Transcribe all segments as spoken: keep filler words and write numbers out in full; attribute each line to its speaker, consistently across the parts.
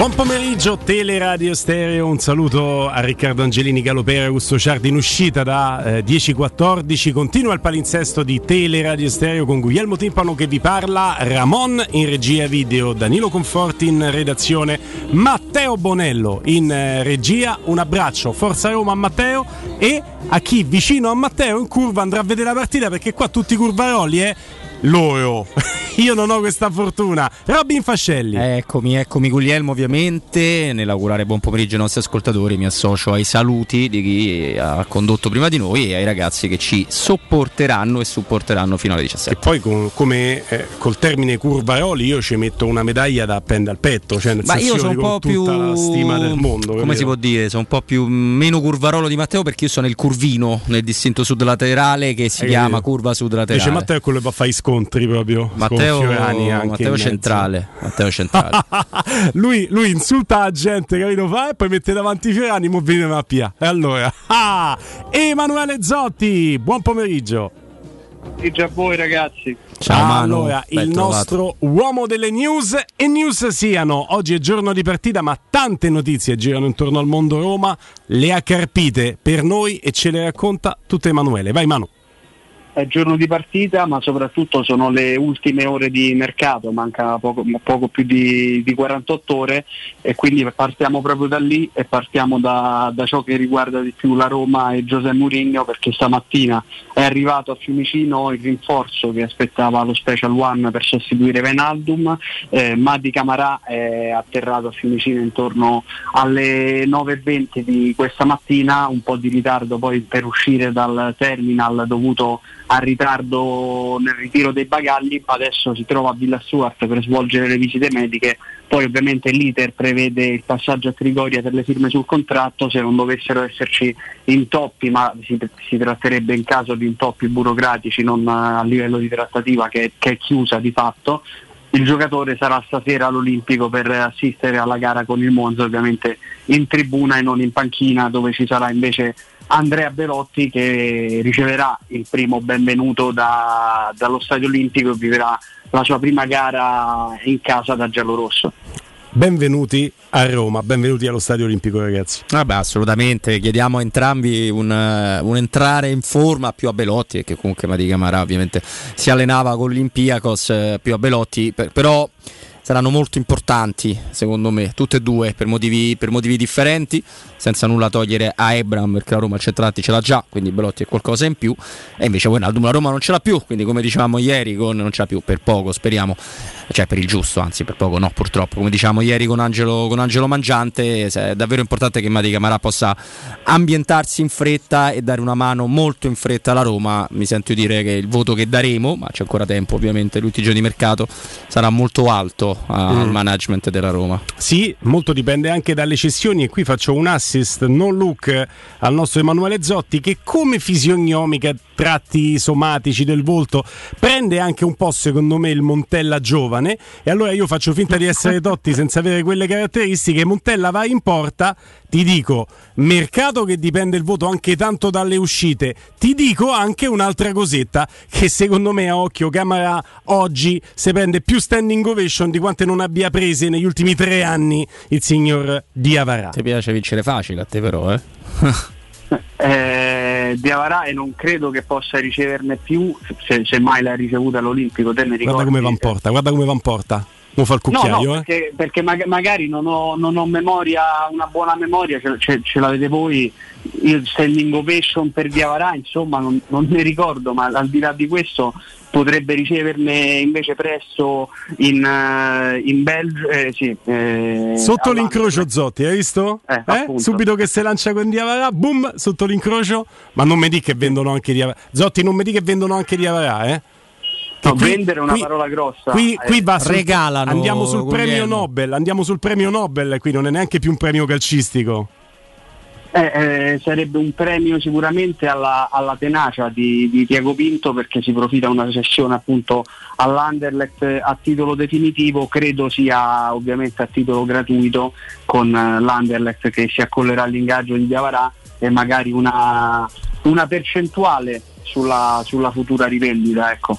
Speaker 1: Buon pomeriggio, Teleradio Stereo, un saluto a Riccardo Angelini, Galopera, Augusto Ciardi in uscita da eh, dieci quattordici. Continua il palinsesto di Teleradio Stereo con Guglielmo Timpano che vi parla, Ramon in regia video, Danilo Conforti in redazione, Matteo Bonello in eh, regia. Un abbraccio, Forza Roma a Matteo, e a chi vicino a Matteo in curva andrà a vedere la partita, perché qua tutti curvaroli, eh loro. Io non ho questa fortuna. Robin Fascelli.
Speaker 2: Eccomi, eccomi Guglielmo, ovviamente nell'augurare buon pomeriggio ai nostri ascoltatori mi associo ai saluti di chi ha condotto prima di noi e ai ragazzi che ci sopporteranno e supporteranno fino alle diciassette.
Speaker 1: E poi con, come eh, col termine curvaroli io ci metto una medaglia da appendere al petto, cioè nel
Speaker 2: Ma
Speaker 1: senso
Speaker 2: io sono un po'
Speaker 1: tutta
Speaker 2: più
Speaker 1: la stima del mondo,
Speaker 2: come
Speaker 1: capito?
Speaker 2: si può dire, sono un po' più meno curvarolo di Matteo, perché io sono il curvino nel distinto sud laterale che si
Speaker 1: Hai
Speaker 2: chiama
Speaker 1: capito?
Speaker 2: curva sud laterale.
Speaker 1: Invece Matteo è quello che va a fare i scontri proprio.
Speaker 2: Matteo,
Speaker 1: Fiorani anche
Speaker 2: Matteo centrale, Matteo centrale.
Speaker 1: lui, lui insulta la gente, capito? Fa e poi mette davanti Fiorani, mo viene una P. E allora, ah, Emanuele Zotti, buon pomeriggio.
Speaker 3: Pomeriggio a voi ragazzi.
Speaker 2: Ciao Manu,
Speaker 1: allora,
Speaker 2: ben
Speaker 1: il
Speaker 2: trovato.
Speaker 1: nostro uomo delle news, e news siano, oggi è giorno di partita ma tante notizie girano intorno al mondo Roma, le ha carpite per noi e ce le racconta tutte Emanuele. Vai Manu.
Speaker 3: È giorno di partita, ma soprattutto sono le ultime ore di mercato, manca poco, poco più di, di quarantotto ore, e quindi partiamo proprio da lì e partiamo da, da ciò che riguarda di più la Roma e José Mourinho, perché stamattina è arrivato a Fiumicino il rinforzo che aspettava lo Special One per sostituire Wijnaldum. eh, Mady Camara è atterrato a Fiumicino intorno alle nove e venti di questa mattina, un po' di ritardo poi per uscire dal terminal dovuto a ritardo nel ritiro dei bagagli. Adesso si trova a Villa Stuart per svolgere le visite mediche, poi ovviamente l'iter prevede il passaggio a Trigoria per le firme sul contratto. Se non dovessero esserci intoppi, ma si, si tratterebbe in caso di intoppi burocratici, non a livello di trattativa che, che è chiusa di fatto, il giocatore sarà stasera all'Olimpico per assistere alla gara con il Monza, ovviamente in tribuna e non in panchina, dove ci sarà invece Andrea Belotti che riceverà il primo benvenuto da, dallo Stadio Olimpico e vivrà la sua prima gara in casa da giallorosso.
Speaker 1: Benvenuti a Roma, benvenuti allo Stadio Olimpico ragazzi.
Speaker 2: Vabbè, assolutamente, chiediamo a entrambi un, uh, un entrare in forma, più a Belotti, perché comunque Mady Camara ovviamente si allenava con l'Olympiakos, uh, più a Belotti, per, però saranno molto importanti secondo me tutte e due per motivi, per motivi differenti, senza nulla togliere a Ebram, perché la Roma il centravanti ce l'ha già, quindi Belotti è qualcosa in più, e invece Wijnaldum la Roma non ce l'ha più, quindi come dicevamo ieri con, non ce l'ha più per poco, speriamo, cioè per il giusto, anzi per poco no purtroppo, come dicevamo ieri con Angelo, con Angelo Mangiante. È davvero importante che Mady Camara possa ambientarsi in fretta e dare una mano molto in fretta alla Roma. Mi sento dire che il voto che daremo, ma c'è ancora tempo ovviamente, l'ultimo giorno di mercato, sarà molto alto al mm. management della Roma.
Speaker 1: Sì, molto dipende anche dalle cessioni, e qui faccio un assist non look al nostro Emanuele Zotti, che come fisionomica, tratti somatici del volto, prende anche un po' secondo me il Montella giovane, e allora io faccio finta di essere Totti senza avere quelle caratteristiche. Montella va in porta, ti dico mercato che dipende il voto anche tanto dalle uscite, ti dico anche un'altra cosetta che secondo me a occhio Camara oggi se prende più standing ovation di quante non abbia prese negli ultimi tre anni il signor Diawara.
Speaker 2: Ti piace vincere facile a te però, eh?
Speaker 3: eh Diawara, e non credo che possa riceverne più, se, se mai l'ha ricevuta all'Olimpico. Te ne ricordi?
Speaker 1: Guarda come va in porta, guarda come va in porta. Non fa il cucchiaio,
Speaker 3: no, no,
Speaker 1: eh?
Speaker 3: perché, perché mag- magari non ho, non ho memoria, una buona memoria, ce, ce, ce l'avete voi, il standing ovation per Diawara, insomma non, non ne ricordo, ma al di là di questo potrebbe riceverne invece presto in, uh, in Belgio, eh, sì, eh,
Speaker 1: sotto l'incrocio Zotti, hai visto?
Speaker 3: Eh,
Speaker 1: Eh? Subito che se lancia con Diawara, boom, sotto l'incrocio. Ma non mi di che vendono anche Diawara, Zotti, non mi di che vendono anche Diawara, eh?
Speaker 3: No, qui, vendere è una qui, parola grossa.
Speaker 1: Qui, qui va
Speaker 2: sul, regalano.
Speaker 1: Andiamo sul premio Nobel, andiamo sul premio Nobel, qui non è neanche più un premio calcistico.
Speaker 3: Eh, eh, sarebbe un premio sicuramente alla, alla tenacia di, di Tiago Pinto, perché si profita una cessione appunto all'Anderlecht a titolo definitivo, credo sia ovviamente a titolo gratuito, con l'Anderlecht che si accollerà all'ingaggio di Diawara e magari una, una percentuale sulla, sulla futura rivendita, ecco.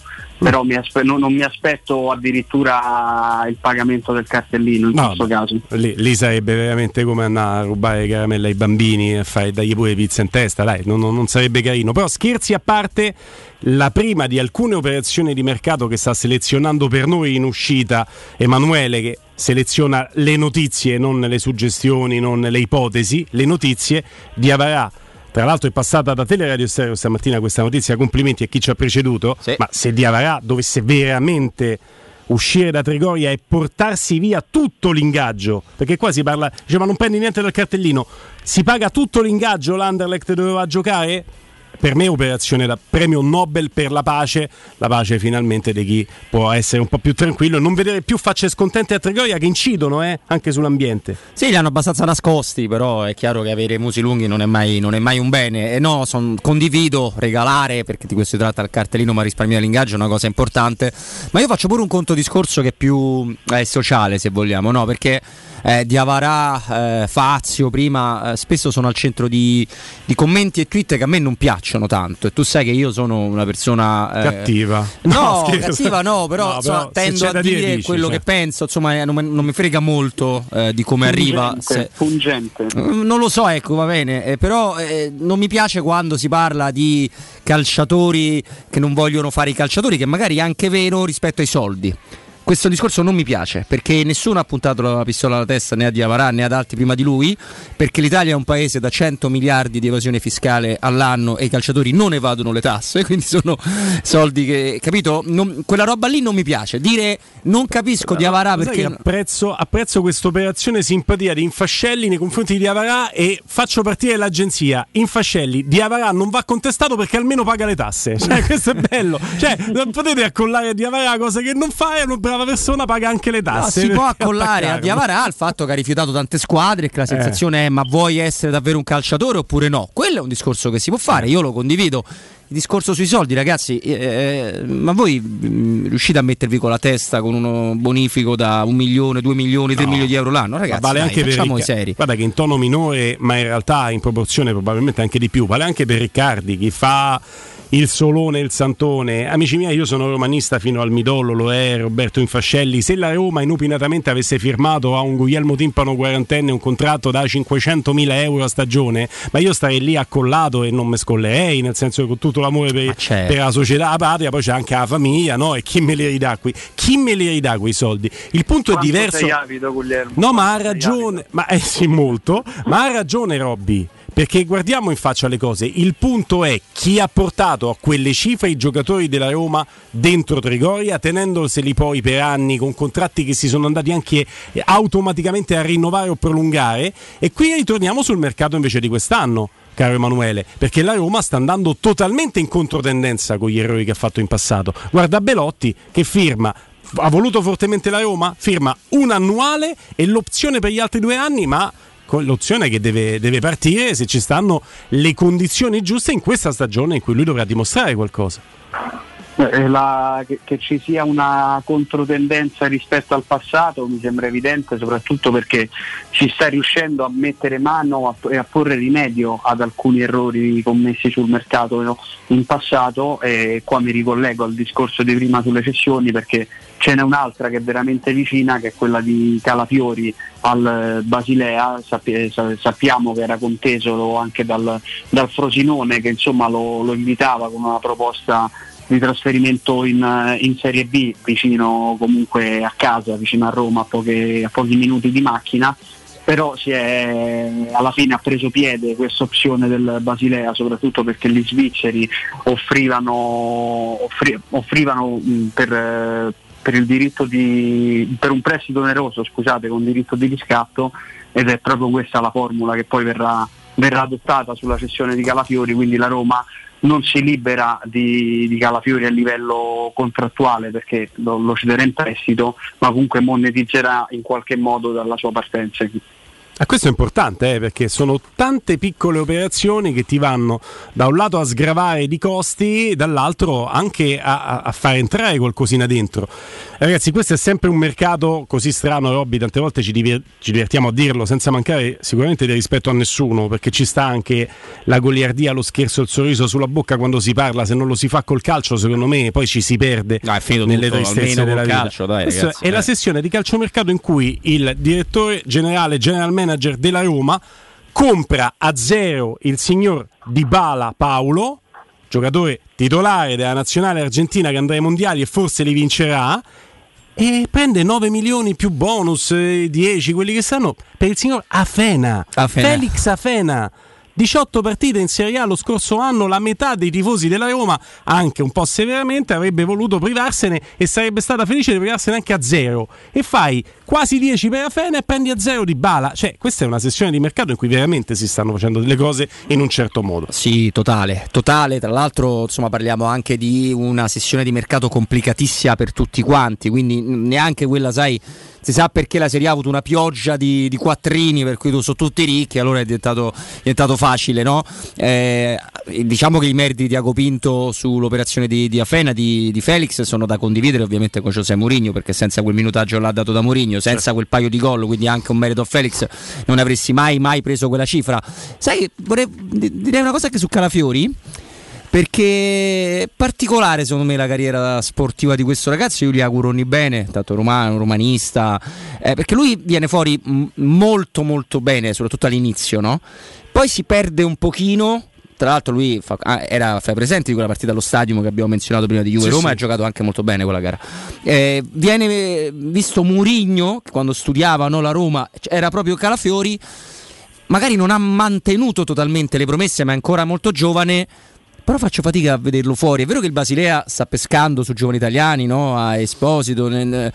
Speaker 3: però mi aspe- non, non mi aspetto addirittura il pagamento del cartellino in no, questo caso.
Speaker 1: Lì, lì sarebbe veramente come andare a rubare caramelle ai bambini e fare dargli pure pizza in testa, dai, non, non sarebbe carino. Però scherzi a parte, la prima di alcune operazioni di mercato che sta selezionando per noi in uscita Emanuele, che seleziona le notizie, non le suggestioni, non le ipotesi, le notizie. Diawara, tra l'altro è passata da Teleradio Stereo stamattina questa notizia, complimenti a chi ci ha preceduto, sì. Ma se Diawara dovesse veramente uscire da Trigoria e portarsi via tutto l'ingaggio, perché qua si parla, dice, ma non prendi niente dal cartellino, si paga tutto l'ingaggio, l'Anderlecht doveva giocare? Per me operazione da premio Nobel per la pace, la pace finalmente di chi può essere un po' più tranquillo e non vedere più facce scontente a Trigoria che incidono eh, anche sull'ambiente.
Speaker 2: Sì, li hanno abbastanza nascosti, però è chiaro che avere musi lunghi non è mai, non è mai un bene. E no, son, condivido, regalare, perché di questo si tratta il cartellino, ma risparmiare l'ingaggio è una cosa importante. Ma io faccio pure un conto discorso che è più eh, sociale, se vogliamo, no? Perché eh, Diawara, eh, Fazio prima, eh, spesso sono al centro di, di commenti e tweet che a me non piacciono tanto, e tu sai che io sono una persona eh,
Speaker 1: cattiva
Speaker 2: no, no cattiva no però, no, insomma, però tendo a dire, dire dici, quello cioè. Che penso, insomma non, non mi frega molto eh, di come
Speaker 3: fungente,
Speaker 2: arriva se,
Speaker 3: fungente.
Speaker 2: Non lo so, ecco, va bene, eh, però eh, non mi piace quando si parla di calciatori che non vogliono fare i calciatori, che magari è anche vero rispetto ai soldi. Questo discorso non mi piace, perché nessuno ha puntato la pistola alla testa né a Diawara né ad altri prima di lui, perché l'Italia è un paese da cento miliardi di evasione fiscale all'anno e i calciatori non evadono le tasse, quindi sono soldi che, capito? Non, quella roba lì non mi piace. Dire non capisco Diawara perché
Speaker 1: apprezzo, apprezzo questa operazione simpatia di Infascelli nei confronti di Diawara, e faccio partire l'agenzia Infascelli. Diawara non va contestato perché almeno paga le tasse, cioè, questo è bello, cioè non potete accollare a Diawara cosa che non fa, e non la persona paga anche le tasse.
Speaker 2: No, si può accollare a Diawara il fatto che ha rifiutato tante squadre e che la sensazione eh. è: ma vuoi essere davvero un calciatore oppure no? Quello è un discorso che si può fare, io lo condivido. Il discorso sui soldi, ragazzi, eh, ma voi mh, riuscite a mettervi con la testa con uno bonifico da un milione, due milioni, tre no. milioni di euro l'anno? Ragazzi,
Speaker 1: vale
Speaker 2: dai,
Speaker 1: anche
Speaker 2: facciamo
Speaker 1: per
Speaker 2: i seri.
Speaker 1: Guarda che in tono minore, ma in realtà in proporzione probabilmente anche di più, vale anche per Riccardi, chi fa il solone, il santone. Amici miei, io sono romanista fino al midollo, lo è Roberto Infascelli. Se la Roma inopinatamente avesse firmato a un Guglielmo Timpano quarantenne un contratto da cinquecentomila euro a stagione, ma io starei lì accollato e non me scollerei, nel senso che con tutto l'amore per, per la società, la patria, poi c'è anche la famiglia, no? E chi me li ridà qui? Chi me li ridà quei soldi? Il punto
Speaker 3: Quanto
Speaker 1: è diverso.
Speaker 3: Sei avido, Guglielmo?
Speaker 1: No, ma ha ragione, ma eh sì, molto, ma ha ragione Robby. Perché guardiamo in faccia le cose, il punto è chi ha portato a quelle cifre i giocatori della Roma dentro Trigoria, tenendoseli poi per anni con contratti che si sono andati anche automaticamente a rinnovare o prolungare. E qui ritorniamo sul mercato invece di quest'anno, caro Emanuele, perché la Roma sta andando totalmente in controtendenza con gli errori che ha fatto in passato. Guarda Belotti che firma, ha voluto fortemente la Roma, firma un annuale e l'opzione per gli altri due anni, ma con l'opzione che deve, deve partire se ci stanno le condizioni giuste in questa stagione in cui lui dovrà dimostrare qualcosa.
Speaker 3: La, che, che ci sia una controtendenza rispetto al passato mi sembra evidente, soprattutto perché si sta riuscendo a mettere mano a, e a porre rimedio ad alcuni errori commessi sul mercato in passato, e qua mi ricollego al discorso di prima sulle cessioni, perché ce n'è un'altra che è veramente vicina, che è quella di Calafiori al Basilea. Sappi, sappiamo che era conteso anche dal, dal Frosinone, che insomma lo, lo invitava con una proposta di trasferimento in, in Serie B, vicino comunque a casa, vicino a Roma, a, poche, a pochi minuti di macchina. Però si è, alla fine ha preso piede questa opzione del Basilea, soprattutto perché gli svizzeri offrivano, offri, offrivano mh, per, per il diritto di per un prestito oneroso, scusate, con diritto di riscatto, ed è proprio questa la formula che poi verrà, verrà adottata sulla cessione di Calafiori. Quindi la Roma non si libera di, di Calafiori a livello contrattuale, perché lo, lo cederà in prestito, ma comunque monetizzerà in qualche modo dalla sua partenza.
Speaker 1: Ah, questo è importante, eh, perché sono tante piccole operazioni che ti vanno da un lato a sgravare di costi, dall'altro anche a, a far entrare qualcosina dentro. Eh, ragazzi, questo è sempre un mercato così strano, Robby, tante volte ci, diver- ci divertiamo a dirlo senza mancare sicuramente di rispetto a nessuno, perché ci sta anche la goliardia, lo scherzo, il sorriso sulla bocca quando si parla. Se non lo si fa col calcio, secondo me poi ci si perde
Speaker 2: no, è finito
Speaker 1: nelle
Speaker 2: tutto,
Speaker 1: tristezze della vita.
Speaker 2: calcio, dai,
Speaker 1: Questa
Speaker 2: ragazzi,
Speaker 1: è
Speaker 2: eh.
Speaker 1: la sessione di calciomercato in cui il direttore generale, general manager della Roma compra a zero il signor Dybala Paolo, giocatore titolare della nazionale argentina che andrà ai mondiali e forse li vincerà, e prende nove milioni più bonus, eh, dieci quelli che stanno per il signor Afena,
Speaker 2: Afena.
Speaker 1: Felix Afena. diciotto partite in Serie A lo scorso anno, la metà dei tifosi della Roma, anche un po' severamente, avrebbe voluto privarsene e sarebbe stata felice di privarsene anche a zero. E fai quasi dieci per Afena e prendi a zero Dybala. Cioè, questa è una sessione di mercato in cui veramente si stanno facendo delle cose in un certo modo.
Speaker 2: Sì, totale, totale. Tra l'altro, insomma, parliamo anche di una sessione di mercato complicatissima per tutti quanti, quindi neanche quella, sai, si sa perché la Serie A ha avuto una pioggia di, di quattrini per cui sono tutti ricchi, allora è diventato, è diventato facile, no? Eh, diciamo che i meriti di Tiago Pinto sull'operazione di, di Afena, di, di Felix, sono da condividere ovviamente con José Mourinho, perché senza quel minutaggio l'ha dato da Mourinho, senza certo. quel paio di gol, quindi anche un merito a Felix, non avresti mai mai preso quella cifra. Sai, vorrei direi una cosa anche su Calafiori, perché è particolare secondo me la carriera sportiva di questo ragazzo. Io gli auguro ogni bene, tanto romano, romanista, eh, perché lui viene fuori m- molto molto bene, soprattutto all'inizio, no? Poi si perde un pochino. Tra l'altro lui fa, ah, era fra i presenti di quella partita allo Stadium che abbiamo menzionato prima di Juve, sì, Roma, sì. Ha giocato anche molto bene quella gara. Eh, viene visto Mourinho, che quando studiavano la Roma era proprio Calafiori, magari non ha mantenuto totalmente le promesse, ma è ancora molto giovane. Però faccio fatica a vederlo fuori. È vero che il Basilea sta pescando su giovani italiani, no? A Esposito, nel...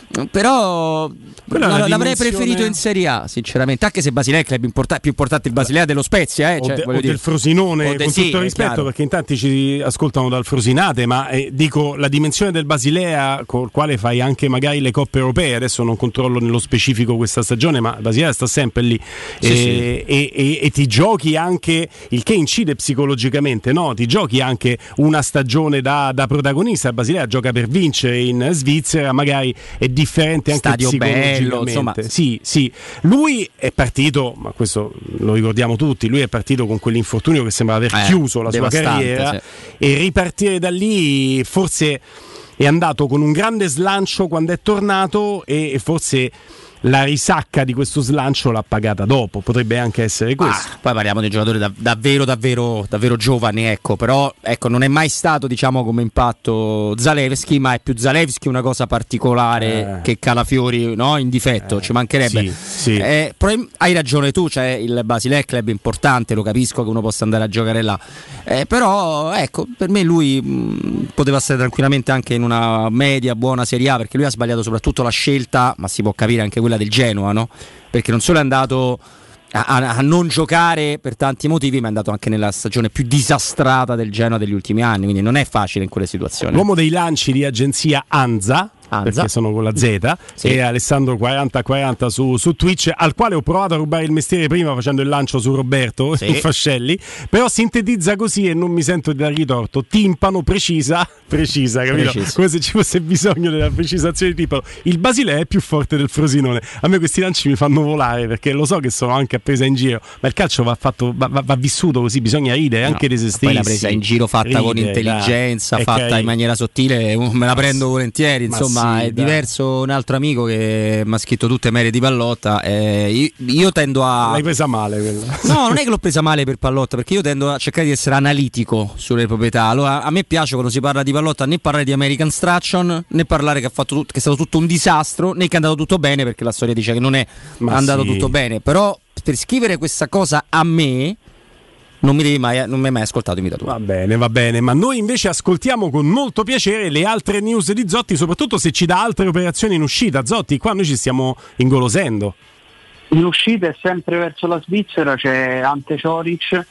Speaker 2: però
Speaker 1: Quella
Speaker 2: la, l'avrei
Speaker 1: dimensione...
Speaker 2: preferito in Serie A, sinceramente. Anche se Basilea è il club importa- più importante il Basilea dello Spezia, eh?
Speaker 1: o,
Speaker 2: Cioè,
Speaker 1: de- o
Speaker 2: dire...
Speaker 1: del Frosinone,
Speaker 2: o de-
Speaker 1: con
Speaker 2: sì,
Speaker 1: tutto il rispetto,
Speaker 2: chiaro.
Speaker 1: Perché in tanti ci ascoltano dal Frosinate, ma eh, dico la dimensione del Basilea, col quale fai anche magari le coppe europee. Adesso non controllo nello specifico questa stagione, ma il Basilea sta sempre lì,
Speaker 2: sì,
Speaker 1: e,
Speaker 2: sì.
Speaker 1: E, e, e ti giochi anche, il che incide psicologicamente, no? Ti giochi anche una stagione da, da protagonista. Il Basilea gioca per vincere in Svizzera, magari è differente anche
Speaker 2: Stadio
Speaker 1: psicologicamente.
Speaker 2: bello, insomma.
Speaker 1: Sì, sì. Lui è partito, ma questo lo ricordiamo tutti, lui è partito con quell'infortunio che sembra aver
Speaker 2: eh,
Speaker 1: chiuso la sua carriera,
Speaker 2: sì.
Speaker 1: E ripartire da lì forse è andato con un grande slancio quando è tornato, e, e forse la risacca di questo slancio l'ha pagata dopo, potrebbe anche essere questo.
Speaker 2: Ah, poi parliamo di un giocatore da, davvero davvero davvero giovane, ecco, però ecco, non è mai stato, diciamo, come impatto Zalewski, ma è più Zalewski una cosa particolare eh. che Calafiori, no? In difetto, eh. ci mancherebbe.
Speaker 1: Sì, sì.
Speaker 2: Eh, però hai ragione tu, cioè il Basilea è club importante, lo capisco che uno possa andare a giocare là, eh, però ecco, per me lui mh, poteva essere tranquillamente anche in una media buona Serie A, perché lui ha sbagliato soprattutto la scelta, ma si può capire anche quella del Genoa, no? Perché non solo è andato a, a, a non giocare per tanti motivi, ma è andato anche nella stagione più disastrata del Genoa degli ultimi anni, quindi non è facile in quelle situazioni.
Speaker 1: L'uomo dei lanci di agenzia Anza, Anza. Perché sono con la Z, sì. E Alessandro quaranta quaranta su, su Twitch, al quale ho provato a rubare il mestiere prima facendo il lancio su Roberto, sì. Fascelli, però sintetizza così e non mi sento di dar ritorto: timpano, precisa, precisa, capito? Preciso. Come se ci fosse bisogno della precisazione di timpano. Il Basilea è più forte del Frosinone. A me questi lanci mi fanno volare, perché lo so che sono anche a presa in giro, ma il calcio va fatto, va, va, va vissuto così, bisogna ridere anche no, di se stessi.
Speaker 2: Poi la presa in giro fatta ridere, con intelligenza, dai, fatta in maniera sottile, me la prendo volentieri, insomma. Sì, è dai. Diverso un altro amico che mi ha scritto tutte mere di Pallotta, eh, io, io tendo a...
Speaker 1: L'hai presa male quella.
Speaker 2: No, non è che l'ho presa male per Pallotta, perché io tendo a cercare di essere analitico sulle proprietà. Allora, a me piace quando si parla di Pallotta né parlare di American Stration, né parlare che, ha fatto tut- che è stato tutto un disastro, né che è andato tutto bene, perché la storia dice che non è Ma andato sì. tutto bene. Però per scrivere questa cosa a me non mi devi mai, non mi hai mai ascoltato imitato.
Speaker 1: Va bene, va bene, ma noi invece ascoltiamo con molto piacere le altre news di Zotti, soprattutto se ci dà altre operazioni in uscita. Zotti, qua noi ci stiamo ingolosendo.
Speaker 3: In uscita è sempre verso la Svizzera, c'è Ante Cioric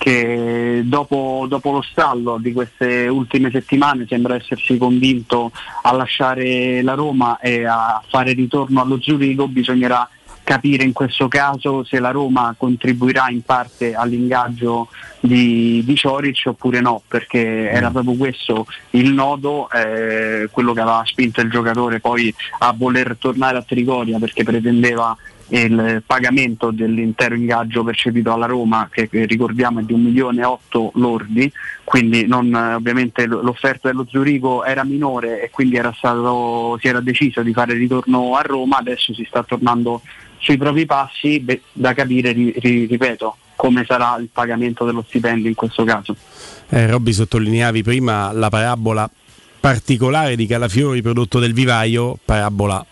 Speaker 3: che dopo, dopo lo stallo di queste ultime settimane sembra essersi convinto a lasciare la Roma e a fare ritorno allo Zurigo. Bisognerà capire in questo caso se la Roma contribuirà in parte all'ingaggio di, di Ćorić oppure no, perché era proprio questo il nodo, eh, quello che aveva spinto il giocatore poi a voler tornare a Trigoria, perché pretendeva il pagamento dell'intero ingaggio percepito alla Roma, che, che ricordiamo è di un milione e otto lordi, quindi non, ovviamente l'offerta dello Zurigo era minore e quindi era stato, si era deciso di fare il ritorno a Roma. Adesso si sta tornando sui propri passi, beh, da capire, ri, ri, ripeto, come sarà il pagamento dello stipendio in questo caso.
Speaker 1: eh, Robby, sottolineavi prima la parabola particolare di Calafiori, prodotto del vivaio, parabola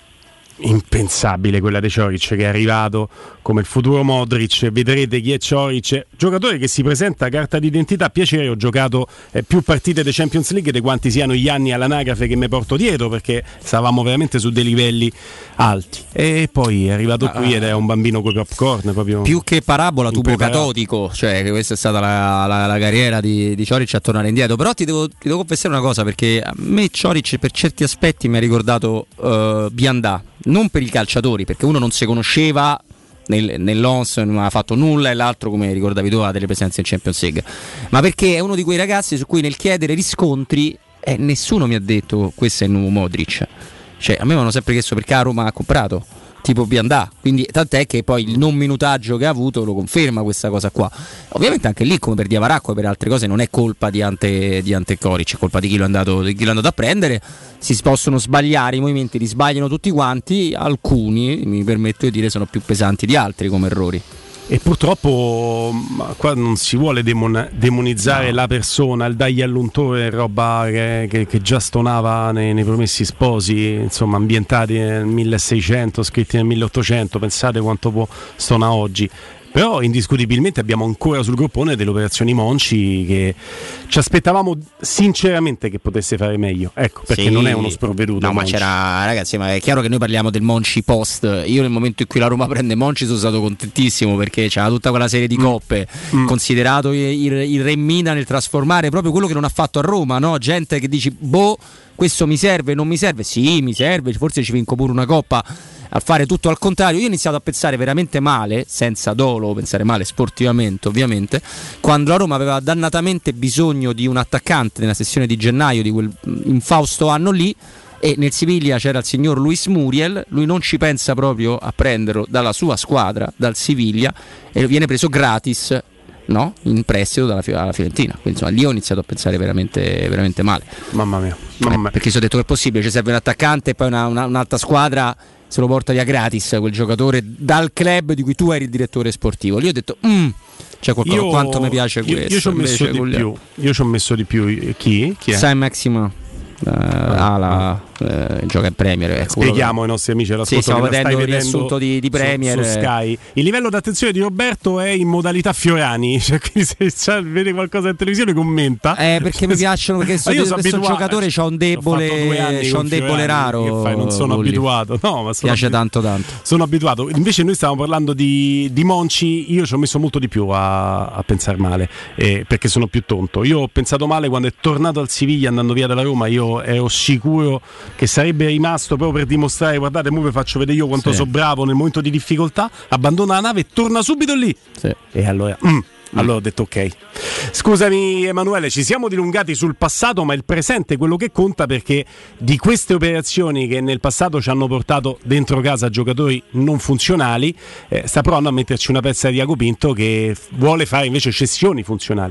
Speaker 1: impensabile quella di Ćorić, che è arrivato come il futuro Modric. Vedrete chi è Ćorić, giocatore che si presenta a carta d'identità. Piacere, ho giocato eh, più partite di Champions League di quanti siano gli anni all'anagrafe che mi porto dietro, perché stavamo veramente su dei livelli alti, e poi è arrivato ah, qui ed è un bambino con i popcorn proprio.
Speaker 2: Più che parabola, tubo catodico, cioè che questa è stata la, la, la carriera di, di Ćorić a tornare indietro. Però ti devo, ti devo confessare una cosa, perché a me Ćorić per certi aspetti mi ha ricordato uh, Biandà, non per i calciatori, perché uno non si conosceva nel, nell'Ons, non aveva fatto nulla, e l'altro, come ricordavi tu, ha delle presenze in Champions League, ma perché è uno di quei ragazzi su cui nel chiedere riscontri eh, nessuno mi ha detto questo è il nuovo Modric. Cioè, a me mi hanno sempre chiesto perché a Roma ha comprato, tipo Biandà, quindi tant'è che poi il non minutaggio che ha avuto lo conferma questa cosa qua. Ovviamente anche lì, come per Diavaracco e per altre cose, non è colpa di Ante, di Ante Ćorić, è colpa di chi l'ha andato, di chi l'ha andato a prendere. Si possono sbagliare, i movimenti li sbagliano tutti quanti, alcuni, mi permetto di dire, sono più pesanti di altri come errori.
Speaker 1: E purtroppo qua non si vuole demon- demonizzare no. la persona, il dagli all'untore, roba che, che, che già stonava nei, nei Promessi Sposi, insomma, ambientati nel milleseicento, scritti nel milleottocento, pensate quanto può stona oggi. Però indiscutibilmente abbiamo ancora sul groppone delle operazioni Monci che ci aspettavamo sinceramente che potesse fare meglio, ecco, perché sì, non è uno sprovveduto.
Speaker 2: No,
Speaker 1: Monci.
Speaker 2: Ma c'era, ragazzi, ma è chiaro che noi parliamo del Monci post. Io nel momento in cui la Roma prende Monci sono stato contentissimo, perché c'era tutta quella serie di coppe, mm. considerato il, il, il Re Mina nel trasformare proprio quello che non ha fatto a Roma, no? Gente che dici, boh, questo mi serve, non mi serve, sì, mi serve, forse ci vinco pure una coppa. A fare tutto al contrario. Io ho iniziato a pensare veramente male, senza dolo, pensare male sportivamente ovviamente, quando la Roma aveva dannatamente bisogno di un attaccante nella sessione di gennaio di quel infausto anno lì, e nel Siviglia c'era il signor Luis Muriel. Lui non ci pensa proprio a prenderlo dalla sua squadra, dal Siviglia, e viene preso gratis, no? In prestito dalla Fiorentina. Quindi insomma lì ho iniziato a pensare veramente, veramente male.
Speaker 1: Mamma mia, mamma mia.
Speaker 2: Eh, perché si ho detto che è possibile, ci serve un attaccante e poi una, una, un'altra squadra se lo porta via gratis quel giocatore dal club di cui tu eri il direttore sportivo. Lì ho detto mm, c'è qualcosa, io, quanto mi piace
Speaker 1: io,
Speaker 2: questo.
Speaker 1: Io ci ho messo di più. Io ci ho messo di più. Chi? Chi è?
Speaker 2: Saint-Maximin. Uh, ah, la, uh, gioca in Premier, ecco.
Speaker 1: Spieghiamo ai nostri amici all'ascolto,
Speaker 2: sì, stiamo
Speaker 1: che
Speaker 2: vedendo il
Speaker 1: vedendo
Speaker 2: riassunto di, di Premier
Speaker 1: su, su Sky. Il livello d'attenzione di Roberto è in modalità Fiorani, cioè, quindi se vede qualcosa in televisione commenta,
Speaker 2: eh, perché mi piacciono, perché so, questo abituato, giocatore c'ha un debole, c'ha un debole raro,
Speaker 1: che fai, non sono
Speaker 2: Lulli.
Speaker 1: abituato, no, ma sono
Speaker 2: piace
Speaker 1: abitu-
Speaker 2: tanto tanto
Speaker 1: sono abituato. Invece noi stavamo parlando di, di Monci. Io ci ho messo molto di più a, a pensare male, eh, perché sono più tonto. Io ho pensato male quando è tornato al Siviglia andando via dalla Roma. Io ero sicuro che sarebbe rimasto proprio per dimostrare, guardate, mo vi faccio vedere io quanto sì. so bravo nel momento di difficoltà. Abbandona la nave e torna subito lì, sì. E allora mm, allora ho detto ok. Scusami Emanuele, ci siamo dilungati sul passato, ma il presente è quello che conta, perché di queste operazioni che nel passato ci hanno portato dentro casa giocatori non funzionali, eh, sta provando a metterci una pezza di Iago Pinto che vuole fare invece cessioni funzionali.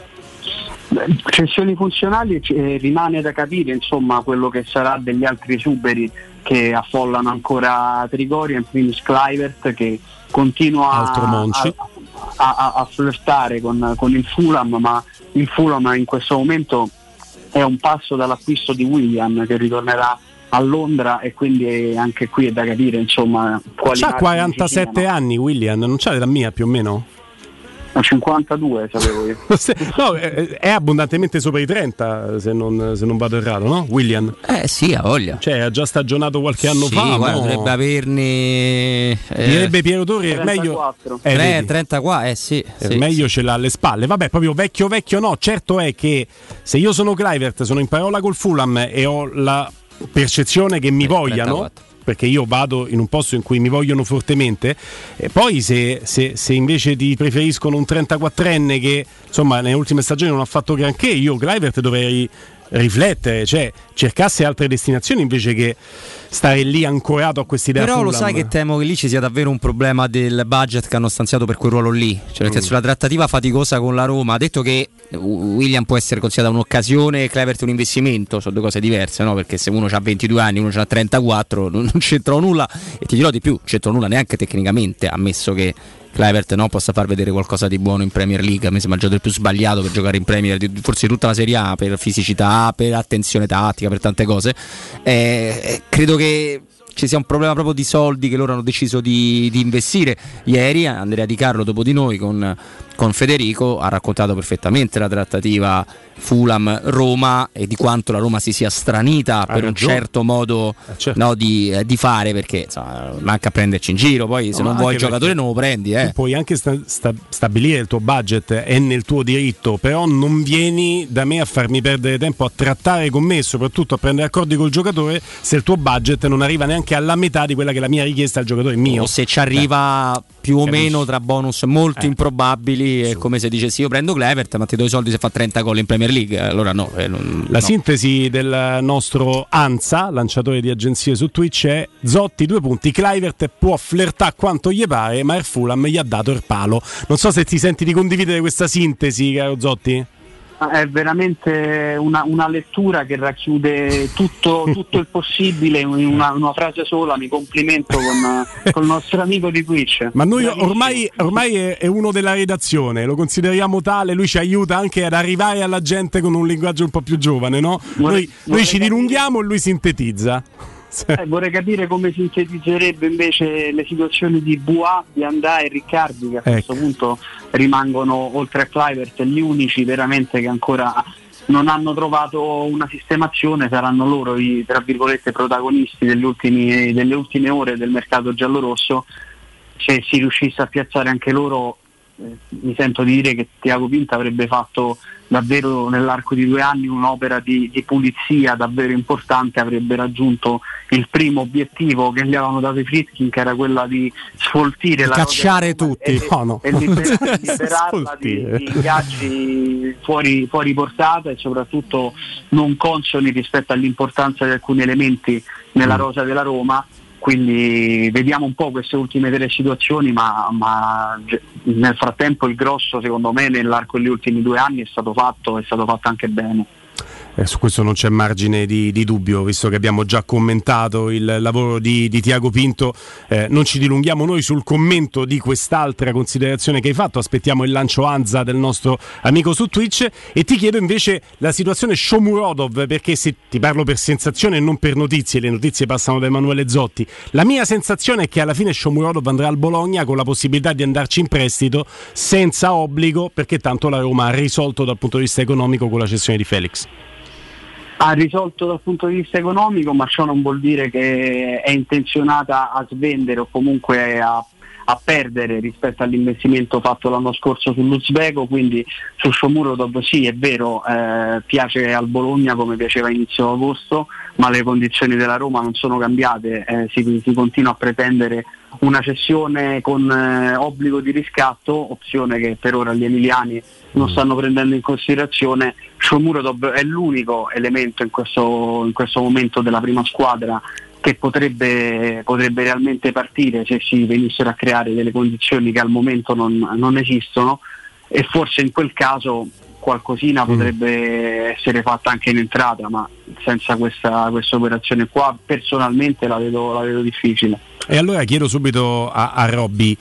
Speaker 3: Cessioni funzionali, eh, rimane da capire insomma quello che sarà degli altri esuberi che affollano ancora Trigoria, in primis Kluivert, che continua a, a, a, a flirtare con, con il Fulham, ma il Fulham in questo momento è un passo dall'acquisto di Willian, che ritornerà a Londra, e quindi anche qui è da capire insomma quali.
Speaker 1: C'ha quarantasette anni Willian, non c'ha l'età mia più o meno?
Speaker 3: cinquantadue sapevo io.
Speaker 1: No, è, è abbondantemente sopra i trenta, se non, se non vado errato, no? Willian.
Speaker 2: Eh sì, ha voglia.
Speaker 1: Cioè ha già stagionato qualche anno
Speaker 2: sì,
Speaker 1: fa.
Speaker 2: Guarda,
Speaker 1: no?
Speaker 2: Dovrebbe averne eh,
Speaker 1: direbbe Piero Torri è meglio
Speaker 2: eh, trentaquattro, eh sì,
Speaker 1: è
Speaker 2: sì
Speaker 1: meglio
Speaker 2: sì.
Speaker 1: Ce l'ha alle spalle. Vabbè, proprio vecchio vecchio no. Certo è che se io sono Kluivert, sono in parola col Fulham e ho la percezione che mi
Speaker 2: eh,
Speaker 1: vogliano, perché io vado in un posto in cui mi vogliono fortemente, e poi se, se, se invece ti preferiscono un trentaquattrenne che insomma nelle ultime stagioni non ha fatto granché, io Kluivert dovrei riflettere, cioè cercasse altre destinazioni invece che stare lì ancorato a quest'idea.
Speaker 2: Però
Speaker 1: Fulham.
Speaker 2: Lo sai che temo che lì ci sia davvero un problema del budget che hanno stanziato per quel ruolo lì, cioè nel senso mm. la trattativa faticosa con la Roma. Ha detto che William può essere considerata un'occasione e Kluivert un investimento, sono due cose diverse, no? Perché se uno ha ventidue anni, uno ha trentaquattro, non, non c'entrano nulla, e ti dirò di più, c'entrano nulla neanche tecnicamente, ammesso che Kluivert no, possa far vedere qualcosa di buono in Premier League. A me sembra il giocatore più sbagliato per giocare in Premier, forse tutta la Serie A, per fisicità, per attenzione tattica, per tante cose. Eh, credo che ci sia un problema proprio di soldi che loro hanno deciso di, di investire. Ieri Andrea Di Carlo, dopo di noi, con, con Federico, ha raccontato perfettamente la trattativa Fulham-Roma e di quanto la Roma si sia stranita ha per ragione. un certo modo eh, certo. no, di, eh, di fare, perché insomma, manca a prenderci in giro. Poi se no, non vuoi il giocatore non lo prendi. Eh.
Speaker 1: Puoi anche sta, sta, stabilire il tuo budget, è nel tuo diritto, però non vieni da me a farmi perdere tempo a trattare con me, soprattutto a prendere accordi col giocatore, se il tuo budget non arriva neanche alla metà di quella che è la mia richiesta al giocatore mio.
Speaker 2: O se ci arriva Beh, più o capisci. meno tra bonus molto eh. improbabili, è come se dicessi io prendo Kluivert ma ti do i soldi se fa trenta gol in Premier League. Allora no, eh, non,
Speaker 1: la
Speaker 2: no.
Speaker 1: sintesi del nostro Anza, lanciatore di agenzie su Twitch, è: Zotti due punti, Kluivert può flirtare quanto gli pare, ma il Fulham gli ha dato il palo. Non so se ti senti di condividere questa sintesi, caro Zotti.
Speaker 3: È veramente una, una lettura che racchiude tutto, tutto il possibile in una, una frase sola. Mi complimento con, con il nostro amico di Twitch.
Speaker 1: Ma noi ormai, ormai è, è uno della redazione, lo consideriamo tale, lui ci aiuta anche ad arrivare alla gente con un linguaggio un po' più giovane, no?
Speaker 3: Vorrei,
Speaker 1: noi noi ci dilunghiamo e lui sintetizza.
Speaker 3: Eh, vorrei capire come sintetizzerebbe invece le situazioni di Buà, di Andà e Riccardi, che a ecco. questo punto rimangono, oltre a Kluivert, gli unici veramente che ancora non hanno trovato una sistemazione. Saranno loro i, tra virgolette, protagonisti degli ultimi, delle ultime ore del mercato giallorosso. Se si riuscisse a piazzare anche loro, eh, mi sento di dire che Tiago Pinto avrebbe fatto davvero nell'arco di due anni un'opera di, di pulizia davvero importante, avrebbe raggiunto il primo obiettivo che gli avevano dato i Friedkin, che era quella di sfoltire
Speaker 2: di
Speaker 3: la
Speaker 2: cacciare tutti
Speaker 3: e,
Speaker 2: no, no.
Speaker 3: e liber- liberarla di, di ingaggi fuori, fuori portata e soprattutto non consoni rispetto all'importanza di alcuni elementi nella rosa della Roma. Quindi vediamo un po' queste ultime tre situazioni, ma, ma nel frattempo il grosso, secondo me, nell'arco degli ultimi due anni è stato fatto, è stato fatto anche bene.
Speaker 1: Eh, su questo non c'è margine di, di dubbio, visto che abbiamo già commentato il lavoro di, di Tiago Pinto. Eh, non ci dilunghiamo noi sul commento di quest'altra considerazione che hai fatto, aspettiamo il lancio Anza del nostro amico su Twitch e ti chiedo invece la situazione Shomurodov, perché se ti parlo per sensazione e non per notizie, le notizie passano da Emanuele Zotti. La mia sensazione è che alla fine Shomurodov andrà al Bologna con la possibilità di andarci in prestito senza obbligo, perché tanto la Roma ha risolto dal punto di vista economico con la cessione di Felix.
Speaker 3: Ha risolto dal punto di vista economico, ma ciò non vuol dire che è intenzionata a svendere o comunque a, a perdere rispetto all'investimento fatto l'anno scorso sull'Uzbeko. Quindi su Shomurodov sì, è vero, eh, piace al Bologna come piaceva a inizio agosto, ma le condizioni della Roma non sono cambiate, eh, si, si continua a pretendere una cessione con eh, obbligo di riscatto, opzione che per ora gli emiliani non stanno prendendo in considerazione. Shomurodov è l'unico elemento in questo, in questo momento della prima squadra che potrebbe, potrebbe realmente partire se si venissero a creare delle condizioni che al momento non, non esistono, e forse in quel caso qualcosina mm. potrebbe essere fatta anche in entrata, ma senza questa, questa operazione qua personalmente la vedo, la vedo difficile.
Speaker 1: E allora chiedo subito a, a Robby,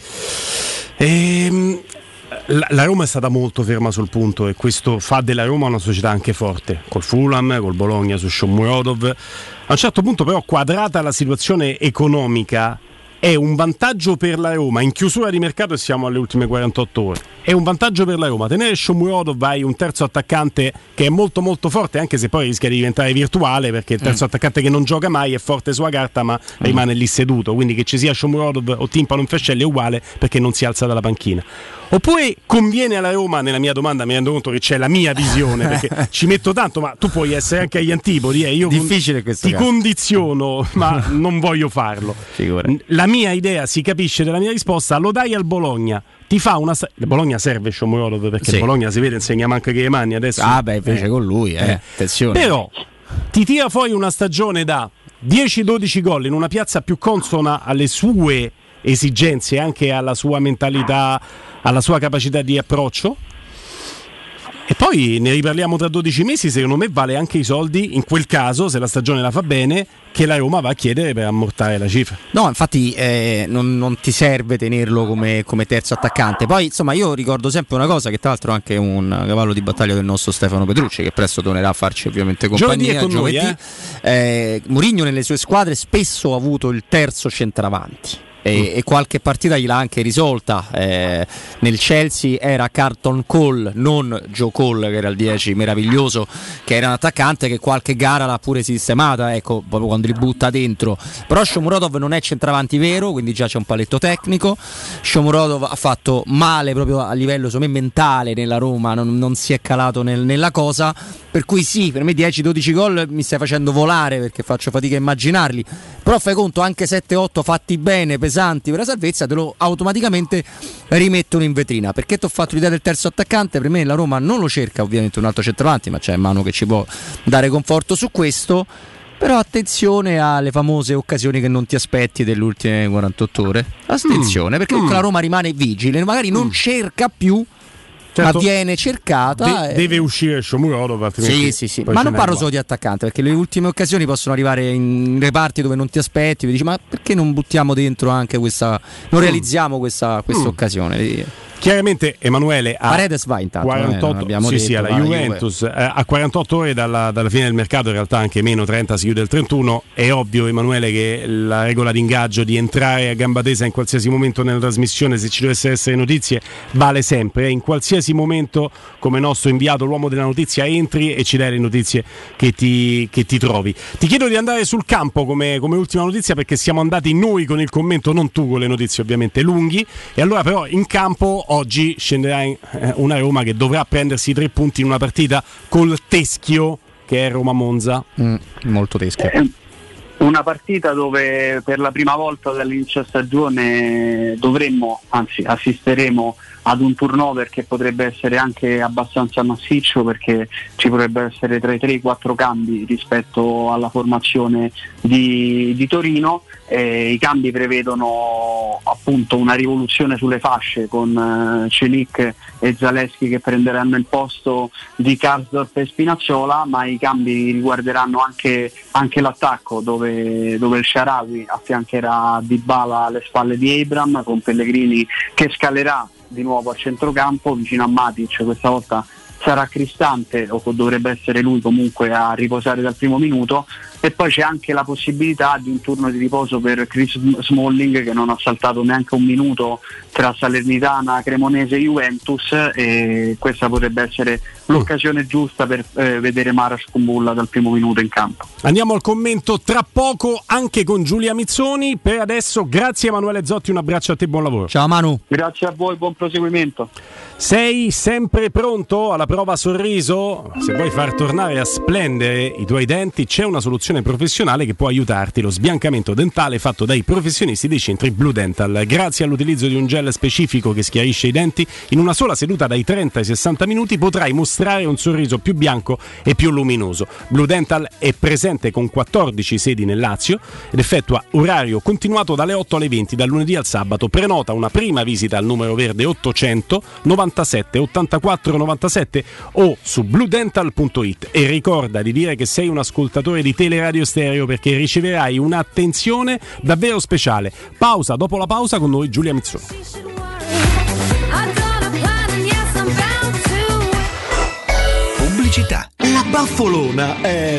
Speaker 1: ehm, la, la Roma è stata molto ferma sul punto e questo fa della Roma una società anche forte, col Fulham, col Bologna su Shomurodov. A un certo punto però, quadrata la situazione economica, è un vantaggio per la Roma in chiusura di mercato e siamo alle ultime quarantotto ore. È un vantaggio per la Roma tenere Shomurodov, vai un terzo attaccante che è molto molto forte, anche se poi rischia di diventare virtuale, perché il terzo mm. attaccante che non gioca mai è forte sulla carta ma mm. rimane lì seduto, quindi che ci sia Shomurodov o Timpano in Fescelli è uguale perché non si alza dalla panchina. Oppure conviene alla Roma, nella mia domanda mi rendo conto che c'è la mia visione, perché ci metto tanto, ma tu puoi essere anche agli antipodi, eh. Io
Speaker 2: difficile
Speaker 1: con,
Speaker 2: questo
Speaker 1: ti
Speaker 2: caso.
Speaker 1: condiziono, ma non voglio farlo.
Speaker 2: Figura.
Speaker 1: La mia idea si capisce della mia risposta, lo dai al Bologna, ti fa una il Bologna serve Shomurodov perché sì. il Bologna si vede insegna manco che Manni adesso.
Speaker 2: Ah beh, invece eh. con lui, eh. Eh. Attenzione.
Speaker 1: Però ti tira fuori una stagione da dieci dodici gol in una piazza più consona alle sue esigenze, anche alla sua mentalità, alla sua capacità di approccio, e poi ne riparliamo tra dodici mesi. Secondo me vale anche i soldi, in quel caso, se la stagione la fa bene, che la Roma va a chiedere per ammortare la cifra.
Speaker 2: No, infatti eh, non, non ti serve tenerlo come, come terzo attaccante. Poi insomma io ricordo sempre una cosa, che tra l'altro è anche un cavallo di battaglia del nostro Stefano Petrucci, che presto tornerà a farci ovviamente compagnia.
Speaker 1: Giovedì,
Speaker 2: giovedì.
Speaker 1: Noi, eh?
Speaker 2: Eh, Mourinho nelle sue squadre spesso ha avuto il terzo centravanti. E, e qualche partita gliel'ha anche risolta. Eh, nel Chelsea era Carlton Cole, non Joe Cole, che era il dieci meraviglioso, che era un attaccante che qualche gara l'ha pure sistemata, ecco, proprio quando li butta dentro. Però Shomurodov non è centravanti vero, quindi già c'è un paletto tecnico. Shomurodov ha fatto male proprio a livello me, mentale nella Roma, non, non si è calato nel, nella cosa, per cui sì, per me dieci dodici gol mi stai facendo volare, perché faccio fatica a immaginarli. Però fai conto, anche sette otto fatti bene, pesanti per la salvezza, te lo automaticamente rimettono in vetrina. Perché ti ho fatto l'idea del terzo attaccante? Per me la Roma non lo cerca ovviamente un altro centravanti, ma c'è Manu che ci può dare conforto su questo. Però attenzione alle famose occasioni che non ti aspetti delle ultime quarantotto ore. Attenzione, mm. perché mm. la Roma rimane vigile, magari non mm. cerca più, certo, ma viene cercata.
Speaker 1: De- e... Deve uscire Shomurodov.
Speaker 2: Sì, sì, sì. Ma non parlo solo di attaccante, perché le ultime occasioni possono arrivare in reparti dove non ti aspetti, dici ma perché non buttiamo dentro anche questa, non realizziamo questa, questa mm. occasione.
Speaker 1: Chiaramente Emanuele ha
Speaker 2: Paredes va intanto,
Speaker 1: quarantotto,
Speaker 2: eh,
Speaker 1: sì,
Speaker 2: detto,
Speaker 1: sì, alla
Speaker 2: va,
Speaker 1: Juventus Juve. eh, a quarantotto ore dalla, dalla fine del mercato, in realtà anche meno, trenta, si chiude il trentuno. È ovvio, Emanuele, che la regola d'ingaggio di entrare a gamba tesa in qualsiasi momento nella trasmissione, se ci dovessero essere notizie, vale sempre. In qualsiasi momento, come nostro inviato, l'uomo della notizia, entri e ci dai le notizie che ti, che ti trovi. Ti chiedo di andare sul campo come, come ultima notizia, perché siamo andati noi con il commento, non tu con le notizie ovviamente lunghi, e allora però in campo oggi scenderà in, eh, una Roma che dovrà prendersi tre punti in una partita col teschio che è Roma-Monza.
Speaker 2: Mm, molto teschio.
Speaker 3: Eh, una partita dove per la prima volta dall'inizio stagione dovremmo, anzi assisteremo ad un turnover che potrebbe essere anche abbastanza massiccio, perché ci potrebbero essere tra i tre e i quattro cambi rispetto alla formazione di, di Torino. Eh, i cambi prevedono appunto una rivoluzione sulle fasce, con eh, Celic e Zalewski che prenderanno il posto di Karsdorp e Spinazzola, ma i cambi riguarderanno anche, anche l'attacco, dove, dove il Shaarawy affiancherà Dybala alle spalle di Abraham, con Pellegrini che scalerà di nuovo a centrocampo vicino a Matic. Questa volta sarà Cristante, o dovrebbe essere lui comunque, a riposare dal primo minuto, e poi c'è anche la possibilità di un turno di riposo per Chris Smalling, che non ha saltato neanche un minuto tra Salernitana, Cremonese e Juventus, e questa potrebbe essere l'occasione giusta per eh, vedere Maras Kumbulla dal primo minuto in campo.
Speaker 1: Andiamo al commento tra poco anche con Giulia Mizzoni. Per adesso grazie Emanuele Zotti, un abbraccio a te, buon lavoro.
Speaker 2: Ciao Manu.
Speaker 3: Grazie a voi, buon proseguimento.
Speaker 1: Sei sempre pronto alla prova sorriso? Se vuoi far tornare a splendere i tuoi denti, c'è una soluzione professionale che può aiutarti: lo sbiancamento dentale fatto dai professionisti dei centri Blue Dental. Grazie all'utilizzo di un gel specifico che schiarisce i denti, in una sola seduta dai trenta ai sessanta minuti potrai mostrare un sorriso più bianco e più luminoso. Blue Dental è presente con quattordici sedi nel Lazio ed effettua orario continuato dalle otto alle venti, dal lunedì al sabato. Prenota una prima visita al numero verde ottocento novantasette ottantaquattro novantasette o su blue dental punto it, e ricorda di dire che sei un ascoltatore di Teleradio Stereo, perché riceverai un'attenzione davvero speciale. Pausa, dopo la pausa con noi Giulia Mizzoni.
Speaker 4: Pubblicità. La Baffolona è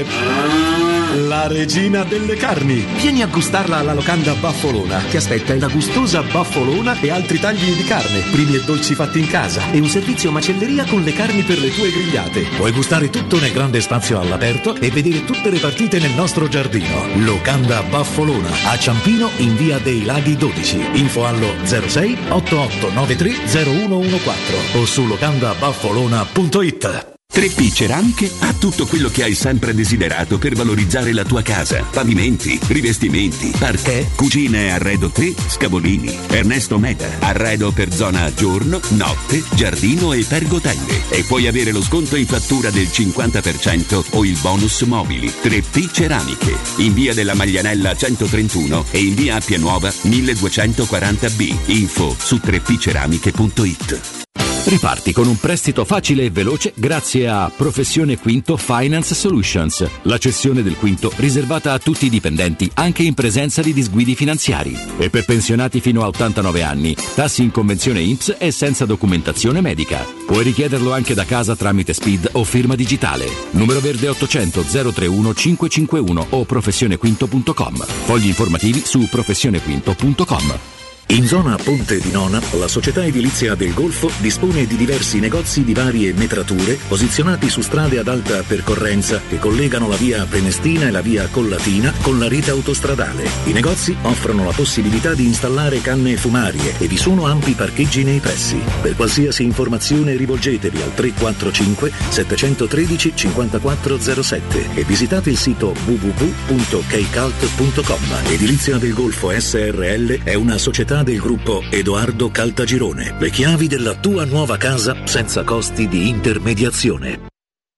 Speaker 4: la regina delle carni. Vieni a gustarla alla locanda Baffolona. Ti aspetta una gustosa baffolona e altri tagli di carne, primi e dolci fatti in casa e un servizio macelleria con le carni per le tue grigliate. Puoi gustare tutto nel grande spazio all'aperto e vedere tutte le partite nel nostro giardino. Locanda Baffolona a Ciampino in via dei Laghi dodici. Info allo zero sei otto otto nove tre zero uno uno quattro o su locanda baffolona punto it.
Speaker 5: tre P Ceramiche ha tutto quello che hai sempre desiderato per valorizzare la tua casa. Pavimenti, rivestimenti, parquet, cucina e arredo tre, Scavolini. Ernesto Meda, arredo per zona giorno, notte, giardino e pergotelle. E puoi avere lo sconto in fattura del cinquanta per cento o il bonus mobili. tre P Ceramiche, in via della Maglianella centotrentuno e in via Appia Nuova milleduecentoquaranta B. Info su tre p ceramiche punto it.
Speaker 6: Riparti con un prestito facile e veloce grazie a Professione Quinto Finance Solutions, la cessione del quinto riservata a tutti i dipendenti anche in presenza di disguidi finanziari e per pensionati fino a ottantanove anni, tassi in convenzione I N P S e senza documentazione medica. Puoi richiederlo anche da casa tramite S P I D o firma digitale. Numero verde ottocento zero trentuno cinquecentocinquantuno o professionequinto punto com. Fogli informativi su professionequinto punto com.
Speaker 4: In zona Ponte di Nona, la società edilizia del Golfo dispone di diversi negozi di varie metrature posizionati su strade ad alta percorrenza che collegano la via Prenestina e la via Collatina con la rete autostradale. I negozi offrono la possibilità di installare canne fumarie e vi sono ampi parcheggi nei pressi. Per qualsiasi informazione rivolgetevi al tre quattro cinque sette uno tre cinque quattro zero sette e visitate il sito w w w punto keicalt punto com. Edilizia del Golfo S R L è una società del gruppo Edoardo Caltagirone. Le chiavi della tua nuova casa senza costi di intermediazione.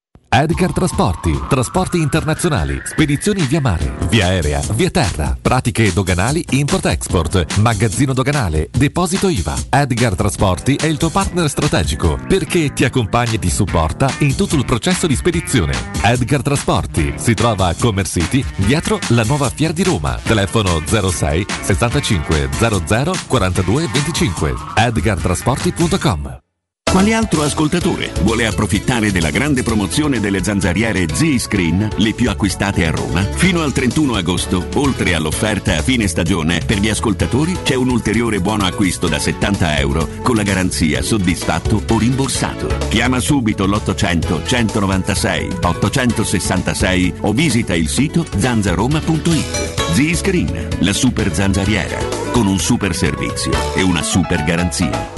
Speaker 7: Edgar Trasporti, trasporti internazionali, spedizioni via mare, via aerea, via terra, pratiche doganali import-export, magazzino doganale, deposito I V A. Edgar Trasporti è il tuo partner strategico perché ti accompagna e ti supporta in tutto il processo di spedizione. Edgar Trasporti si trova a Commerce City, dietro la nuova Fiera di Roma. Telefono zero sei sessantacinque zero zero quarantadue venticinque. edgar trasporti punto com.
Speaker 5: Quale altro ascoltatore vuole approfittare della grande promozione delle zanzariere Z-Screen, le più acquistate a Roma? Fino al trentuno agosto, oltre all'offerta a fine stagione, per gli ascoltatori c'è un ulteriore buono acquisto da settanta euro con la garanzia soddisfatto o rimborsato. Chiama subito l'ottocento centonovantasei ottocentosessantasei o visita il sito zanzaroma punto it. Z-Screen, la super zanzariera, con un super servizio e una super garanzia.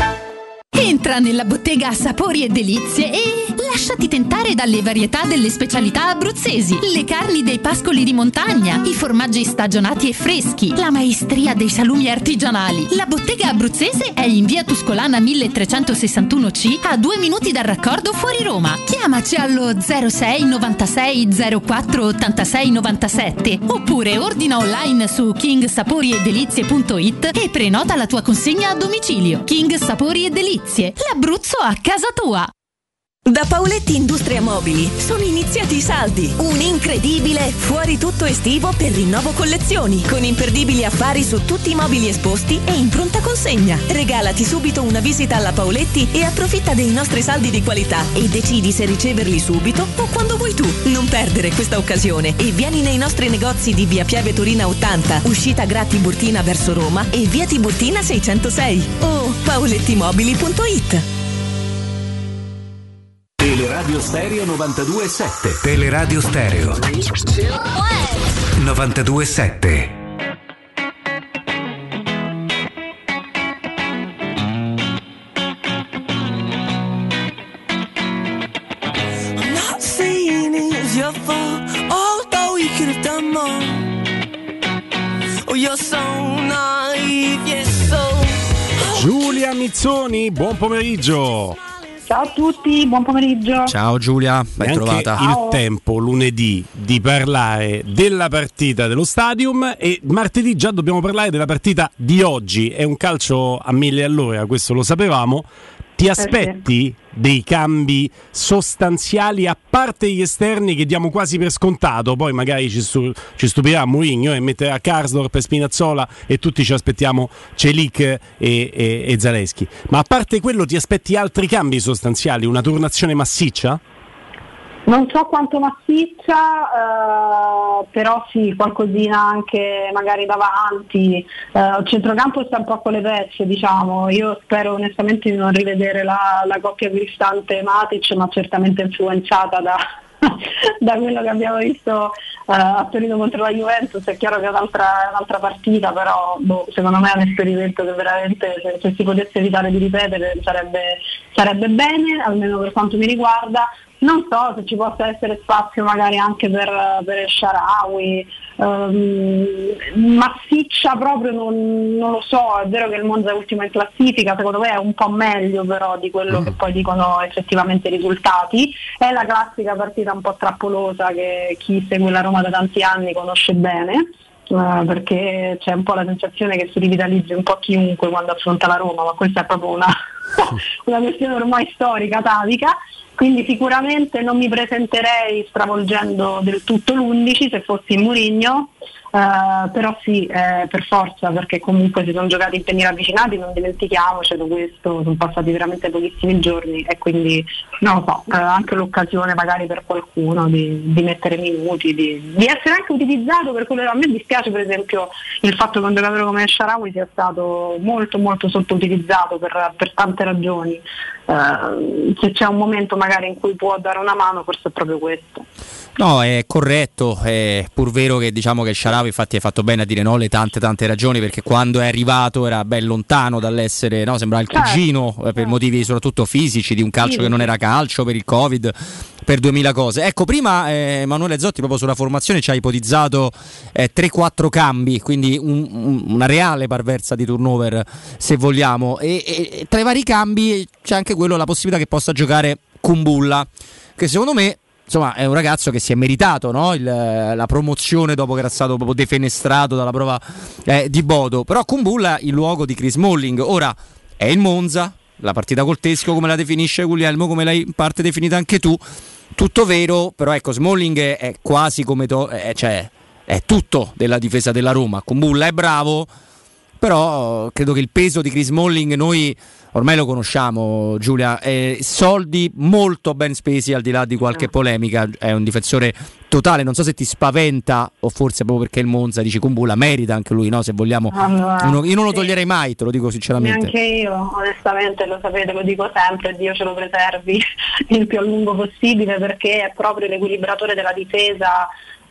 Speaker 8: Entra nella bottega Sapori e Delizie e lasciati tentare dalle varietà delle specialità abruzzesi, le carni dei pascoli di montagna, i formaggi stagionati e freschi, la maestria dei salumi artigianali. La bottega abruzzese è in via Tuscolana milletrecentosessantuno C, a due minuti dal raccordo fuori Roma. Chiamaci allo zero sei novantasei zero quattro ottantasei novantasette oppure ordina online su king sapori e delizie punto it e prenota la tua consegna a domicilio. King Sapori e Delizie, l'Abruzzo a casa tua.
Speaker 9: Da Paoletti Industria Mobili sono iniziati i saldi, un incredibile fuori tutto estivo per rinnovo collezioni, con imperdibili affari su tutti i mobili esposti e in pronta consegna. Regalati subito una visita alla Paoletti e approfitta dei nostri saldi di qualità e decidi se riceverli subito o quando vuoi tu. Non perdere questa occasione e vieni nei nostri negozi di via Pieve Torina ottanta, uscita Gra Tiburtina verso Roma e via Tiburtina seicentosei o paolettimobili punto it.
Speaker 10: Teleradio Stereo novantadue virgola sette. Teleradio Stereo novantadue virgola sette.
Speaker 11: I'm not saying it's your fault, although you could have done more. Oh, you're so naive, yes, so.
Speaker 1: Giulia Mizzoni, buon pomeriggio.
Speaker 12: Ciao a tutti, buon pomeriggio.
Speaker 2: Ciao Giulia, ben trovata.
Speaker 1: Il tempo lunedì di parlare della partita dello Stadium e martedì già dobbiamo parlare della partita di oggi. È un calcio a mille all'ora, questo lo sapevamo. Ti aspetti dei cambi sostanziali, a parte gli esterni che diamo quasi per scontato? Poi magari ci, stu- ci stupirà Mourinho e metterà Karsdorp e Spinazzola e tutti ci aspettiamo Celik e, e, e Zalewski. Ma a parte quello, ti aspetti altri cambi sostanziali? Una turnazione massiccia?
Speaker 12: Non so quanto massiccia, eh, però sì, qualcosina anche magari davanti. Eh, il centrocampo sta un po' con le pezze, diciamo. Io spero onestamente di non rivedere la, la coppia Cristante-Matic, ma certamente influenzata da, da quello che abbiamo visto eh, a Torino contro la Juventus. È chiaro che è un'altra, è un'altra partita, però boh, secondo me è un esperimento che veramente, se, se si potesse evitare di ripetere, sarebbe, sarebbe bene, almeno per quanto mi riguarda. Non so se ci possa essere spazio magari anche per, per El Shaarawy, um, massiccia proprio non, non lo so. È vero che il Monza è ultimo in classifica, secondo me è un po' meglio però di quello che poi dicono effettivamente i risultati. È la classica partita un po' trappolosa che chi segue la Roma da tanti anni conosce bene, uh, perché c'è un po' la sensazione che si rivitalizzi un po' chiunque quando affronta la Roma, ma questa è proprio una, una questione ormai storica, atavica. Quindi sicuramente non mi presenterei stravolgendo del tutto l'undici se fossi Mourinho, eh, però sì, eh, per forza, perché comunque si sono giocati impegni ravvicinati, non dimentichiamocelo questo, sono passati veramente pochissimi giorni e quindi non lo so, eh, anche l'occasione magari per qualcuno di, di mettere minuti, di, di essere anche utilizzato per quello. A me dispiace per esempio il fatto che un giocatore come El Shaarawy sia stato molto molto sottoutilizzato per, per tante ragioni. Uh, se c'è un momento magari in cui può dare una mano, forse è proprio questo.
Speaker 2: No, è corretto, è pur vero che diciamo che Shaarawy infatti hai fatto bene a dire no le tante tante ragioni, perché quando è arrivato era ben lontano dall'essere, no, sembrava il cugino, certo, per motivi soprattutto fisici, di un calcio sì, che non era calcio, per il Covid, per duemila cose. Ecco, prima eh, Emanuele Zotti proprio sulla formazione ci ha ipotizzato eh, tre quattro cambi, quindi un, un, una reale parversa di turnover se vogliamo, e, e tra i vari cambi c'è anche quello, la possibilità che possa giocare Kumbulla, che secondo me insomma è un ragazzo che si è meritato, no? il, la promozione dopo che era stato proprio defenestrato dalla prova eh, di Bodo. Però Kumbulla in luogo di Chris Smalling. Ora è il Monza, la partita col Tesco come la definisce Guglielmo, come l'hai in parte definita anche tu, tutto vero, però ecco Smalling è, è quasi come to- è, cioè, è tutto della difesa della Roma. Kumbulla è bravo, però credo che il peso di Chris Smalling noi ormai lo conosciamo, Giulia, eh, soldi molto ben spesi, al di là di qualche polemica. È un difensore totale, non so se ti spaventa o forse proprio perché il Monza, dici Kumbulla merita anche lui, no? Se vogliamo,
Speaker 12: allora,
Speaker 2: uno, io non lo
Speaker 12: sì.
Speaker 2: toglierei mai, te lo dico sinceramente.
Speaker 12: Neanche io, onestamente, lo sapete, lo dico sempre, Dio ce lo preservi il più a lungo possibile, perché è proprio l'equilibratore della difesa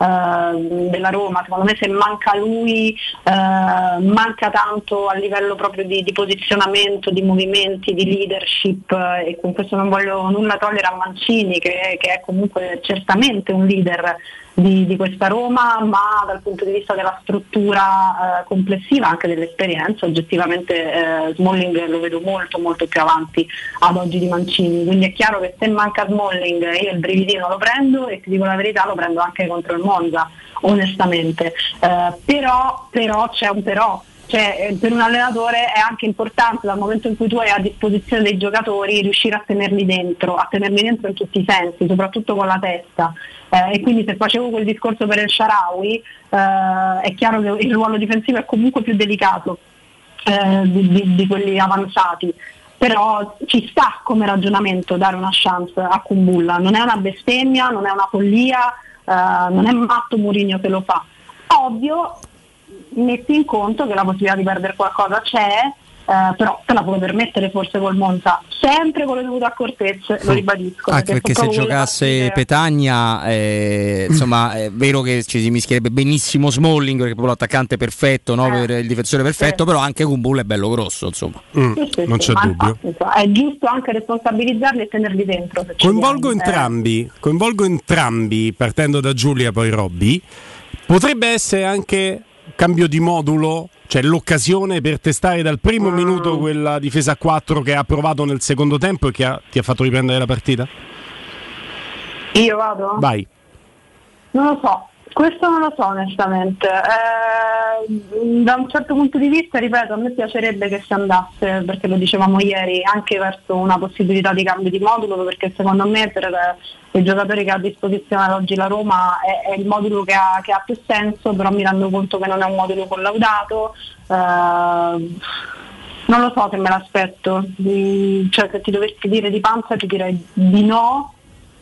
Speaker 12: Uh, della Roma. Secondo me se manca lui uh, manca tanto a livello proprio di, di posizionamento, di movimenti, di leadership, uh, e con questo non voglio nulla togliere a Mancini che, che è comunque certamente un leader di, di questa Roma, ma dal punto di vista della struttura uh, complessiva, anche dell'esperienza, oggettivamente uh, Smalling lo vedo molto molto più avanti ad oggi di Mancini, quindi è chiaro che se manca Smalling io il brividino lo prendo, e ti dico la verità, lo prendo anche contro il Monza, onestamente. Uh, però, però c'è un però. Cioè, per un allenatore è anche importante, dal momento in cui tu hai a disposizione dei giocatori, riuscire a tenerli dentro, a tenerli dentro in tutti i sensi, soprattutto con la testa. Eh, e quindi se facevo quel discorso per El Shaarawy, eh, è chiaro che il ruolo difensivo è comunque più delicato eh, di, di, di quelli avanzati. Però ci sta come ragionamento dare una chance a Kumbulla, non è una bestemmia, non è una follia, eh, non è matto Mourinho che lo fa. Ovvio, metti in conto che la possibilità di perdere qualcosa c'è, eh, però te la puoi permettere forse col Monza, sempre con le dovute accortezze, lo ribadisco.
Speaker 2: Anche perché, perché se giocasse partite... Petagna, eh, insomma, è vero che ci si mischierebbe benissimo Smalling, perché è proprio l'attaccante perfetto, no? eh, per il difensore perfetto, sì. Però anche Kumbulla è bello grosso, insomma.
Speaker 1: Mm, sì, sì, non sì, c'è dubbio.
Speaker 12: Infatti, è giusto anche responsabilizzarli e tenerli dentro.
Speaker 1: Coinvolgo entrambi, eh. coinvolgo entrambi, partendo da Giulia poi Robby. Potrebbe essere anche cambio di modulo, cioè l'occasione per testare dal primo mm. minuto quella difesa a quattro che ha provato nel secondo tempo e che ha, ti ha fatto riprendere la partita?
Speaker 12: Io vado?
Speaker 1: Vai.
Speaker 12: Non lo so, questo non lo so onestamente. Eh, da un certo punto di vista, ripeto, a me piacerebbe che si andasse, perché lo dicevamo ieri, anche verso una possibilità di cambio di modulo, perché secondo me per i giocatori che ha a disposizione oggi la Roma è, è il modulo che ha, che ha più senso, però mi rendo conto che non è un modulo collaudato. Eh, non lo so se me l'aspetto, cioè se ti dovessi dire di panza ti direi di no.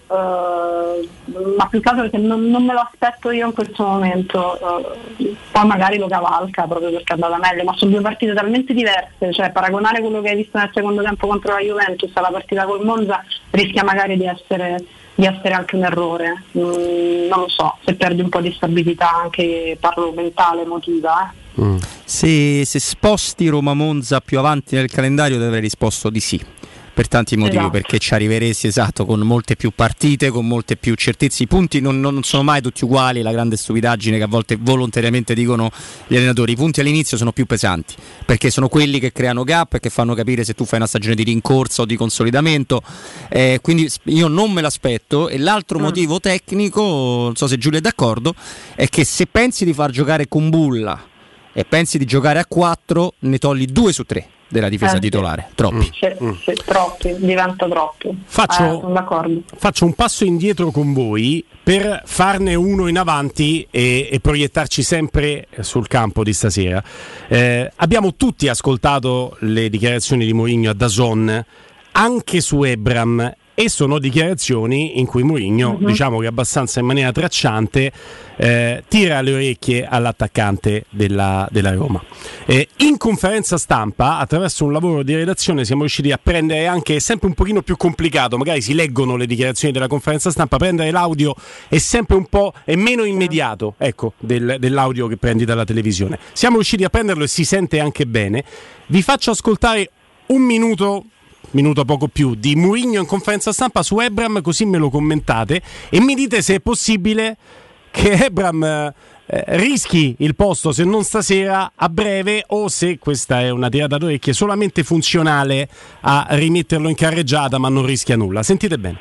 Speaker 12: eh, ma più che altro perché non, non me lo aspetto io in questo momento, eh, poi magari lo cavalca proprio perché è andata meglio, ma sono due partite talmente diverse, cioè paragonare quello che hai visto nel secondo tempo contro la Juventus alla partita col Monza rischia magari di essere di essere anche un errore, mm, non lo so, se perdi un po' di stabilità anche, parlo mentale, emotiva. Eh.
Speaker 2: Mm. Se, se sposti Roma-Monza più avanti nel calendario, ti avrei risposto di sì, per tanti motivi, esatto. Perché ci arriveresti esatto con molte più partite, con molte più certezze. I punti non, non sono mai tutti uguali, la grande stupidaggine che a volte volontariamente dicono gli allenatori. I punti all'inizio sono più pesanti perché sono quelli che creano gap e che fanno capire se tu fai una stagione di rincorsa o di consolidamento, eh, quindi io non me l'aspetto. E l'altro mm. motivo tecnico, non so se Giulio è d'accordo, è che se pensi di far giocare Kumbulla e pensi di giocare a quattro, ne togli due su tre della difesa eh, titolare, troppi.
Speaker 12: Sì, mm. sì, troppi, diventa troppo.
Speaker 1: Faccio,
Speaker 12: eh, sono d'accordo.
Speaker 1: Faccio un passo indietro con voi per farne uno in avanti e, e proiettarci sempre sul campo di stasera. Eh, abbiamo tutti ascoltato le dichiarazioni di Mourinho a D A Z N, anche su Ebram, e sono dichiarazioni in cui Mourinho, uh-huh. diciamo che abbastanza in maniera tracciante, eh, tira le orecchie all'attaccante della, della Roma. Eh, in conferenza stampa, attraverso un lavoro di redazione, siamo riusciti a prendere anche, è sempre un pochino più complicato, magari si leggono le dichiarazioni della conferenza stampa, prendere l'audio è sempre un po' è meno immediato, ecco, del, dell'audio che prendi dalla televisione. Siamo riusciti a prenderlo e si sente anche bene. Vi faccio ascoltare un minuto minuto poco più di Mourinho in conferenza stampa su Ebram, così me lo commentate e mi dite se è possibile che Ebram eh, rischi il posto, se non stasera, a breve, o se questa è una tirata d'orecchie solamente funzionale a rimetterlo in carreggiata ma non rischia nulla. Sentite bene.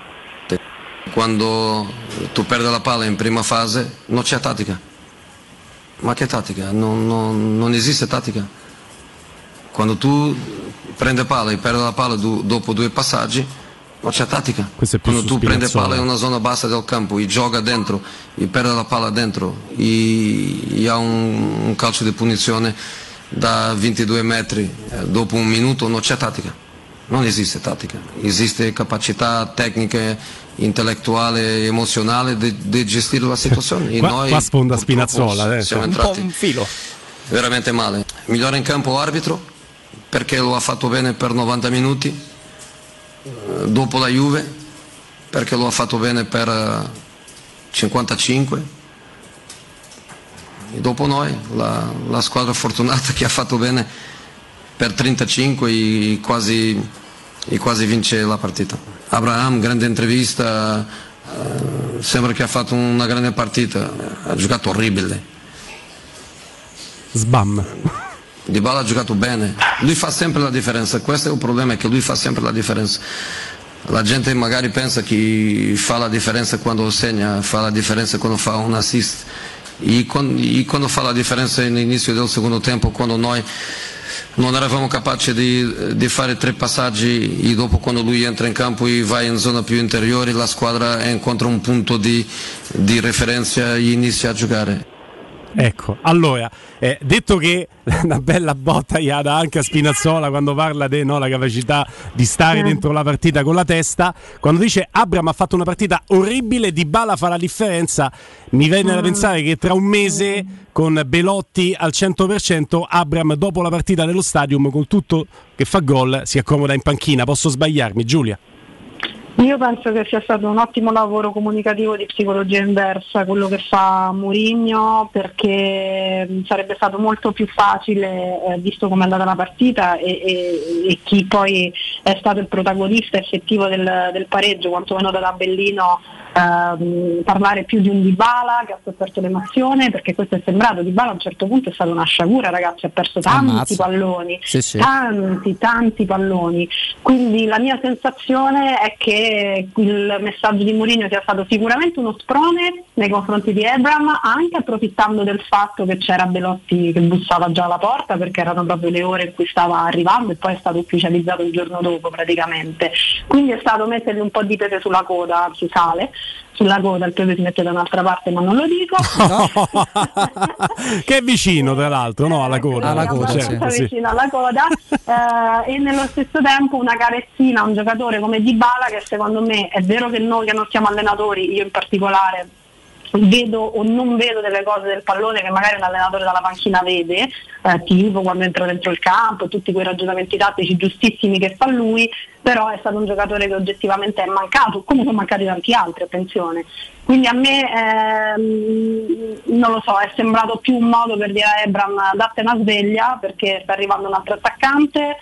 Speaker 13: Quando tu perdi la palla in prima fase non c'è tattica, ma che tattica? Non, non, non esiste tattica. Quando tu prende palla e perde la palla du- dopo due passaggi, non c'è tattica. Quando tu prendi palla in una zona bassa del campo e gioca dentro e perde la palla dentro e, e ha un, un calcio di punizione da ventidue metri eh, dopo un minuto, non c'è tattica. Non esiste tattica, esiste capacità tecnica, intellettuale, emozionale di gestire la situazione. E
Speaker 1: qua,
Speaker 13: noi
Speaker 1: qua sfonda Spinazzola, eh,
Speaker 13: siamo entrati un, un filo. veramente male. Migliore in campo arbitro, perché lo ha fatto bene per novanta minuti, dopo la Juve, perché lo ha fatto bene per cinquantacinque, e dopo noi, la, la squadra fortunata che ha fatto bene per trentacinque e quasi, e quasi vince la partita. Abraham, grande intervista, eh, sembra che ha fatto una grande partita, ha giocato orribile.
Speaker 1: Sbam.
Speaker 13: Dybala ha giocato bene, lui fa sempre la differenza, questo è il problema, è che lui fa sempre la differenza. La gente magari pensa che fa la differenza quando segna, fa la differenza quando fa un assist, e quando, e quando fa la differenza all'inizio del secondo tempo, quando noi non eravamo capaci di, di fare tre passaggi, e dopo quando lui entra in campo e va in zona più interiore, la squadra incontra un punto di, di referenza e inizia a giocare.
Speaker 1: Ecco, allora, eh, detto che una bella botta gli dà anche a Spinazzola quando parla di no, la capacità di stare dentro la partita con la testa, quando dice Abraham ha fatto una partita orribile, Dybala fa la differenza, mi viene da pensare che tra un mese con Belotti al cento per cento Abraham dopo la partita dello Stadium con tutto che fa gol si accomoda in panchina. Posso sbagliarmi, Giulia?
Speaker 12: Io penso che sia stato un ottimo lavoro comunicativo di psicologia inversa quello che fa Mourinho, perché sarebbe stato molto più facile, eh, visto come è andata la partita e, e, e chi poi è stato il protagonista effettivo del, del pareggio, quantomeno da tabellino, ehm, parlare più di un Dybala che ha sofferto l'emozione, perché questo è sembrato. Dybala a un certo punto è stata una sciagura, ragazzi, ha perso tanti Ammazza. palloni, sì, sì. tanti, tanti palloni, quindi la mia sensazione è che il messaggio di Mourinho sia stato sicuramente uno sprone nei confronti di Ebram, anche approfittando del fatto che c'era Belotti che bussava già alla porta, perché erano proprio le ore in cui stava arrivando e poi è stato ufficializzato il giorno dopo praticamente, quindi è stato mettergli un po' di pepe sulla coda, si sale, sulla coda, il pepe si mette da un'altra parte, ma non lo dico.
Speaker 1: No. Che è vicino tra l'altro, no, alla coda,
Speaker 2: alla coda,
Speaker 12: certo, sì. vicino alla coda eh, e nello stesso tempo una carezzina a un giocatore come Dybala, che secondo me, è vero che noi che non siamo allenatori, io in particolare vedo o non vedo delle cose del pallone che magari un allenatore dalla panchina vede, eh, tipo quando entra dentro il campo, tutti quei ragionamenti tattici giustissimi che fa lui, però è stato un giocatore che oggettivamente è mancato, come sono mancati tanti altri, attenzione. Quindi a me ehm, non lo so, è sembrato più un modo per dire a Ebram date una sveglia perché sta arrivando un altro attaccante,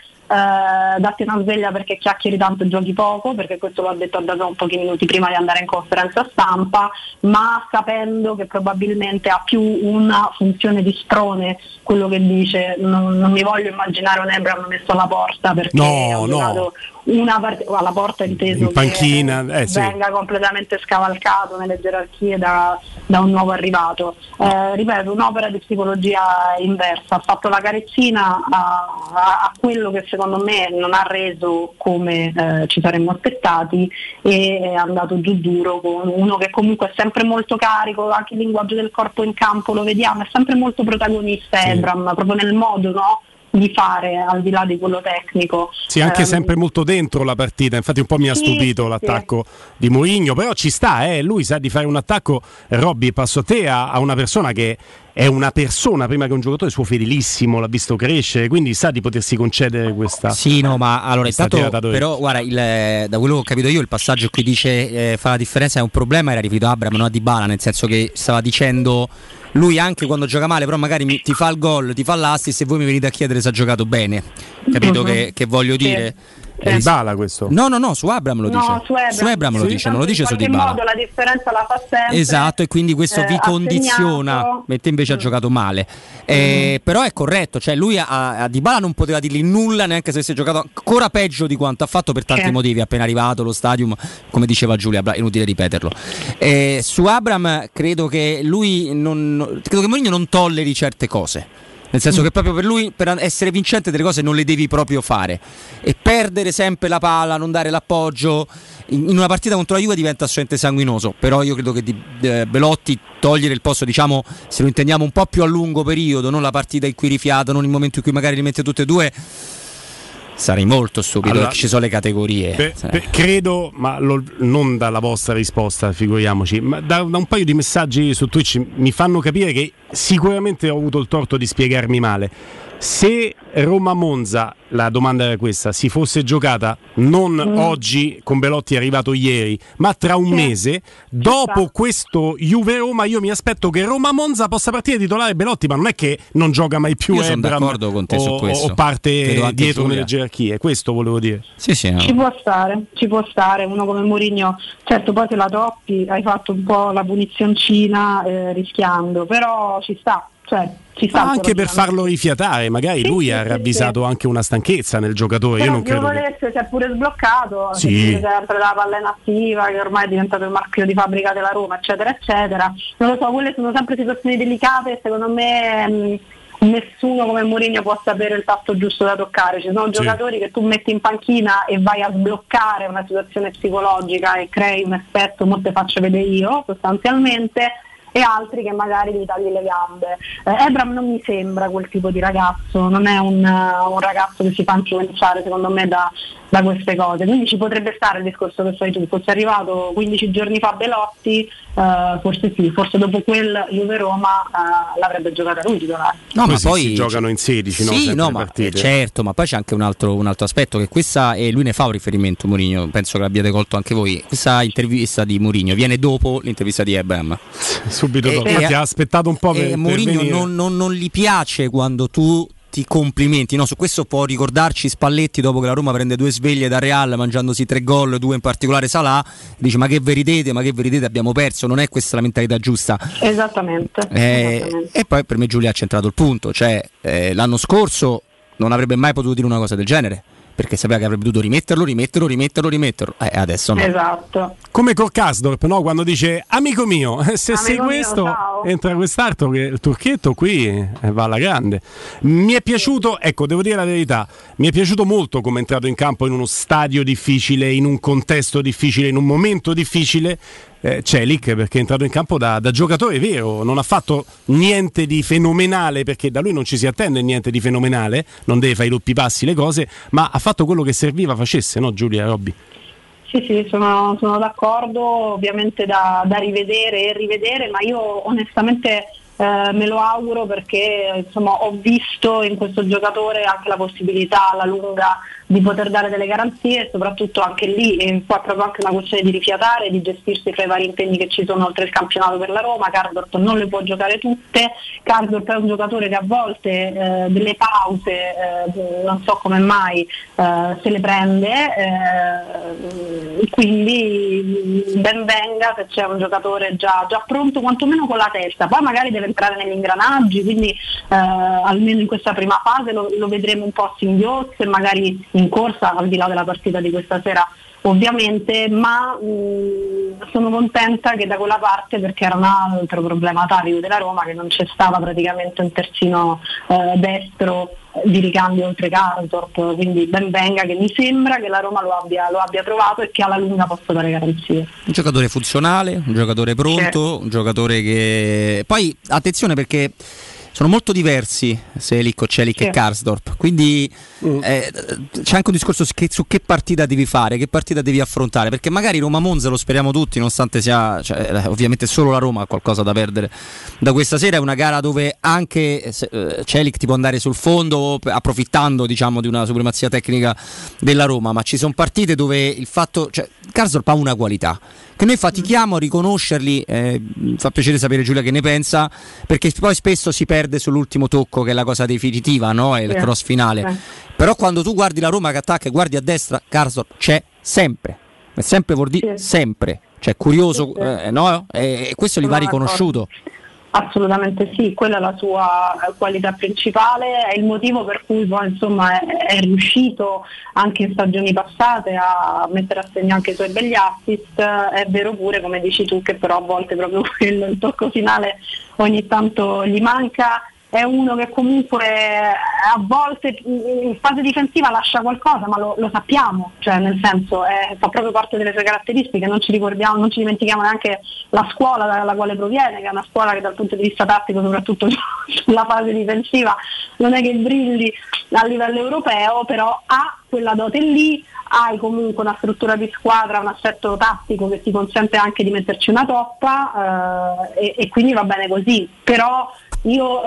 Speaker 12: Uh, datti una sveglia perché chiacchieri tanto e giochi poco, perché questo l'ho detto a Dazon pochi minuti prima di andare in conferenza stampa, ma sapendo che probabilmente ha più una funzione di sprone quello che dice. Non, non mi voglio immaginare un Ebram messo alla porta perché
Speaker 1: no,
Speaker 12: ha
Speaker 1: no.
Speaker 12: una part- alla porta inteso
Speaker 1: in panchina,
Speaker 12: che
Speaker 1: eh, sì.
Speaker 12: venga completamente scavalcato nelle gerarchie da, da un nuovo arrivato. Eh, ripeto, un'opera di psicologia inversa, ha fatto la carezzina a, a, a quello che secondo me non ha reso come eh, ci saremmo aspettati e è andato giù duro con uno che comunque è sempre molto carico, anche il linguaggio del corpo in campo lo vediamo, è sempre molto protagonista, sì. Ebram, proprio nel modo, no? di fare al di là di quello tecnico.
Speaker 1: Sì, anche
Speaker 12: um,
Speaker 1: sempre molto dentro la partita, infatti un po' mi ha
Speaker 12: sì,
Speaker 1: stupito l'attacco sì. di Mourinho, però ci sta, eh, lui sa di fare un attacco. Robby, passo a te, a, a una persona che è una persona prima che un giocatore, suo fedelissimo, l'ha visto crescere, quindi sa di potersi concedere questa.
Speaker 2: Sì, no, ma allora intanto però guarda, il, da quello che ho capito io il passaggio qui dice eh, fa la differenza, è un problema, era riferito a Abram, non a Dybala, nel senso che stava dicendo lui anche quando gioca male, però magari mi, ti fa il gol, ti fa l'assist e voi mi venite a chiedere se ha giocato bene, capito uh-huh. che, che voglio dire?
Speaker 1: È Dybala questo?
Speaker 2: No, no, no, su Abram lo dice.
Speaker 12: No, su Abram,
Speaker 2: su Abram lo
Speaker 12: sì,
Speaker 2: dice, non lo dice su Dybala.
Speaker 12: In qualche modo la differenza la fa sempre.
Speaker 2: Esatto, e quindi questo
Speaker 12: eh,
Speaker 2: vi condiziona,
Speaker 12: segnato.
Speaker 2: mentre invece
Speaker 12: mm.
Speaker 2: ha giocato male. Eh, mm. Però è corretto, cioè lui a, a Dybala non poteva dirgli nulla neanche se avesse giocato ancora peggio di quanto ha fatto per tanti
Speaker 12: sì.
Speaker 2: motivi, appena arrivato allo stadium, come diceva Giulia, è inutile ripeterlo. Eh, su Abram credo che lui non credo che Mourinho non tolleri certe cose. Nel senso mm. che proprio per lui, per essere vincente, delle cose non le devi proprio fare. E perdere sempre la palla, non dare l'appoggio in, in una partita contro la Juve diventa assolutamente sanguinoso. Però io credo che di eh, Belotti togliere il posto, diciamo, se lo intendiamo un po' più a lungo periodo, non la partita in cui rifiato, non il momento in cui magari li mette tutte e due, sarei molto stupido, allora, perché ci sono le categorie.
Speaker 1: Per, per, credo, ma lo, non dalla vostra risposta, figuriamoci, ma da, da un paio di messaggi su Twitch mi fanno capire che sicuramente ho avuto il torto di spiegarmi male. Se Roma-Monza, la domanda era questa, si fosse giocata non mm. oggi con Belotti è arrivato ieri, ma tra un sì. mese, dopo sì. questo Juve-Roma io mi aspetto che Roma-Monza possa partire titolare Belotti, ma non è che non gioca mai più
Speaker 2: io sono
Speaker 1: Ebram
Speaker 2: d'accordo con te
Speaker 1: o,
Speaker 2: su questo.
Speaker 1: o parte dietro
Speaker 2: Giulia.
Speaker 1: nelle gerarchie, questo volevo dire.
Speaker 2: Sì, sì, no.
Speaker 12: Ci può stare, ci può stare, uno come Mourinho, certo poi se la toppi hai fatto un po' la punizioncina eh, rischiando, però ci sta. Cioè, ci sta
Speaker 1: anche per farlo rifiatare, magari sì, lui sì, ha ravvisato sì. anche una stanchezza nel giocatore.
Speaker 12: Però
Speaker 1: io non credo
Speaker 12: volesse, che... si è pure sbloccato,
Speaker 1: sì.
Speaker 12: sempre la palla inattiva che ormai è diventato il marchio di fabbrica della Roma, eccetera eccetera. Non lo so, quelle sono sempre situazioni delicate e secondo me mh, nessuno come Mourinho può sapere il tasto giusto da toccare. Ci sono sì. giocatori che tu metti in panchina e vai a sbloccare una situazione psicologica e crei un effetto, molte faccio vedere io sostanzialmente, e altri che magari gli tagli le gambe. Eh, Ebram non mi sembra quel tipo di ragazzo, non è un, uh, un ragazzo che si fa influenzare secondo me da, da queste cose, quindi ci potrebbe stare il discorso che fai tu, fosse arrivato quindici giorni fa Belotti, uh, forse sì, forse dopo quel Juve-Roma uh, l'avrebbe giocata lui titolare.
Speaker 2: No,
Speaker 1: poi
Speaker 2: ma
Speaker 1: si,
Speaker 2: poi
Speaker 1: si giocano in sedici,
Speaker 2: sì,
Speaker 1: no?
Speaker 2: no, ma eh, certo, ma poi c'è anche un altro, un altro aspetto che questa, e lui ne fa un riferimento Mourinho, penso che l'abbiate colto anche voi, questa intervista di Mourinho viene dopo l'intervista di Ebram.
Speaker 1: Subito dopo,
Speaker 2: e,
Speaker 1: infatti ha aspettato un po' per,
Speaker 2: e Mourinho non, non, non gli piace quando tu ti complimenti, no? Su questo può ricordarci Spalletti dopo che la Roma prende due sveglie da Real mangiandosi tre gol, due in particolare Salah, dice ma che veritete, ma che veritete, abbiamo perso, non è questa la mentalità giusta.
Speaker 12: Esattamente,
Speaker 2: eh,
Speaker 12: esattamente.
Speaker 2: E poi per me Giulia ha centrato il punto, cioè eh, l'anno scorso non avrebbe mai potuto dire una cosa del genere, perché sapeva che avrebbe dovuto rimetterlo, rimetterlo, rimetterlo, rimetterlo. Eh, adesso no.
Speaker 12: Esatto.
Speaker 1: Come con Karsdorp, no? Quando dice amico mio, se
Speaker 12: amico
Speaker 1: sei
Speaker 12: mio,
Speaker 1: questo,
Speaker 12: ciao.
Speaker 1: entra quest'altro che il turchetto qui eh, va alla grande. Mi è piaciuto, ecco, devo dire la verità, mi è piaciuto molto come è entrato in campo in uno stadio difficile, in un contesto difficile, in un momento difficile. Eh, Celik, perché è entrato in campo da, da giocatore vero, non ha fatto niente di fenomenale, perché da lui non ci si attende niente di fenomenale, non deve fare i doppi passi, le cose, ma ha fatto quello che serviva facesse, no Giulia, Robby?
Speaker 12: Sì, sì, sono, sono d'accordo, ovviamente da, da rivedere e rivedere, ma io onestamente eh, me lo auguro, perché insomma ho visto in questo giocatore anche la possibilità alla lunga di poter dare delle garanzie, e soprattutto anche lì e qua è proprio anche una questione di rifiatare, di gestirsi fra i vari impegni che ci sono oltre il campionato per la Roma. Karsdorp non le può giocare tutte, Karsdorp è un giocatore che a volte eh, delle pause, eh, non so come mai, eh, se le prende, eh, quindi ben venga se c'è un giocatore già, già pronto quantomeno con la testa, poi magari deve entrare negli ingranaggi, quindi eh, almeno in questa prima fase lo, lo vedremo un po' a singhiozzo e magari in corsa, al di là della partita di questa sera ovviamente, ma mh, sono contenta che da quella parte, perché era un altro problema atavico della Roma, che non c'è stava praticamente un terzino eh, destro di ricambio oltre Karsdorp, quindi ben venga, che mi sembra che la Roma lo abbia, lo abbia trovato e che alla lunga possa dare garanzie.
Speaker 2: Un giocatore funzionale, un giocatore pronto, sì. Un giocatore che... Poi attenzione, perché sono molto diversi Celik, Celik sì. e Karsdorp, quindi mm. eh, c'è anche un discorso su che, su che partita devi fare, che partita devi affrontare, perché magari Roma-Monza lo speriamo tutti, nonostante sia, cioè, ovviamente solo la Roma ha qualcosa da perdere da questa sera, è una gara dove anche eh, Celik ti può andare sul fondo approfittando, diciamo, di una supremazia tecnica della Roma, ma ci sono partite dove il fatto, cioè Karsdorp ha una qualità che noi fatichiamo a riconoscerli, eh, fa piacere sapere Giulia che ne pensa, perché poi spesso si perde sull'ultimo tocco, che è la cosa definitiva, no? È il yeah. cross finale. Yeah. Però quando tu guardi la Roma che attacca e guardi a destra, Karsdorp c'è sempre, è sempre vuol dire yeah. sempre, cioè curioso, yeah. eh, no? E questo gli va riconosciuto.
Speaker 12: Assolutamente sì, quella è la sua qualità principale, è il motivo per cui poi insomma è, è riuscito anche in stagioni passate a mettere a segno anche i suoi begli assist. È vero pure, come dici tu, che però a volte proprio quello, il tocco finale ogni tanto gli manca. È uno che comunque a volte in fase difensiva lascia qualcosa, ma lo, lo sappiamo, cioè nel senso è, fa proprio parte delle sue caratteristiche, non ci ricordiamo, non ci dimentichiamo neanche la scuola dalla quale proviene, che è una scuola che dal punto di vista tattico, soprattutto sulla fase difensiva, non è che brilli a livello europeo, però ha quella dote lì, hai comunque una struttura di squadra, un assetto tattico che ti consente anche di metterci una toppa, eh, e, e quindi va bene così, però io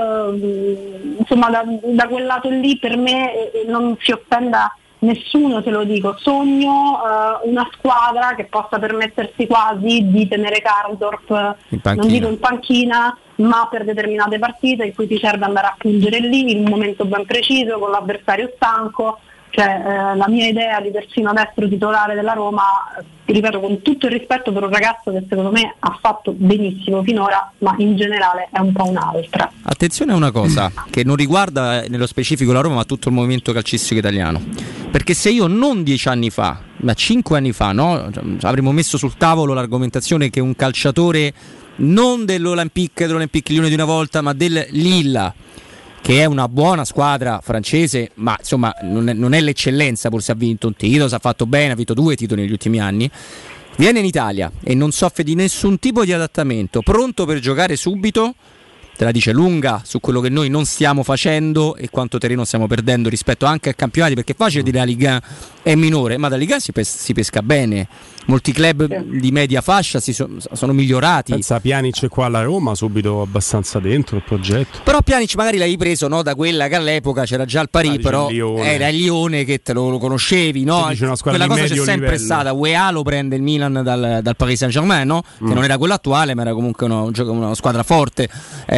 Speaker 12: eh, insomma da, da quel lato lì per me eh, non si offenda nessuno, te lo dico, sogno eh, una squadra che possa permettersi quasi di tenere Karsdorp, non dico in panchina, ma per determinate partite in cui ti serve andare a pungere lì in un momento ben preciso con l'avversario stanco. Cioè eh, la mia idea di terzino destro titolare della Roma, ti ripeto, con tutto il rispetto per un ragazzo che secondo me ha fatto benissimo finora, ma in generale è un po' un'altra.
Speaker 2: Attenzione a una cosa che non riguarda nello specifico la Roma, ma tutto il movimento calcistico italiano, perché se io non dieci anni fa, ma cinque anni fa, no, avremmo messo sul tavolo l'argomentazione che un calciatore non dell'Olympique, dell'Olympique Lione di una volta, ma del Lille, che è una buona squadra francese, ma insomma non è, non è l'eccellenza, pur se ha vinto un titolo, si ha fatto bene, ha vinto due titoli negli ultimi anni, viene in Italia e non soffre di nessun tipo di adattamento, pronto per giocare subito, te la dice lunga su quello che noi non stiamo facendo e quanto terreno stiamo perdendo rispetto anche ai campionati, perché è facile dire la Ligue uno è minore, ma da Ligue uno si, pes- si pesca bene, molti club sì. di media fascia si so- sono migliorati.
Speaker 1: Pensa Pjanic qua alla Roma, subito abbastanza dentro il progetto.
Speaker 2: Però Pjanic magari l'hai preso, no, da quella che all'epoca c'era già il Paris, ah, però il era il Lione che te lo, lo conoscevi, no? Quella cosa c'è sempre livello. stata. U E A lo prende il Milan dal, dal Paris Saint-Germain, no? Mm. Che non era quello attuale, ma era comunque uno, una squadra forte. Eh,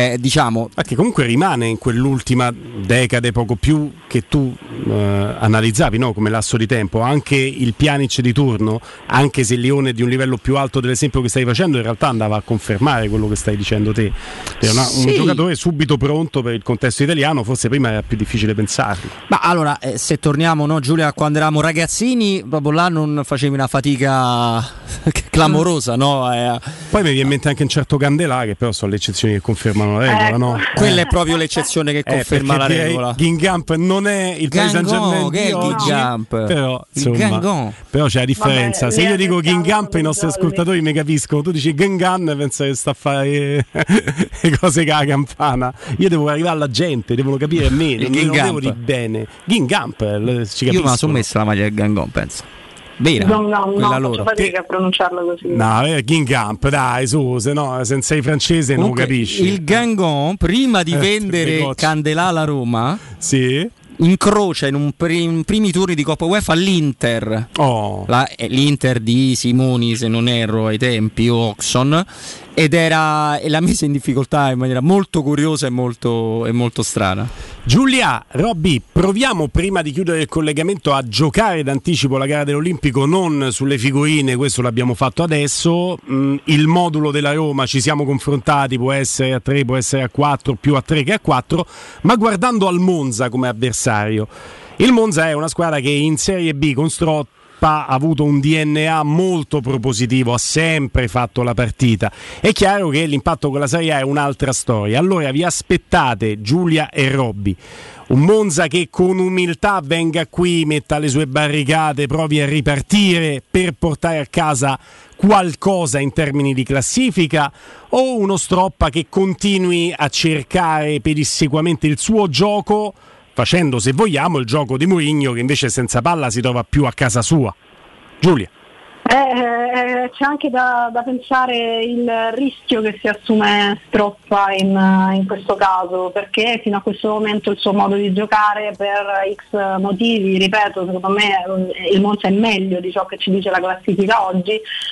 Speaker 2: Cioè, diciamo,
Speaker 1: ma che comunque rimane in quell'ultima decade, poco più, che tu eh, analizzavi, no? Come lasso di tempo, anche il Pjanic di turno, anche se Lione è di un livello più alto dell'esempio che stai facendo, in realtà andava a confermare quello che stai dicendo te. Era una,
Speaker 2: sì.
Speaker 1: un giocatore subito pronto per il contesto italiano, forse prima era più difficile pensarlo.
Speaker 2: Ma allora, eh, se torniamo, no, Giulia, quando eravamo ragazzini, proprio là non facevi una fatica clamorosa, no? Eh,
Speaker 1: Poi mi viene in mente anche un certo Candelà, che però sono le eccezioni che confermano la regola,
Speaker 12: ecco.
Speaker 1: no?
Speaker 2: Quella è proprio l'eccezione che conferma
Speaker 1: eh,
Speaker 2: la regola.
Speaker 1: Gingamp non è il Paris Saint-Germain
Speaker 2: che è il
Speaker 1: oggi,
Speaker 2: Gingamp?
Speaker 1: però,
Speaker 2: il
Speaker 1: insomma, però c'è la differenza.
Speaker 12: Vabbè,
Speaker 1: se io dico Gingamp, i
Speaker 12: jolly.
Speaker 1: nostri ascoltatori mi capiscono. Tu dici Gengan e pensa che sta a fare le cose che ha la campana. Io devo arrivare alla gente, devono capire me, non, non devo dire bene. Gingamp, ci
Speaker 2: io me la sono messa la maglia del Gangon, penso. Vera,
Speaker 12: no, no,
Speaker 2: quella
Speaker 12: no,
Speaker 2: loro.
Speaker 12: faccio fatica a pronunciarlo così.
Speaker 1: No, è Gingamp, dai, su, se no, se non sei francese
Speaker 2: Comunque,
Speaker 1: non capisci.
Speaker 2: Il Gangon, prima di
Speaker 1: Eh,
Speaker 2: vendere Candelà alla Roma,
Speaker 1: sì,
Speaker 2: incrocia in un prim- primi turni di Coppa UEFA l'Inter.
Speaker 1: Oh.
Speaker 2: La, eh, l'Inter di Simoni, se non erro, ai tempi, o Oxon, ed era e l'ha messa in difficoltà in maniera molto curiosa e molto, e molto strana.
Speaker 1: Giulia, Robby, proviamo prima di chiudere il collegamento a giocare d'anticipo la gara dell'Olimpico, non sulle figurine, questo l'abbiamo fatto adesso. Mm, il modulo della Roma ci siamo confrontati, può essere a tre, può essere a quattro, più a tre che a quattro, ma guardando al Monza come avversario. Il Monza è una squadra che in Serie B con Strotta ha avuto un D N A molto propositivo, ha sempre fatto la partita. È chiaro che l'impatto con la Serie A è un'altra storia. Allora vi aspettate, Giulia e Robby, un Monza che con umiltà venga qui, metta le sue barricate, provi a ripartire per portare a casa qualcosa in termini di classifica, o uno Stroppa che continui a cercare pedissequamente il suo gioco, facendo, se vogliamo, il gioco di Mourinho, che invece senza palla si trova più a casa sua? Giulia.
Speaker 12: Eh, eh, c'è anche da, da pensare il rischio che si assume Stroppa in, in questo caso, perché fino a questo momento il suo modo di giocare, per X motivi, ripeto, secondo me il Monza è meglio di ciò che ci dice la classifica oggi,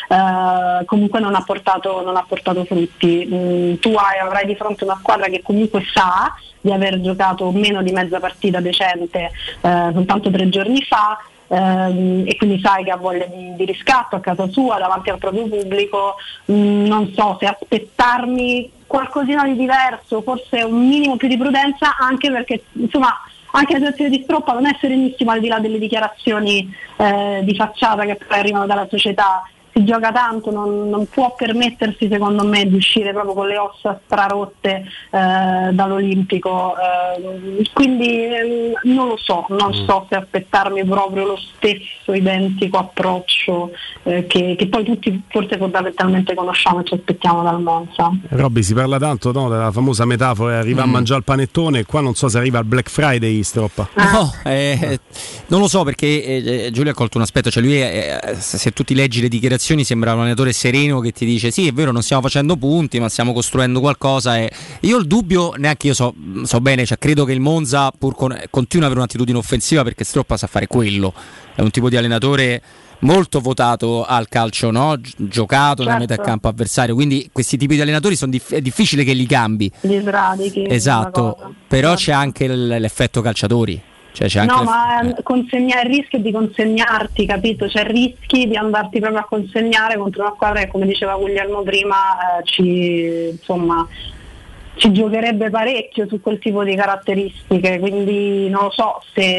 Speaker 12: eh, comunque non ha portato, non ha portato frutti. Mm, tu hai, avrai di fronte una squadra che comunque sa di aver giocato meno di mezza partita decente eh, soltanto tre giorni fa, ehm, e quindi sai che ha voglia di, di riscatto a casa sua davanti al proprio pubblico. Mm, non so se aspettarmi qualcosina di diverso, forse un minimo più di prudenza, anche perché insomma anche la situazione di Stroppa non è serenissima, al di là delle dichiarazioni eh, di facciata che poi arrivano dalla società. Si gioca tanto, non, non può permettersi secondo me di uscire proprio con le ossa strarotte eh, dall'Olimpico, eh, quindi eh, non lo so, non so se aspettarmi proprio lo stesso identico approccio eh, che, che poi tutti forse fondamentalmente conosciamo e ci aspettiamo dal Monza.
Speaker 1: Robby, si parla tanto, no, della famosa metafora, arriva mm. a mangiare il panettone, e qua non so se arriva al Black Friday Stroppa.
Speaker 2: No, eh, non lo so, perché eh, Giulio ha colto un aspetto, cioè lui è, eh, se tu ti leggi le dichiarazioni sembra un allenatore sereno che ti dice sì, è vero, non stiamo facendo punti ma stiamo costruendo qualcosa, e io il dubbio, neanche io so, so bene, cioè credo che il Monza pur con, continua ad avere un'attitudine offensiva, perché Stroppa sa fare quello, è un tipo di allenatore molto votato al calcio, no? Giocato certo. nella metà campo avversario, quindi questi tipi di allenatori sono diff- è difficile che li cambi,
Speaker 12: li sradichi,
Speaker 2: esatto, però certo. c'è anche l- l'effetto calciatori. Cioè, c'è anche
Speaker 12: no,
Speaker 2: la...
Speaker 12: ma consegna- il rischio di consegnarti, capito? C'è rischi di andarti proprio a consegnare contro una squadra che, come diceva Guglielmo prima, eh, ci insomma ci giocherebbe parecchio su quel tipo di caratteristiche, quindi non lo so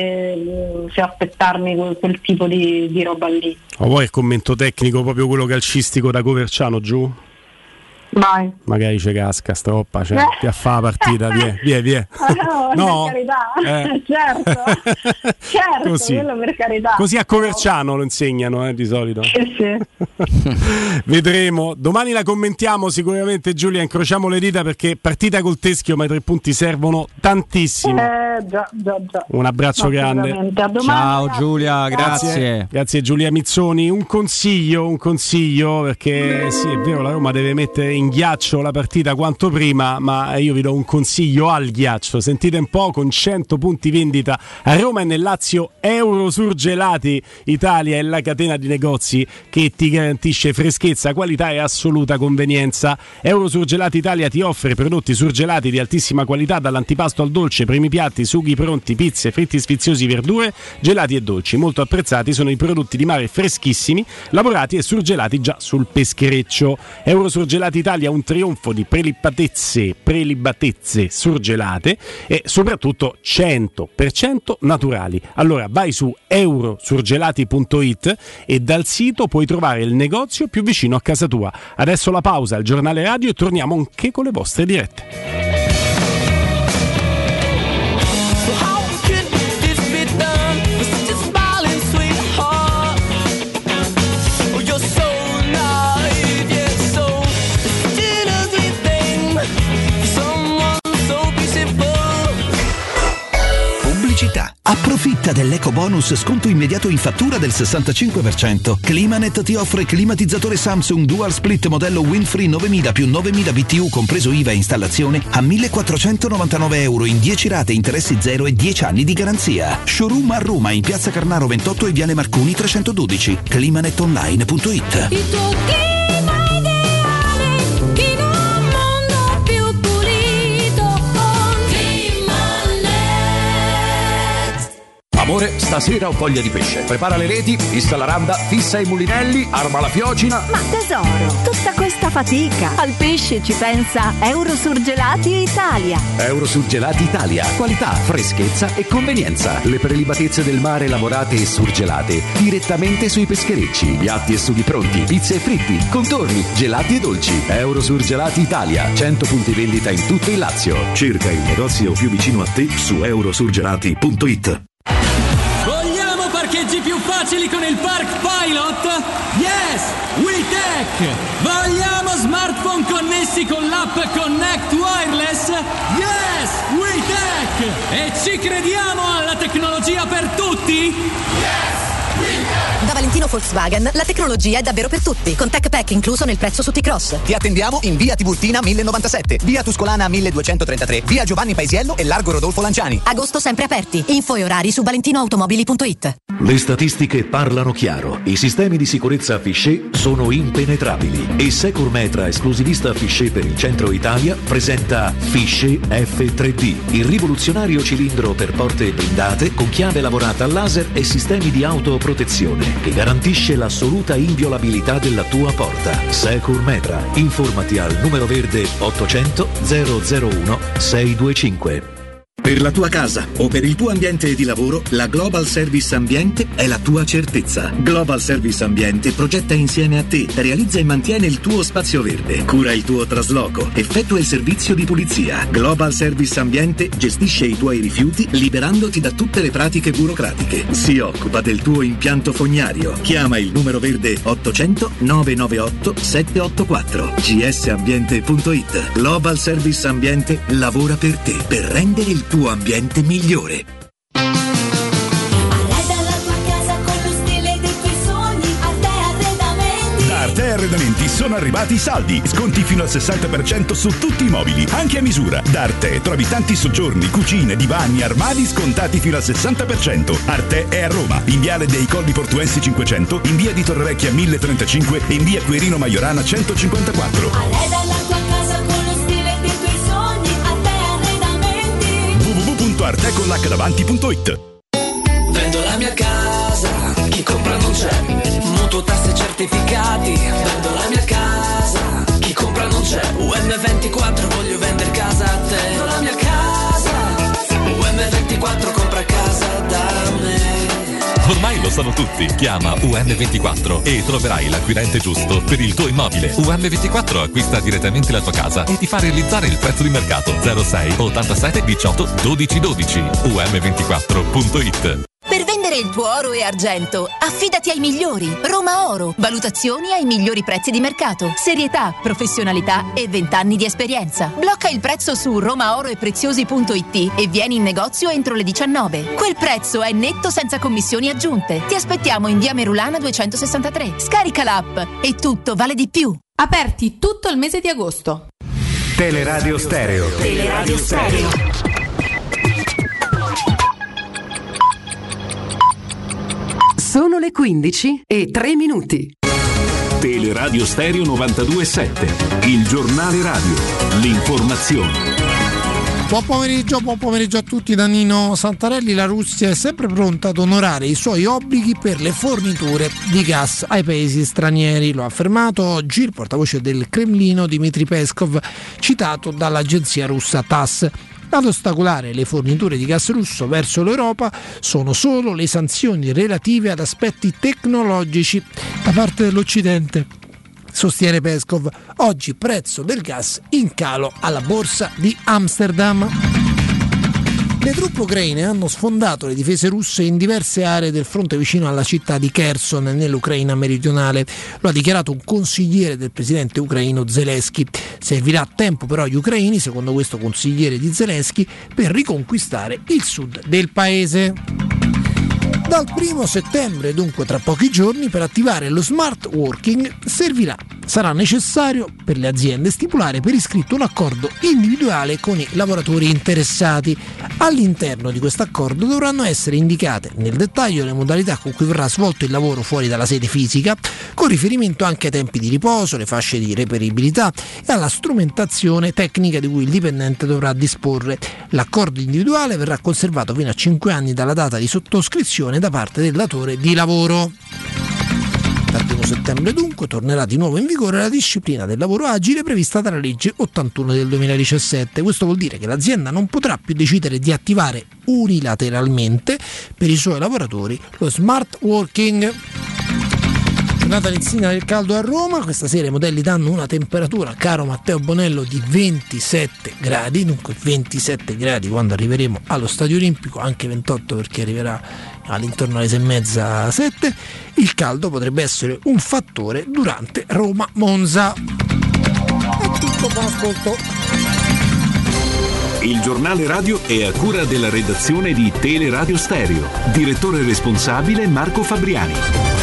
Speaker 12: se, se aspettarmi quel, quel tipo di, di roba lì.
Speaker 1: O vuoi il commento tecnico, proprio quello calcistico da Coverciano, giù?
Speaker 12: Vai.
Speaker 1: Magari c'è casca Stroppa, cioè, ti fa la partita, via, via, via.
Speaker 12: No, no, per carità, eh. certo, certo,
Speaker 1: così.
Speaker 12: Quello per carità.
Speaker 1: Così a Coverciano lo insegnano, eh, di solito.
Speaker 12: Sì, sì.
Speaker 1: Vedremo. Domani la commentiamo sicuramente, Giulia, incrociamo le dita, perché partita col teschio, ma i tre punti servono tantissimo.
Speaker 12: Eh, già, già, già.
Speaker 1: Un abbraccio grande.
Speaker 12: A domani,
Speaker 2: ciao
Speaker 12: ragazzi.
Speaker 2: Giulia, grazie.
Speaker 1: grazie. Grazie Giulia Mizzoni. Un consiglio, un consiglio, perché sì, è vero, la Roma deve mettere in in ghiaccio la partita quanto prima, ma io vi do un consiglio al ghiaccio. Sentite un po', con cento punti vendita a Roma e nel Lazio, Eurosurgelati Italia è la catena di negozi che ti garantisce freschezza, qualità e assoluta convenienza. Eurosurgelati Italia ti offre prodotti surgelati di altissima qualità, dall'antipasto al dolce, primi piatti, sughi pronti, pizze, fritti sfiziosi, verdure, gelati e dolci. Molto apprezzati sono i prodotti di mare freschissimi, lavorati e surgelati già sul peschereccio. Eurosurgelati Italia, un trionfo di prelibatezze, prelibatezze surgelate e soprattutto cento per cento naturali. Allora vai su eurosurgelati punto it e dal sito puoi trovare il negozio più vicino a casa tua. Adesso la pausa, il giornale radio, e torniamo anche con le vostre dirette.
Speaker 14: Approfitta dell'eco bonus sconto immediato in fattura del sessantacinque per cento. Climanet ti offre climatizzatore Samsung Dual Split modello Windfree novemila più novemila B T U compreso I V A e installazione a millequattrocentonovantanove euro in dieci rate, interessi zero e dieci anni di garanzia. Showroom a Roma in Piazza Carnaro ventotto e Viale Marconi trecentododici. climanet online punto it.
Speaker 11: Il tuo clima ideale in un mondo più pulito con Climanet.
Speaker 10: Amore, stasera ho voglia di pesce. Prepara le reti, fissa la randa, fissa i mulinelli, arma la fiocina.
Speaker 15: Ma tesoro, tutta questa fatica. Al pesce ci pensa Eurosurgelati Italia.
Speaker 6: Eurosurgelati Italia. Qualità, freschezza e convenienza. Le prelibatezze del mare lavorate e surgelate direttamente sui pescherecci. Piatti e sughi pronti, pizze e fritti, contorni, gelati e dolci. Eurosurgelati Italia. cento punti vendita in tutto il Lazio.
Speaker 4: Cerca il negozio più vicino a te su eurosurgelati punto it.
Speaker 16: Vogliamo parcheggi più facili con il Park Pilot? Yes! WeTech! Vogliamo smartphone connessi con l'app Connect Wireless? Yes! WeTech! E ci crediamo alla tecnologia per tutti?
Speaker 17: Yes! Da Valentino Volkswagen la tecnologia è davvero per tutti, con Tech Pack incluso nel prezzo su T-Cross.
Speaker 18: Ti attendiamo in via Tiburtina mille novantasette, via Tuscolana milleduecentotrentatré, via Giovanni Paisiello e largo Rodolfo Lanciani.
Speaker 17: Agosto sempre aperti. Info e orari su valentinoautomobili punto it.
Speaker 4: Le statistiche parlano chiaro. I sistemi di sicurezza Fichet sono impenetrabili e Securmetra, esclusivista Fichet per il centro Italia, presenta Fichet F tre D, il rivoluzionario cilindro per porte blindate con chiave lavorata a laser e sistemi di autoprotezione che garantisce l'assoluta inviolabilità della tua porta. Securmetra. Informati al numero verde ottocento zero zero uno sei due cinque. Per la tua casa o per il tuo ambiente di lavoro, la Global Service Ambiente è la tua certezza. Global Service Ambiente progetta insieme a te, realizza e mantiene il tuo spazio verde, cura il tuo trasloco, effettua il servizio di pulizia. Global Service Ambiente gestisce i tuoi rifiuti liberandoti da tutte le pratiche burocratiche. Si occupa del tuo impianto fognario. Chiama il numero verde ottocento nove nove otto sette otto quattro. g s ambiente punto it. Global Service Ambiente lavora per te, per rendere il tuo ambiente migliore.
Speaker 11: Arreda la tua casa con lo stile dei tuoi sogni. Arte Arredamenti.
Speaker 19: Da Arte Arredamenti sono arrivati i saldi. Sconti fino al sessanta per cento su tutti i mobili, anche a misura. Da Arte trovi tanti soggiorni, cucine, divani, armadi scontati fino al sessanta per cento. Arte è a Roma, in viale dei Colli Portuensi cinquecento, in via di Torrevecchia mille trentacinque e in via Quirino Maiorana centocinquantaquattro.
Speaker 11: Arreda la tua casa con lo stile dei tuoi sogni. Arte Arredamenti.
Speaker 19: w w w punto arte con l'acca davanti punto it.
Speaker 11: Vendo la mia casa, chi compra non c'è. Mutuo, tasse, certificati. Vendo la mia casa, chi compra non c'è. U M ventiquattro, voglio vendere casa a te. Vendo la mia casa, U M ventiquattro, compra casa da me.
Speaker 7: Ormai lo sanno tutti. Chiama U M ventiquattro e troverai l'acquirente giusto per il tuo immobile. U M ventiquattro acquista direttamente la tua casa e ti fa realizzare il prezzo di mercato. zero sei ottantasette diciotto dodici dodici. U M ventiquattro punto it.
Speaker 17: Per vendere il tuo oro e argento, affidati ai migliori. Roma Oro. Valutazioni ai migliori prezzi di mercato. Serietà, professionalità e vent'anni di esperienza. Blocca il prezzo su romaoroepreziosi punto it e vieni in negozio entro le diciannove. Quel prezzo è netto senza commissioni aggiunte. Ti aspettiamo in via Merulana duecentosessantatré. Scarica l'app e tutto vale di più.
Speaker 20: Aperti tutto il mese di agosto.
Speaker 21: Teleradio Stereo.
Speaker 20: Teleradio Stereo.
Speaker 22: Sono le quindici e tre minuti.
Speaker 21: Teleradio Stereo novantadue e sette, il giornale radio, l'informazione.
Speaker 23: Buon pomeriggio, buon pomeriggio a tutti da Nino Santarelli. La Russia è sempre pronta ad onorare i suoi obblighi per le forniture di gas ai paesi stranieri. Lo ha affermato oggi il portavoce del Cremlino Dmitry Peskov, citato dall'agenzia russa TASS. Ad ostacolare le forniture di gas russo verso l'Europa sono solo le sanzioni relative ad aspetti tecnologici da parte dell'Occidente, sostiene Peskov. Oggi prezzo del gas in calo alla borsa di Amsterdam. Le truppe ucraine hanno sfondato le difese russe in diverse aree del fronte vicino alla città di Kherson, nell'Ucraina meridionale. Lo ha dichiarato un consigliere del presidente ucraino Zelensky. Servirà tempo però agli ucraini, secondo questo consigliere di Zelensky, per riconquistare il sud del paese. Dal primo settembre, dunque tra pochi giorni, per attivare lo smart working servirà, sarà necessario per le aziende stipulare per iscritto un accordo individuale con i lavoratori interessati. All'interno di questo accordo dovranno essere indicate nel dettaglio le modalità con cui verrà svolto il lavoro fuori dalla sede fisica, con riferimento anche ai tempi di riposo, le fasce di reperibilità e alla strumentazione tecnica di cui il dipendente dovrà disporre. L'accordo individuale verrà conservato fino a cinque anni dalla data di sottoscrizione da parte del datore di lavoro. Dal primo settembre dunque tornerà di nuovo in vigore la disciplina del lavoro agile prevista dalla legge ottantuno del duemiladiciassette. Questo vuol dire che l'azienda non potrà più decidere di attivare unilateralmente per i suoi lavoratori lo smart working. Giornata iniziale del caldo a Roma, questa sera i modelli danno una temperatura, caro Matteo Bonello, di ventisette gradi, dunque ventisette gradi quando arriveremo allo Stadio Olimpico, anche ventotto perché arriverà all'intorno alle sei e mezza, sette. Il caldo potrebbe essere un fattore durante Roma-Monza. È tutto, buon ascolto.
Speaker 21: Il giornale radio è a cura della redazione di Teleradio Stereo. Direttore responsabile Marco Fabriani.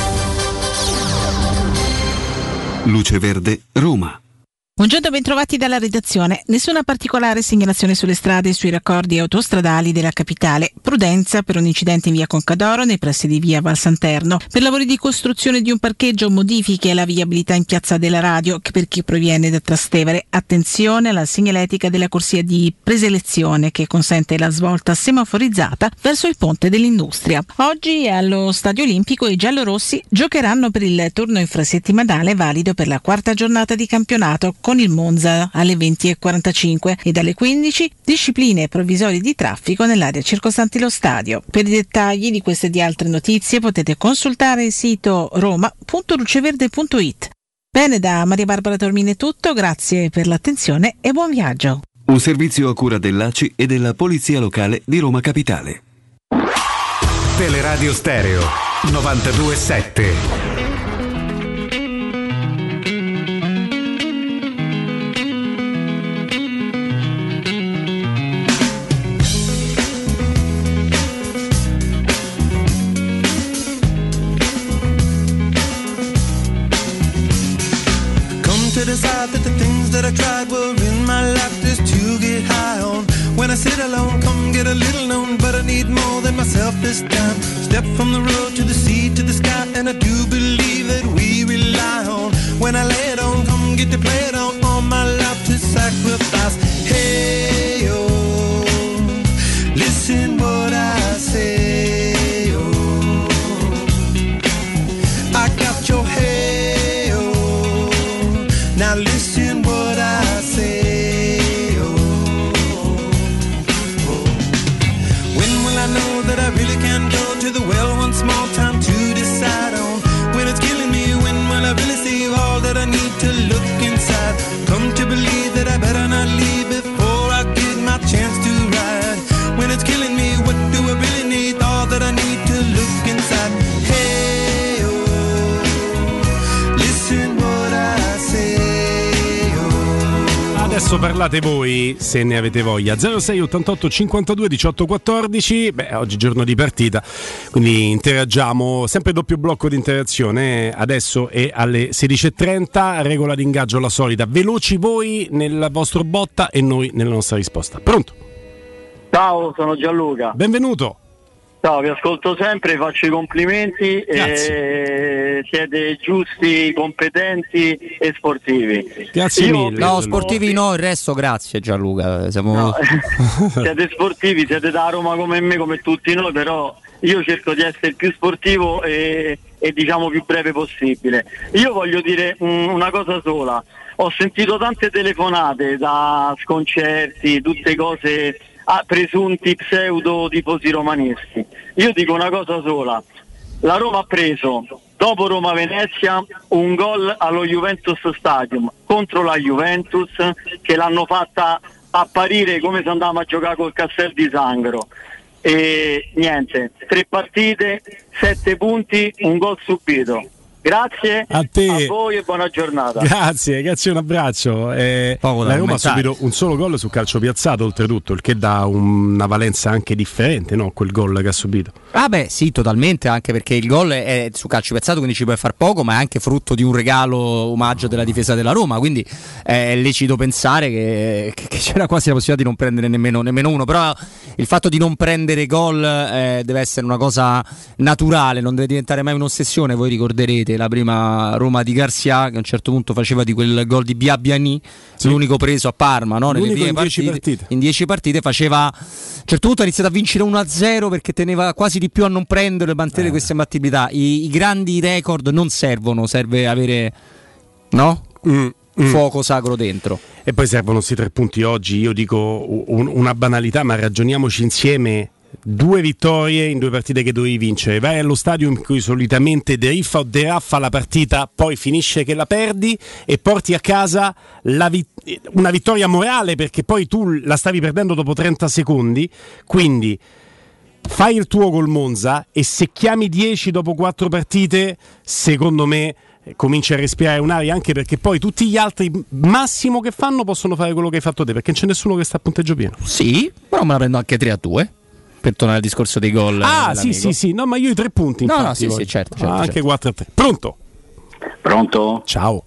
Speaker 21: Luce Verde, Roma.
Speaker 24: Buongiorno, bentrovati dalla redazione. Nessuna particolare segnalazione sulle strade e sui raccordi autostradali della capitale. Prudenza per un incidente in via Concadoro nei pressi di via Val Santerno. Per lavori di costruzione di un parcheggio, modifiche alla viabilità in piazza della Radio che per chi proviene da Trastevere. Attenzione alla segnaletica della corsia di preselezione che consente la svolta semaforizzata verso il ponte dell'Industria. Oggi allo Stadio Olimpico i giallorossi giocheranno per il turno infrasettimanale valido per la quarta giornata di campionato con il Monza alle venti e quarantacinque e dalle quindici discipline provvisorie di traffico nell'area circostante lo stadio. Per i dettagli di queste e di altre notizie potete consultare il sito roma punto luceverde punto it. Bene, da Maria Barbara Tormini è tutto, grazie per l'attenzione e buon viaggio.
Speaker 21: Un servizio a cura dell'A C I e della Polizia Locale di Roma Capitale. Teleradio Stereo novantadue e sette.
Speaker 25: Decide that the things that I tried were in my life just to get high on. When I sit alone, come get a little known, but I need more than myself this time. Step from the road to the sea to the sky, and I do believe that we rely on. When I lay it on, come get to play it on, all my life to sacrifice. Hey, oh, listen what I say, oh, I got your head. Now listen what I say, oh, oh. When will I know that I really can go to the well one small time to decide on? When it's killing me, when will I really see all that I need to look inside? Come to believe that I better not leave
Speaker 1: adesso parlate voi se ne avete voglia. Zero sei ottantotto cinquantadue diciotto quattordici. Beh, oggi giorno di partita, quindi interagiamo, sempre doppio blocco di interazione adesso e alle sedici e trenta. Regola di ingaggio la solita, veloci voi nel vostro botta e noi nella nostra risposta. Pronto?
Speaker 3: Ciao, sono Gianluca.
Speaker 1: Benvenuto.
Speaker 3: Ciao, vi ascolto sempre, faccio i complimenti. E siete giusti, competenti e sportivi.
Speaker 2: Grazie
Speaker 3: Io
Speaker 2: mille. No, sportivi no, il resto grazie Gianluca. Siamo...
Speaker 3: No. Siete sportivi, siete da Roma come me, come tutti noi, però io cerco di essere il più sportivo e, e diciamo più breve possibile. Io voglio dire mh, una cosa sola. Ho sentito tante telefonate da sconcerti, tutte cose... a presunti pseudo tifosi romanisti. Io dico una cosa sola: la Roma ha preso dopo Roma-Venezia un gol allo Juventus Stadium contro la Juventus, che l'hanno fatta apparire come se andavamo a giocare col Castel di Sangro, e niente, tre partite, sette punti, un gol subito. Grazie
Speaker 1: a te,
Speaker 3: a voi e buona giornata.
Speaker 1: Grazie, grazie, un abbraccio. Eh, la Roma ha subito un solo gol su calcio piazzato, oltretutto, il che dà un, una valenza anche differente, no? Quel gol che ha subito.
Speaker 2: Ah beh, sì, totalmente, anche perché il gol è su calcio piazzato, quindi ci puoi far poco, ma è anche frutto di un regalo omaggio della difesa della Roma, quindi è lecito pensare che, che c'era quasi la possibilità di non prendere nemmeno, nemmeno uno, però il fatto di non prendere gol eh, deve essere una cosa naturale, non deve diventare mai un'ossessione. Voi ricorderete la prima Roma di Garcia, che a un certo punto faceva di quel gol di Biabiani, sì, l'unico preso a Parma, no? Nelle prime
Speaker 1: in
Speaker 2: partite,
Speaker 1: dieci partite.
Speaker 2: In dieci partite faceva, a un certo punto ha iniziato a vincere uno a zero perché teneva quasi di più a non prendere e mantenere eh. questa imbattibilità. I, I grandi record non servono, serve avere, no?
Speaker 1: Mm.
Speaker 2: Fuoco sacro dentro.
Speaker 1: E poi servono questi tre punti oggi. Io dico un, una banalità, ma ragioniamoci insieme. Due vittorie in due partite che dovevi vincere, vai allo stadio in cui solitamente deriffa o deraffa la partita, poi finisce che la perdi e porti a casa la vi- una vittoria morale, perché poi tu la stavi perdendo dopo trenta secondi, quindi fai il tuo col Monza e se chiami dieci dopo quattro partite, secondo me cominci a respirare un'aria, anche perché poi tutti gli altri massimo che fanno possono fare quello che hai fatto te, perché non c'è nessuno che sta a punteggio pieno.
Speaker 2: Sì, però me la prendo anche tre a due. Per tornare al discorso dei gol.
Speaker 1: Ah, sì, sì, sì, no, ma io i tre punti.
Speaker 2: No,
Speaker 1: infatti,
Speaker 2: no, sì,
Speaker 1: voglio.
Speaker 2: sì, certo. certo
Speaker 1: ah, anche
Speaker 2: certo.
Speaker 1: quattro a tre. Pronto?
Speaker 5: Pronto?
Speaker 1: Ciao.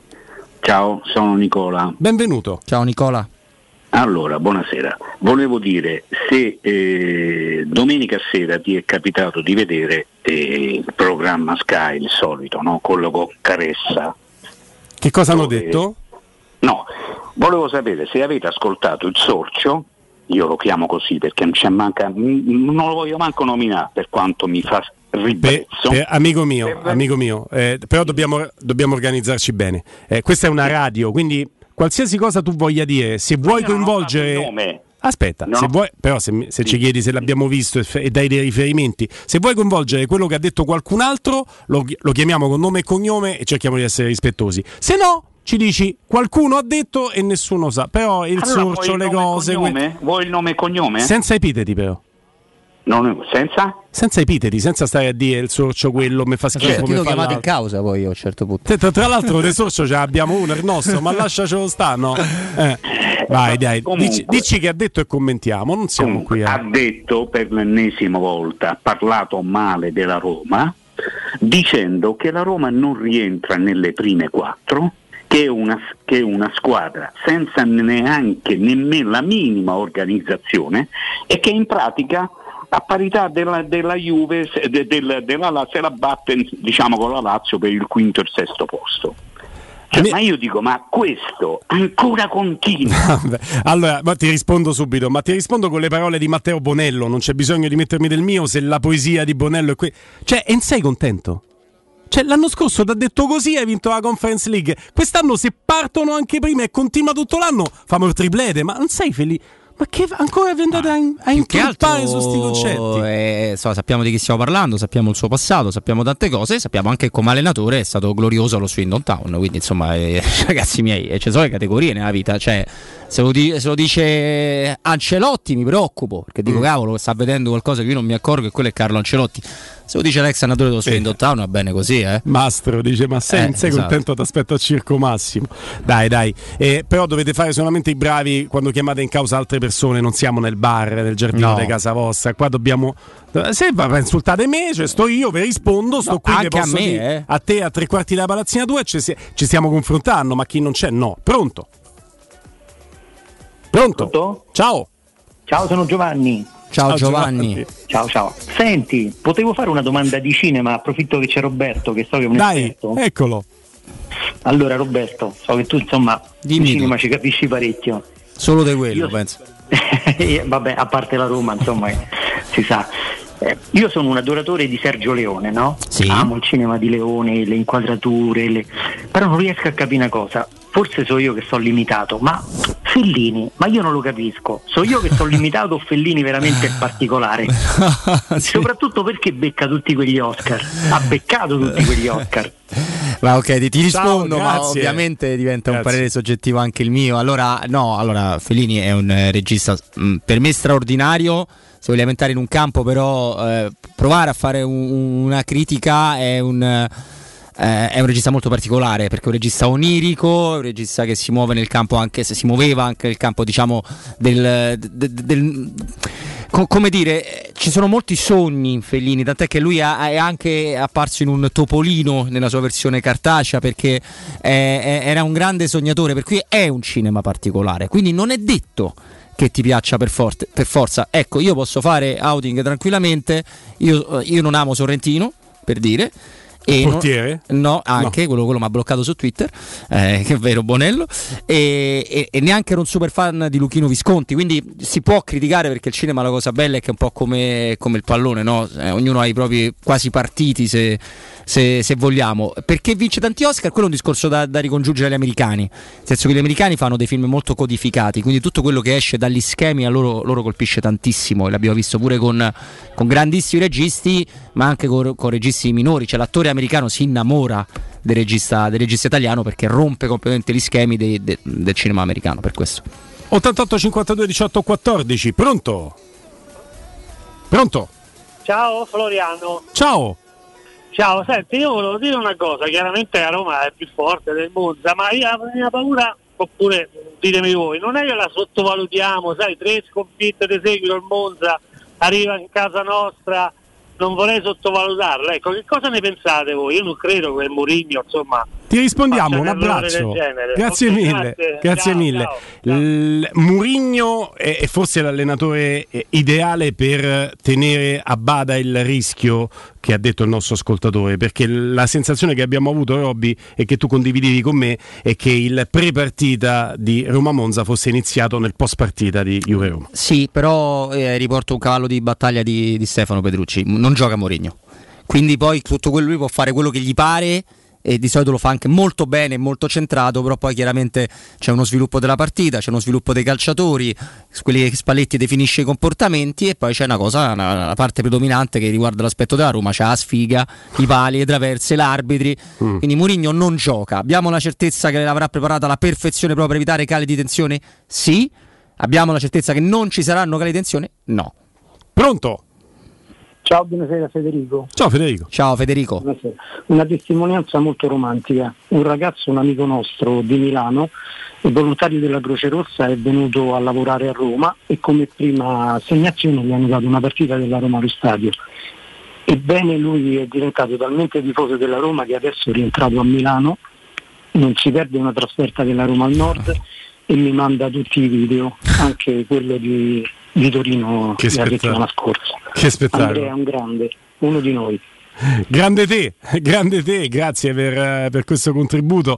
Speaker 5: Ciao, sono Nicola.
Speaker 1: Benvenuto.
Speaker 2: Ciao Nicola.
Speaker 5: Allora, buonasera. Volevo dire se eh, domenica sera ti è capitato di vedere eh, il programma Sky, il solito, no? Quello con Caressa.
Speaker 1: Che cosa hanno
Speaker 5: dove...
Speaker 1: detto?
Speaker 5: No, volevo sapere se avete ascoltato il Sorcio. Io lo chiamo così perché non c'è manca, non lo voglio manco nominare, per quanto mi fa ribrezzo.
Speaker 1: Per, per, amico mio, per... amico mio, eh, però dobbiamo, dobbiamo organizzarci bene. Eh, questa è una radio, quindi qualsiasi cosa tu voglia dire, se vuoi
Speaker 5: io
Speaker 1: coinvolgere...
Speaker 5: Non ho nome.
Speaker 1: Aspetta,
Speaker 5: no.
Speaker 1: se vuoi, però se, se ci chiedi se l'abbiamo visto e, e dai dei riferimenti, se vuoi coinvolgere quello che ha detto qualcun altro, lo, lo chiamiamo con nome e cognome e cerchiamo di essere rispettosi. Se no... ci dici qualcuno ha detto e nessuno sa, però il
Speaker 5: allora,
Speaker 1: sorcio, le cose
Speaker 5: que... vuoi il nome e cognome?
Speaker 1: Senza epiteti però.
Speaker 5: Non, senza?
Speaker 1: Senza epiteti, senza stare a dire il sorcio quello mi fa schifo.
Speaker 2: Certo,
Speaker 1: mi
Speaker 2: lo
Speaker 1: fa
Speaker 2: chiamato in causa poi a un certo punto.
Speaker 1: Tra, tra l'altro del sorcio ce l'abbiamo uno, il nostro, ma lasciacelo sta, no? Eh. Vai, dai,
Speaker 5: Comunque,
Speaker 1: dici, dici che ha detto e commentiamo, non siamo
Speaker 5: comunque,
Speaker 1: qui a...
Speaker 5: Ha detto per l'ennesima volta, ha parlato male della Roma, dicendo che la Roma non rientra nelle prime quattro, che è una, che è una squadra senza neanche nemmeno la minima organizzazione e che in pratica a parità della, della Juve de, del, della, se la batte, diciamo, con la Lazio per il quinto e il sesto posto. Cioè, ma io dico, ma questo ancora continua.
Speaker 1: Allora, ma ti rispondo subito, ma ti rispondo con le parole di Matteo Bonello, non c'è bisogno di mettermi del mio se la poesia di Bonello è qui. Cioè, e sei contento? Cioè, l'anno scorso ti ha detto così, hai vinto la Conference League. Quest'anno se partono anche prima e continua tutto l'anno, famo il triplete, ma non sei felice? Ma che ancora vi andate a, a incolpare su sti concetti?
Speaker 2: Eh, so, sappiamo di chi stiamo parlando, sappiamo il suo passato, sappiamo tante cose, sappiamo anche che come allenatore è stato glorioso allo Swindon Town, quindi insomma eh, ragazzi miei, ci sono le categorie nella vita, cioè se lo, di- se lo dice Ancelotti mi preoccupo, perché dico mm. cavolo, sta vedendo qualcosa che io non mi accorgo e quello è Carlo Ancelotti. Se lo dice l'ex allenatore dello Swindon Town va bene così, eh.
Speaker 1: Mastro dice: ma sei,
Speaker 2: Eh,
Speaker 1: sei
Speaker 2: esatto.
Speaker 1: contento, ti aspetto a Circo Massimo. Dai, dai. Eh, però dovete fare solamente i bravi quando chiamate in causa altre persone. Non siamo nel bar, nel giardino
Speaker 2: No.
Speaker 1: di casa vostra. Qua dobbiamo. Se va, insultate me, cioè sto io, vi rispondo, sto
Speaker 2: No,
Speaker 1: qui, vi
Speaker 2: anche a
Speaker 1: posso
Speaker 2: me,
Speaker 1: dire
Speaker 2: eh.
Speaker 1: a te a tre quarti della palazzina tua e ci, si- ci stiamo confrontando, ma chi non c'è no. Pronto? Pronto?
Speaker 8: Pronto?
Speaker 1: Ciao.
Speaker 8: Ciao, sono Giovanni.
Speaker 2: Ciao,
Speaker 1: Ciao,
Speaker 2: Giovanni.
Speaker 1: Giovanni.
Speaker 8: Ciao, ciao. Senti, potevo fare una domanda di cinema, approfitto che c'è Roberto, che so che è un
Speaker 1: Dai,
Speaker 8: esperto.
Speaker 1: eccolo.
Speaker 8: Allora, Roberto, so che tu insomma
Speaker 2: Dimmi
Speaker 8: di
Speaker 2: tu.
Speaker 8: cinema ci capisci parecchio.
Speaker 2: Solo di quello,
Speaker 8: Io-
Speaker 2: penso.
Speaker 8: E, Vabbè, a parte la Roma, insomma, eh, si sa. Eh, io sono un adoratore di Sergio Leone, no?
Speaker 2: Sì.
Speaker 8: Amo il cinema di Leone, le inquadrature, le... però non riesco a capire una cosa. Forse so io che sono limitato, ma Fellini, ma io non lo capisco. So io che sono limitato o Fellini veramente è particolare? Soprattutto perché becca tutti quegli Oscar. Ha beccato tutti quegli Oscar.
Speaker 2: Ma ok, ti, ti
Speaker 1: Ciao,
Speaker 2: rispondo, ma
Speaker 1: grazie.
Speaker 2: ovviamente diventa un
Speaker 1: Grazie.
Speaker 2: parere soggettivo anche il mio. Allora, no, allora Fellini è un eh, regista mh, per me straordinario. Se vogliamo entrare in un campo, però eh, provare a fare un- una critica è un eh, è un regista molto particolare, perché è un regista onirico, un regista che si muove nel campo, anche se si muoveva anche nel campo, diciamo, del, del, del co- come dire, ci sono molti sogni in Fellini, tant'è che lui ha, è anche apparso in un Topolino nella sua versione cartacea, perché è- è- era un grande sognatore, per cui è un cinema particolare, quindi non è detto che ti piaccia per, forte, per forza. Ecco, io posso fare outing tranquillamente, io, io non amo Sorrentino, per dire. E
Speaker 1: Portiere?
Speaker 2: non- no, anche quello, quello mi ha bloccato su Twitter, eh, che è vero, Bonello. E, e- e neanche ero un super fan di Luchino Visconti. Quindi si può criticare, perché il cinema la cosa bella è che è un po' come, come il pallone, no? Eh, ognuno ha i propri quasi partiti, se, se, se vogliamo. Perché vince tanti Oscar? Quello è un discorso da, da ricongiungere agli americani. Nel senso che gli americani fanno dei film molto codificati, quindi tutto quello che esce dagli schemi a loro, loro colpisce tantissimo. E l'abbiamo visto pure con, con grandissimi registi, ma anche con, con registi minori. Cioè, l'attore americano si innamora del regista, del regista italiano, perché rompe completamente gli schemi dei- de- del cinema americano, per questo.
Speaker 1: ottantotto cinquantadue diciotto quattordici. Pronto? Pronto?
Speaker 9: Ciao Floriano.
Speaker 1: Ciao.
Speaker 9: Ciao, senti, io volevo dire una cosa, chiaramente la Roma è più forte del Monza, ma io la mia paura, oppure ditemi voi, non è che la sottovalutiamo, sai, tre sconfitte di seguito il Monza, arriva in casa nostra, non vorrei sottovalutarla, ecco, che cosa ne pensate voi? Io non credo che Mourinho, insomma...
Speaker 1: Ti rispondiamo,
Speaker 9: faccia
Speaker 1: un
Speaker 9: errore
Speaker 1: abbraccio.
Speaker 9: del genere.
Speaker 1: Grazie
Speaker 9: Ok,
Speaker 1: mille.
Speaker 9: grazie.
Speaker 1: Grazie
Speaker 9: Ciao,
Speaker 1: mille.
Speaker 9: ciao.
Speaker 1: Il Mourinho è, è forse l'allenatore eh, ideale per tenere a bada il rischio che ha detto il nostro ascoltatore, perché la sensazione che abbiamo avuto, Robby, e che tu condividevi con me, è che il pre-partita di Roma-Monza fosse iniziato nel post-partita di Juve-Roma.
Speaker 2: Sì, però eh, riporto un cavallo di battaglia di, di Stefano Petrucci. Non gioca Mourinho, quindi poi tutto quello lui può fare quello che gli pare, e di solito lo fa anche molto bene, molto centrato, però poi chiaramente c'è uno sviluppo della partita, c'è uno sviluppo dei calciatori, quelli che Spalletti definisce i comportamenti, e poi c'è una cosa, una, una parte predominante che riguarda l'aspetto della Roma, c'è la sfiga, i pali, le traverse, l'arbitri, mm. quindi Mourinho non gioca. Abbiamo la certezza che l'avrà preparata alla perfezione proprio per evitare cali di tensione? Sì. Abbiamo la certezza che non ci saranno cali di tensione? No.
Speaker 1: Pronto?
Speaker 12: Ciao, buonasera Federico.
Speaker 1: Ciao Federico.
Speaker 2: Ciao Federico.
Speaker 12: Buonasera. Una testimonianza molto romantica. Un ragazzo, un amico nostro di Milano, il volontario della Croce Rossa, è venuto a lavorare a Roma e come prima assegnazione gli hanno dato una partita della Roma allo stadio. Ebbene, lui è diventato talmente tifoso della Roma che adesso è rientrato a Milano, non si perde una trasferta della Roma al nord e mi manda tutti i video, anche quello di, di Torino
Speaker 1: Che
Speaker 12: la settimana
Speaker 1: spettacolo.
Speaker 12: scorsa.
Speaker 1: Che spettacolo.
Speaker 12: Andrea è un grande, uno di noi.
Speaker 1: Grande te, grande te, grazie per, eh, per questo contributo.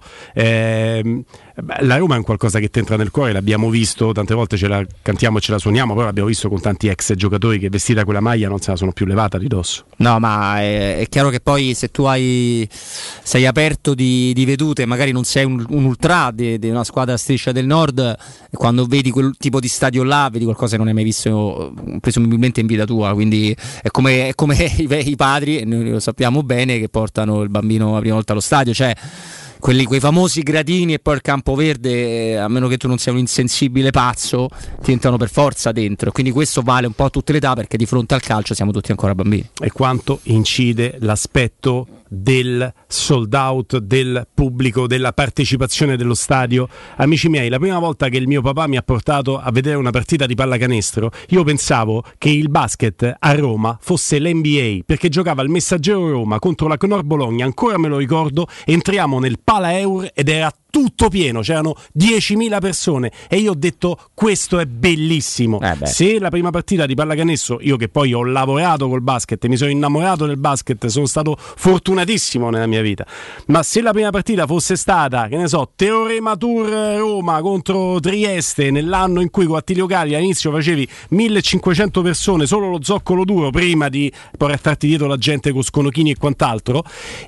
Speaker 1: Eh, beh, la Roma è un qualcosa che ti entra nel cuore, l'abbiamo visto, tante volte ce la cantiamo e ce la suoniamo, però l'abbiamo visto con tanti ex giocatori che vestita quella maglia non se la sono più levata di dosso.
Speaker 2: No, ma è, è chiaro che poi se tu hai sei aperto di, di vedute, magari non sei un, un ultra di, di una squadra striscia del nord, quando vedi quel tipo di stadio là, vedi qualcosa che non hai mai visto presumibilmente in vita tua, quindi è come, è come i, i padri, e noi lo sappiamo bene, che portano il bambino la prima volta allo stadio, cioè quelli, quei famosi gradini e poi il campo verde, a meno che tu non sia un insensibile pazzo, ti entrano per forza dentro. Quindi questo vale un po' a tutte le età, perché di fronte al calcio siamo tutti ancora bambini.
Speaker 1: E quanto incide l'aspetto del sold out, del pubblico, della partecipazione dello stadio. Amici miei, la prima volta che il mio papà mi ha portato a vedere una partita di pallacanestro, io pensavo che il basket a Roma fosse l'N B A, perché giocava il Messaggero Roma contro la Cnor Bologna, ancora me lo ricordo. Entriamo nel Pala Eur ed era tutto pieno, c'erano diecimila persone e io ho detto questo è bellissimo.
Speaker 2: Eh
Speaker 1: Se la prima partita di pallacanestro, io che poi ho lavorato col basket, mi sono innamorato del basket, sono stato fortunatissimo nella mia vita, ma se la prima partita fosse stata, che ne so, Teorema Tour Roma contro Trieste, nell'anno in cui con Attilio Galli all'inizio facevi millecinquecento persone, solo lo zoccolo duro prima di portarti dietro la gente con sconochini e quant'altro,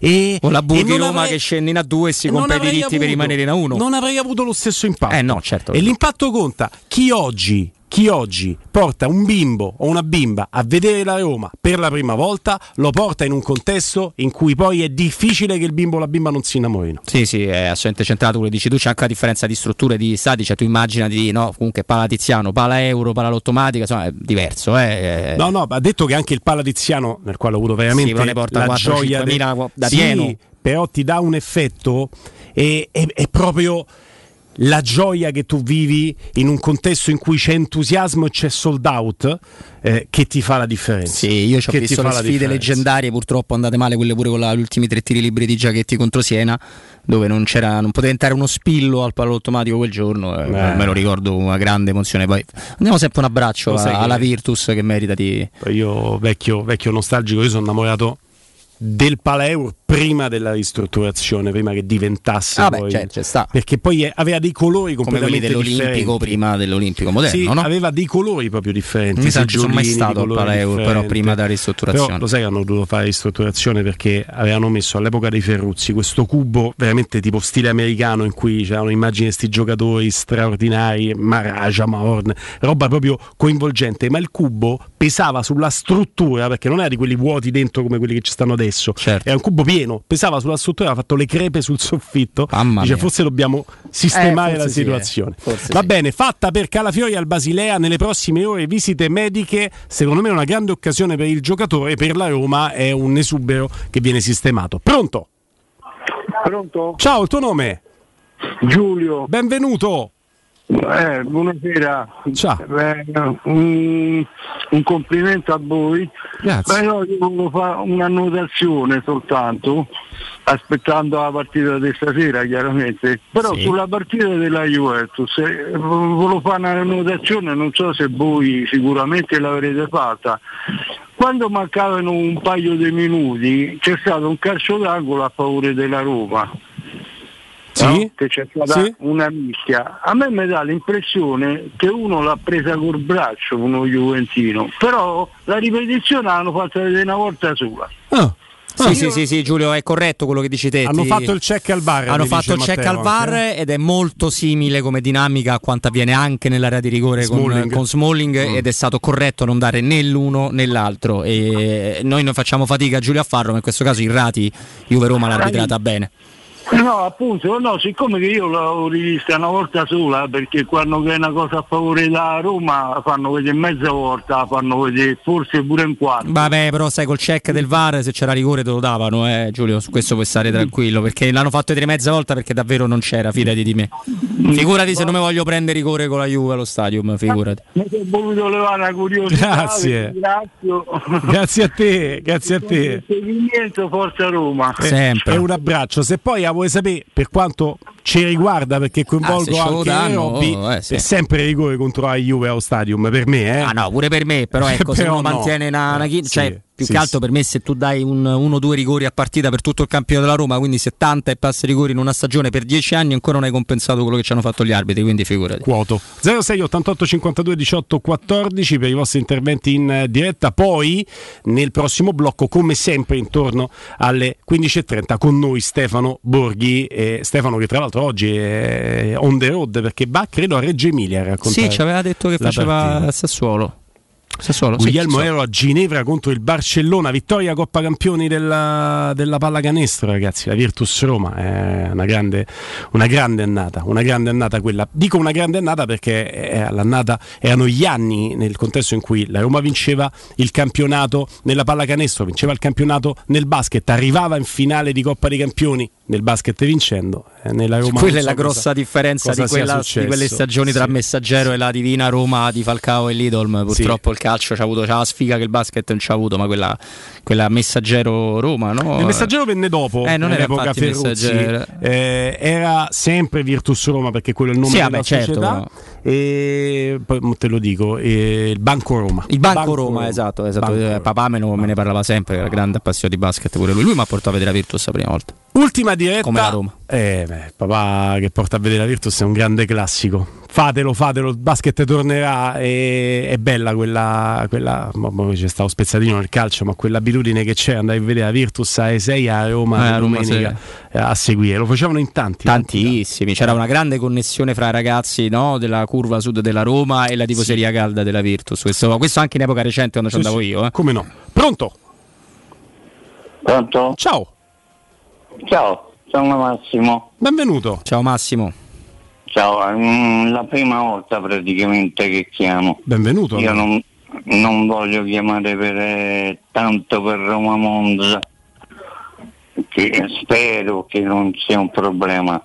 Speaker 1: e
Speaker 2: o la Burghi Roma
Speaker 1: avrei...
Speaker 2: che scende in A due e si compra i diritti
Speaker 1: avuto,
Speaker 2: per rimanere in A uno,
Speaker 1: non avrei avuto lo stesso impatto.
Speaker 2: Eh no, certo.
Speaker 1: E l'impatto conta. Chi oggi Chi oggi porta un bimbo o una bimba a vedere la Roma per la prima volta, lo porta in un contesto in cui poi è difficile che il bimbo o la bimba non si innamorino.
Speaker 2: Sì, sì, è assolutamente centrato quello che dici tu. C'è anche la differenza di strutture, di stadi, cioè tu immaginati, no, comunque Pala Tiziano, Pala Euro, Pala Lottomatica, insomma è diverso. Eh.
Speaker 1: No, no, ha detto che anche il Pala Tiziano, nel quale ho avuto veramente
Speaker 2: sì, ne porta
Speaker 1: la
Speaker 2: quattro,
Speaker 1: gioia de...
Speaker 2: da
Speaker 1: sì,
Speaker 2: pieno,
Speaker 1: però ti dà un effetto e è, è proprio la gioia che tu vivi in un contesto in cui c'è entusiasmo e c'è sold out, eh, che ti fa la differenza.
Speaker 2: Sì, io ci ho visto le sfide leggendarie, purtroppo andate male quelle pure con la, gli ultimi tre tiri liberi di Giachetti contro Siena, dove non c'era, non poteva entrare uno spillo al pallone automatico quel giorno, eh, eh. me lo ricordo, una grande emozione. Poi andiamo sempre un abbraccio a, alla Virtus che merita di...
Speaker 1: Io vecchio, vecchio nostalgico, io sono innamorato del Pala Euro prima della ristrutturazione, prima che diventasse
Speaker 2: ah
Speaker 1: poi,
Speaker 2: beh, c'è, c'è
Speaker 1: perché poi è, aveva dei colori
Speaker 2: come quelli
Speaker 1: completamente
Speaker 2: dell'Olimpico
Speaker 1: differenti.
Speaker 2: Prima dell'Olimpico moderno,
Speaker 1: sì,
Speaker 2: no?
Speaker 1: aveva dei colori proprio differenti.
Speaker 2: Mi sa che sono mai stato al Pala Euro, però prima della ristrutturazione.
Speaker 1: Però lo sai che hanno dovuto fare ristrutturazione perché avevano messo all'epoca dei Ferruzzi questo cubo veramente tipo stile americano in cui c'erano immagini di sti giocatori straordinari, Maraja, Mahorn, roba proprio coinvolgente, ma il cubo pesava sulla struttura, perché non era di quelli vuoti dentro come quelli che ci stanno adesso,
Speaker 2: certo.
Speaker 1: Era un cubo pieno, pesava sulla struttura, ha fatto le crepe sul soffitto.
Speaker 2: Mamma
Speaker 1: dice
Speaker 2: mia.
Speaker 1: forse dobbiamo sistemare
Speaker 2: eh,
Speaker 1: la
Speaker 2: sì,
Speaker 1: situazione.
Speaker 2: eh.
Speaker 1: Va
Speaker 2: sì.
Speaker 1: bene, fatta per Calafiori al Basilea, nelle prossime ore visite mediche, secondo me è una grande occasione per il giocatore, per la Roma è un esubero che viene sistemato. Pronto?
Speaker 6: Pronto?
Speaker 1: Ciao, il tuo nome?
Speaker 6: Giulio.
Speaker 1: Benvenuto.
Speaker 6: Eh, buonasera.
Speaker 1: Ciao.
Speaker 6: Eh, un, un complimento a voi.
Speaker 1: Grazie.
Speaker 6: Beh, no, io volevo fare un'annotazione soltanto, aspettando la partita di stasera chiaramente, però
Speaker 2: sì.
Speaker 6: Sulla partita della Juventus eh, volevo fare un'annotazione, non so se voi sicuramente l'avrete fatta. Quando mancavano un paio di minuti c'è stato un calcio d'angolo a favore della Roma.
Speaker 1: Sì,
Speaker 6: no? Che c'è stata
Speaker 1: sì.
Speaker 6: una mischia. A me mi dà l'impressione che uno l'ha presa col braccio, uno juventino, però la ripetizione l'hanno fatta vedere una volta sola.
Speaker 1: Ah.
Speaker 2: Sì, sì, sì, sì, Giulio, è corretto quello che dici te.
Speaker 1: Hanno
Speaker 2: Ti...
Speaker 1: fatto il check al V A R.
Speaker 2: Hanno fatto il check al V A R
Speaker 1: anche.
Speaker 2: ed è molto simile come dinamica a quanto avviene anche nell'area di rigore
Speaker 1: Smalling.
Speaker 2: con, con Smalling, mm. ed è stato corretto non dare né l'uno né l'altro. E noi non facciamo fatica, Giulio, a farlo, ma in questo caso Irrati Juve-Roma l'ha arbitrata bene.
Speaker 6: No, appunto, no, siccome che io l'ho rivista una volta sola, perché quando c'è una cosa a favore da Roma fanno vedere mezza volta, fanno vedere forse pure in quarto.
Speaker 2: Vabbè, però sai, col check del V A R se c'era rigore te lo davano, eh, Giulio, su questo puoi stare tranquillo, perché l'hanno fatto vedere mezza volta perché davvero non c'era, fidati di me. Figurati se non mi voglio prendere rigore con la Juve allo stadium, figurati.
Speaker 6: Mi sono voluto levare una curiosità.
Speaker 1: Grazie. Grazie a te, grazie a te.
Speaker 6: Seguimento, forza Roma.
Speaker 2: Sempre.
Speaker 1: E un abbraccio. Se poi vuoi sapere per quanto ci riguarda, perché coinvolgo
Speaker 2: ah,
Speaker 1: anche Robby,
Speaker 2: oh, eh, sì.
Speaker 1: è sempre rigore contro la Juve allo stadium per me, eh.
Speaker 2: Ah no, pure per me, però ecco, se uno
Speaker 1: no.
Speaker 2: mantiene una, una chi-
Speaker 1: Sì,
Speaker 2: cioè più
Speaker 1: sì,
Speaker 2: che altro
Speaker 1: sì.
Speaker 2: per me se tu dai un, uno o due rigori a partita per tutto il campionato della Roma, quindi settanta e passi rigori in una stagione per dieci anni, ancora non hai compensato quello che ci hanno fatto gli arbitri, quindi figurati.
Speaker 1: Quoto zero sei ottantotto cinquantadue diciotto quattordici per i vostri interventi in diretta. Poi nel prossimo blocco, come sempre, intorno alle quindici e trenta con noi Stefano Borghi, eh, Stefano che tra l'altro oggi è on the road perché va credo a Reggio Emilia a raccontare.
Speaker 2: Sì, ci aveva detto che faceva
Speaker 1: partita.
Speaker 2: Sassuolo. Sassuolo,
Speaker 1: Guglielmo
Speaker 2: sì,
Speaker 1: Ero a Ginevra contro il Barcellona, vittoria Coppa Campioni della, della pallacanestro, ragazzi. La Virtus Roma è una grande, una grande annata, una grande annata quella. Dico una grande annata perché è l'annata, erano gli anni nel contesto in cui la Roma vinceva il campionato nella pallacanestro, vinceva il campionato nel basket, arrivava in finale di Coppa dei Campioni nel basket vincendo. Eh, nella Roma
Speaker 2: quella è
Speaker 1: so
Speaker 2: la grossa
Speaker 1: cosa,
Speaker 2: differenza
Speaker 1: cosa
Speaker 2: di, quella, di quelle stagioni tra
Speaker 1: sì.
Speaker 2: Messaggero e la divina Roma di Falcao e Lidolm. Purtroppo sì. Il calcio c'ha avuto, c'ha la sfiga che il basket non c'ha avuto, ma quella, quella Messaggero Roma, no?
Speaker 1: Il Messaggero venne dopo,
Speaker 2: eh, non
Speaker 1: nell'epoca Ferruzzi, eh, era sempre Virtus Roma perché quello è il nome
Speaker 2: sì,
Speaker 1: della
Speaker 2: vabbè,
Speaker 1: società,
Speaker 2: certo, no.
Speaker 1: E poi te lo dico, eh, il Banco Roma.
Speaker 2: Il Banco, Banco Roma, Roma, esatto, esatto.
Speaker 1: Banco
Speaker 2: eh, papà me, no, me ne parlava sempre, era grande appassionato di basket pure lui. Lui mi ha portato a vedere la Virtus la prima volta.
Speaker 1: Ultima diretta.
Speaker 2: Come la Roma.
Speaker 1: Eh, beh, papà che porta a vedere la Virtus è un grande classico. Fatelo, fatelo, il basket tornerà, e, è bella quella, quella c'è stato spezzatino nel calcio, ma quell'abitudine che c'è andare a vedere la Virtus a E sei a Roma,
Speaker 2: eh,
Speaker 1: domenica Roma a seguire, lo facevano in tanti.
Speaker 2: Tantissimi, c'era una grande connessione fra i ragazzi, no, della curva sud della Roma e la tifoseria sì. calda della Virtus, questo, questo anche in epoca recente quando sì, ci andavo
Speaker 1: sì.
Speaker 2: io. Eh.
Speaker 1: Come no? Pronto?
Speaker 3: Pronto?
Speaker 1: Ciao.
Speaker 3: Ciao, sono Massimo.
Speaker 1: Benvenuto.
Speaker 2: Ciao Massimo.
Speaker 3: Ciao, è la prima volta praticamente che chiamo.
Speaker 1: Benvenuto.
Speaker 3: Io non, non voglio chiamare per eh, tanto per Roma Monza, che spero che non sia un problema.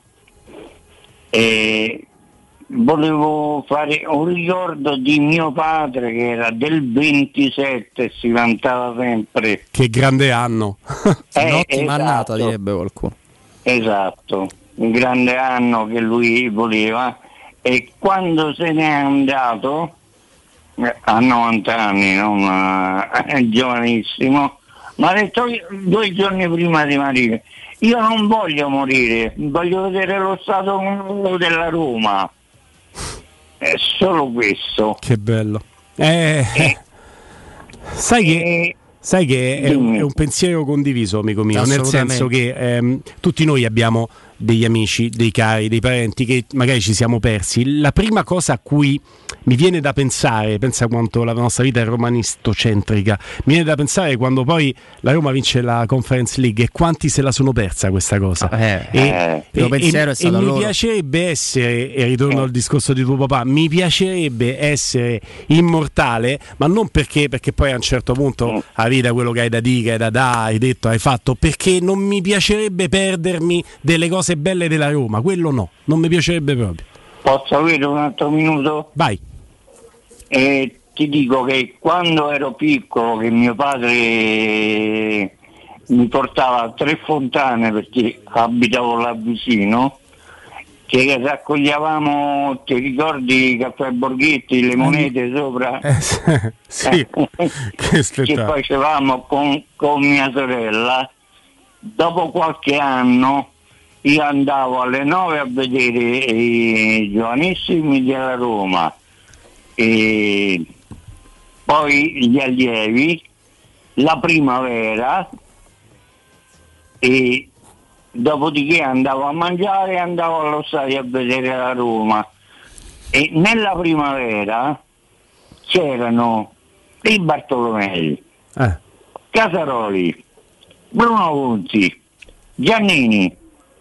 Speaker 3: E volevo fare un ricordo di mio padre che era del ventisette e si vantava sempre.
Speaker 1: Che grande anno.
Speaker 3: Eh,
Speaker 2: Un'ottima
Speaker 3: esatto,
Speaker 2: annata direbbe qualcuno.
Speaker 3: Esatto, un grande anno che lui voleva, e quando se n'è andato a novanta anni, non a, è giovanissimo, ma ha detto due giorni prima di morire: io non voglio morire, voglio vedere lo stato della Roma. È solo questo.
Speaker 1: Che bello. Eh, eh, sai che eh, sai che è un, è un pensiero condiviso, amico mio, nel senso che ehm, tutti noi abbiamo degli amici, dei cari, dei parenti che magari ci siamo persi. La prima cosa a cui mi viene da pensare, pensa quanto la nostra vita è romanistocentrica, mi viene da pensare quando poi la Roma vince la Conference League e quanti se la sono persa questa cosa.
Speaker 2: Eh,
Speaker 1: e
Speaker 2: eh,
Speaker 1: e,
Speaker 2: pensiero
Speaker 1: e,
Speaker 2: è stato
Speaker 1: e mi
Speaker 2: loro.
Speaker 1: piacerebbe essere, e ritorno eh. al discorso di tuo papà, mi piacerebbe essere immortale, ma non perché, perché poi a un certo punto eh. la vita quello che hai da dire, che hai da dare, hai detto, hai fatto, perché non mi piacerebbe perdermi delle cose belle della Roma, quello no, non mi piacerebbe proprio.
Speaker 3: Posso avere un altro minuto?
Speaker 1: Vai.
Speaker 3: E ti dico che quando ero piccolo, che mio padre mi portava a Tre Fontane perché abitavo là vicino, che raccoglievamo, ti ricordi, Caffè Borghetti, le monete eh, sopra?
Speaker 1: Eh, sì, che
Speaker 3: che facevamo con, con mia sorella. Dopo qualche anno io andavo alle nove a vedere i giovanissimi della Roma, e poi gli allievi, la primavera, e dopodiché andavo a mangiare e andavo allo stadio a vedere la Roma. E nella primavera c'erano i Bartolomei,
Speaker 1: eh.
Speaker 3: Casaroli, Bruno Conti, Giannini,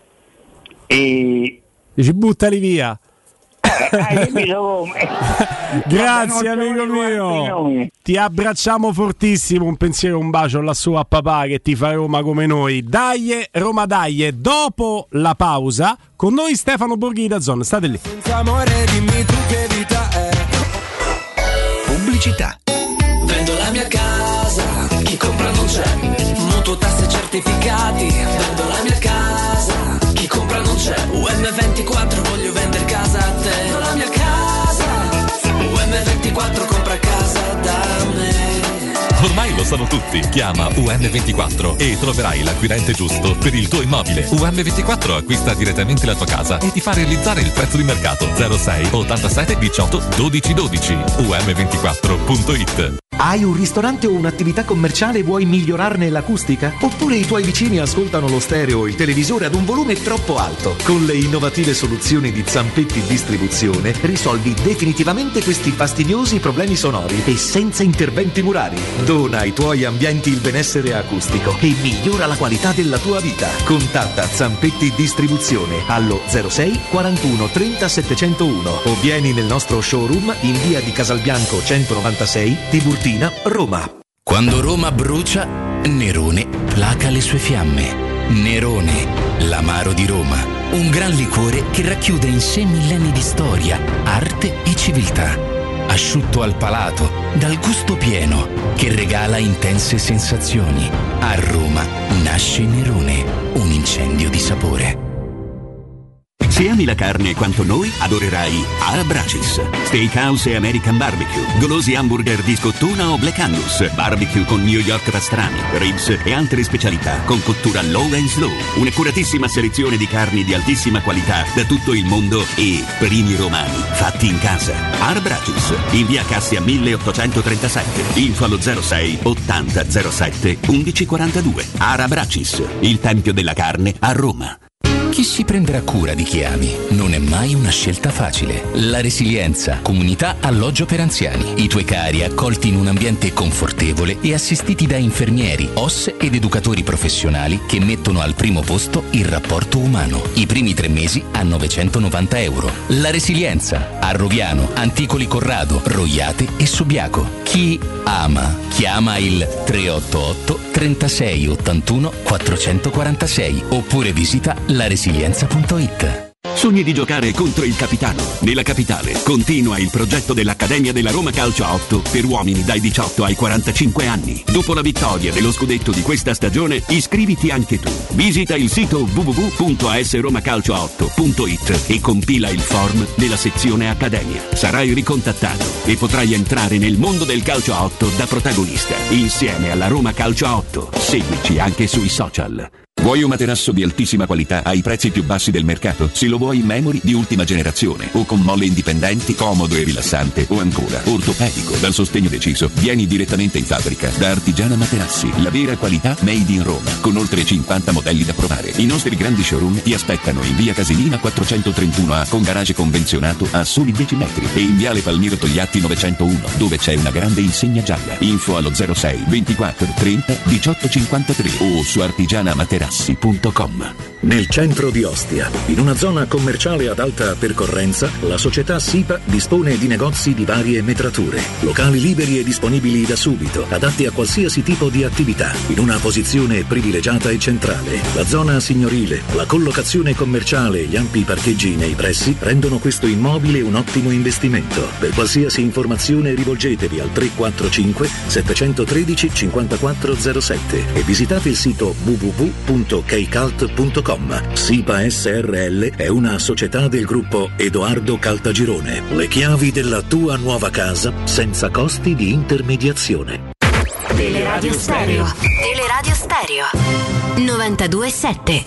Speaker 3: e
Speaker 1: dici buttali via.
Speaker 3: Hai come?
Speaker 1: Grazie amico mio, ti abbracciamo fortissimo, un pensiero, un bacio lassù a papà che ti fa Roma come noi. Dai Roma dai. Dopo la pausa con noi Stefano Borghi da Zone, state lì.
Speaker 11: Senza amore dimmi tu che vita è.
Speaker 18: Pubblicità.
Speaker 11: Vendo la mia casa, chi compra non c'è, mutuo, tasse, certificati. Vendo la mia casa, chi compra non c'è, U M ventiquattro voglio vendere casa a te. Vendo la mia casa, U M ventiquattro compra casa da me.
Speaker 7: Ormai lo sanno tutti. Chiama U M ventiquattro e troverai l'acquirente giusto per il tuo immobile. U M ventiquattro acquista direttamente la tua casa e ti fa realizzare il prezzo di mercato. zero sei ottantasette diciotto dodici dodici U M ventiquattro punto it.
Speaker 10: Hai un ristorante o un'attività commerciale e vuoi migliorarne l'acustica? Oppure i tuoi vicini ascoltano lo stereo o il televisore ad un volume troppo alto? Con le innovative soluzioni di Zampetti Distribuzione risolvi definitivamente questi fastidiosi problemi sonori e senza interventi murari. Dona ai tuoi ambienti il benessere acustico e migliora la qualità della tua vita. Contatta Zampetti Distribuzione allo zero sei quarantuno trenta settecentouno o vieni nel nostro showroom in via di Casalbianco centonovantasei, Tiburtina, Roma.
Speaker 13: Quando Roma brucia, Nerone placa le sue fiamme. Nerone, l'amaro di Roma. Un gran liquore che racchiude in sé millenni di storia, arte e civiltà. Asciutto al palato, dal gusto pieno, che regala intense sensazioni. A Roma nasce Nerone, un incendio di sapore.
Speaker 14: Se ami la carne quanto noi, adorerai Arabracis. Steakhouse e American Barbecue, golosi hamburger di scottuna o Black Angus, barbecue con New York pastrami, ribs e altre specialità con cottura low and slow. Un'accuratissima selezione di carni di altissima qualità da tutto il mondo e primi romani fatti in casa. Arabracis, in via Cassia milleottocentotrentasette, info allo zero sei ottanta zero sette undici quarantadue. Arabracis, il tempio della carne a Roma.
Speaker 13: Chi si prenderà cura di chi ami non è mai una scelta facile. La Resilienza, comunità alloggio per anziani. I tuoi cari accolti in un ambiente confortevole e assistiti da infermieri, O S ed educatori professionali che mettono al primo posto il rapporto umano. I primi tre mesi a novecentonovanta euro. La Resilienza, a Roviano, Anticoli Corrado, Roiate e Subiaco. Chi ama, chiama il tre otto otto trentasei ottantuno quattrocentoquarantasei oppure visita la resilienza punto it.
Speaker 14: Sogni di giocare contro il capitano? Nella capitale continua il progetto dell'Accademia della Roma Calcio a otto per uomini dai diciotto ai quarantacinque anni. Dopo la vittoria dello scudetto di questa stagione, iscriviti anche tu. Visita il sito w w w punto a s roma calcio a otto punto it e compila il form nella sezione Accademia. Sarai ricontattato e potrai entrare nel mondo del calcio a otto da protagonista, insieme alla Roma Calcio a otto. Seguici anche sui social. Vuoi un materasso di altissima qualità ai prezzi più bassi del mercato? Se lo vuoi in memory di ultima generazione o con molle indipendenti, comodo e rilassante o ancora ortopedico dal sostegno deciso, vieni direttamente in fabbrica da Artigiana Materassi, la vera qualità made in Roma, con oltre cinquanta modelli da provare. I nostri grandi showroom ti aspettano in via Casilina quattrocentotrentuno A con garage convenzionato a soli dieci metri e in viale Palmiro Togliatti novecentouno dove c'è una grande insegna gialla. Info allo zero sei ventiquattro trenta diciotto cinquantatré o su artigiana materassi punto com.
Speaker 4: Nel centro di Ostia, in una zona commerciale ad alta percorrenza, la società SIPA dispone di negozi di varie metrature, locali liberi e disponibili da subito, adatti a qualsiasi tipo di attività, in una posizione privilegiata e centrale. La zona signorile, la collocazione commerciale e gli ampi parcheggi nei pressi rendono questo immobile un ottimo investimento. Per qualsiasi informazione rivolgetevi al tre quattro cinque sette uno tre cinque quattro zero sette e visitate il sito w w w punto keicalt punto com. SIPA S R L è una società del gruppo Edoardo Caltagirone. Le chiavi della tua nuova casa senza costi di intermediazione.
Speaker 20: Teleradio Stereo.
Speaker 17: Teleradio Stereo novantadue sette.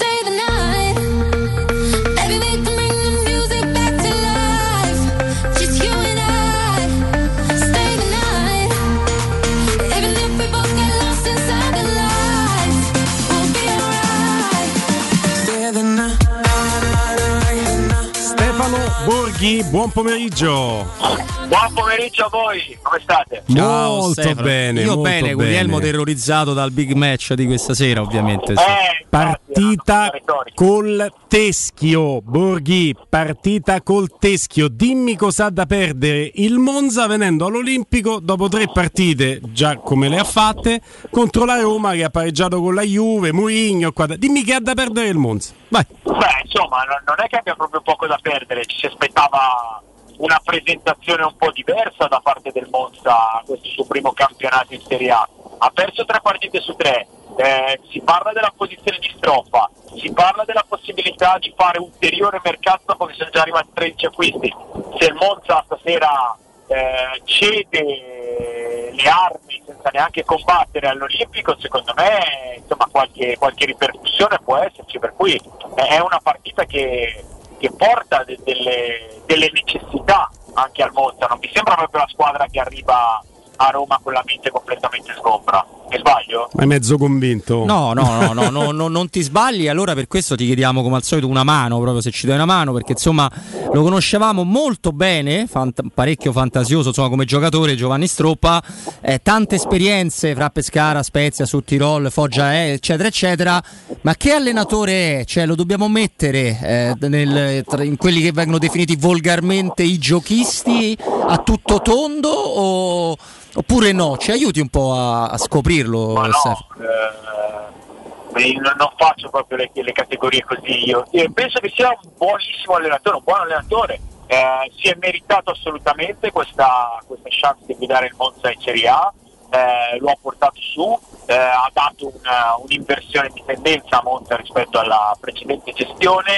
Speaker 1: Borghi, buon pomeriggio.
Speaker 15: Buon pomeriggio a voi, come state?
Speaker 2: Ciao,
Speaker 1: molto
Speaker 2: Stefano.
Speaker 1: bene,
Speaker 2: Io
Speaker 1: molto
Speaker 2: bene, Guglielmo terrorizzato dal big match di questa sera, ovviamente. Sì.
Speaker 15: Eh,
Speaker 1: partita col teschio, Borghi, partita col teschio. Dimmi cosa ha da perdere il Monza venendo all'Olimpico dopo tre partite, già come le ha fatte, contro la Roma che ha pareggiato con la Juve, Mourinho. Dimmi che ha da perdere il Monza. Vai.
Speaker 15: Beh, insomma, non, non è che abbia proprio poco da perdere, ci si aspettava una presentazione un po' diversa da parte del Monza questo suo primo campionato in Serie A. Ha perso tre partite su tre, eh, si parla della posizione di strofa, si parla della possibilità di fare ulteriore mercato dopo che sono già arrivati tredici acquisti. Se il Monza stasera eh, cede le armi senza neanche combattere all'Olimpico, secondo me insomma qualche, qualche ripercussione può esserci, per cui è una partita che che porta de- delle, delle necessità anche al Monza. Non mi sembra proprio la squadra che arriva a Roma con la mente completamente sgombra. Mi sbaglio?
Speaker 1: Ma è mezzo convinto?
Speaker 2: No, no, no, no, no, no, non ti sbagli. Allora per questo ti chiediamo come al solito una mano, proprio se ci dai una mano, perché insomma lo conoscevamo molto bene, fant- parecchio fantasioso insomma come giocatore Giovanni Stroppa, eh, tante esperienze fra Pescara, Spezia, Sud Tirol, Foggia, eh, eccetera eccetera, ma che allenatore è? Cioè lo dobbiamo mettere eh, nel, tra, in quelli che vengono definiti volgarmente i giochisti a tutto tondo o... oppure no? Ci aiuti un po' a, a scoprirlo?
Speaker 15: Ma no, eh, non, non faccio proprio le, le categorie così io. io penso che sia un buonissimo allenatore, un buon allenatore, eh, si è meritato assolutamente questa, questa chance di guidare il Monza in Serie A, eh, lo ha portato su, eh, ha dato una, un'inversione di tendenza a Monza rispetto alla precedente gestione,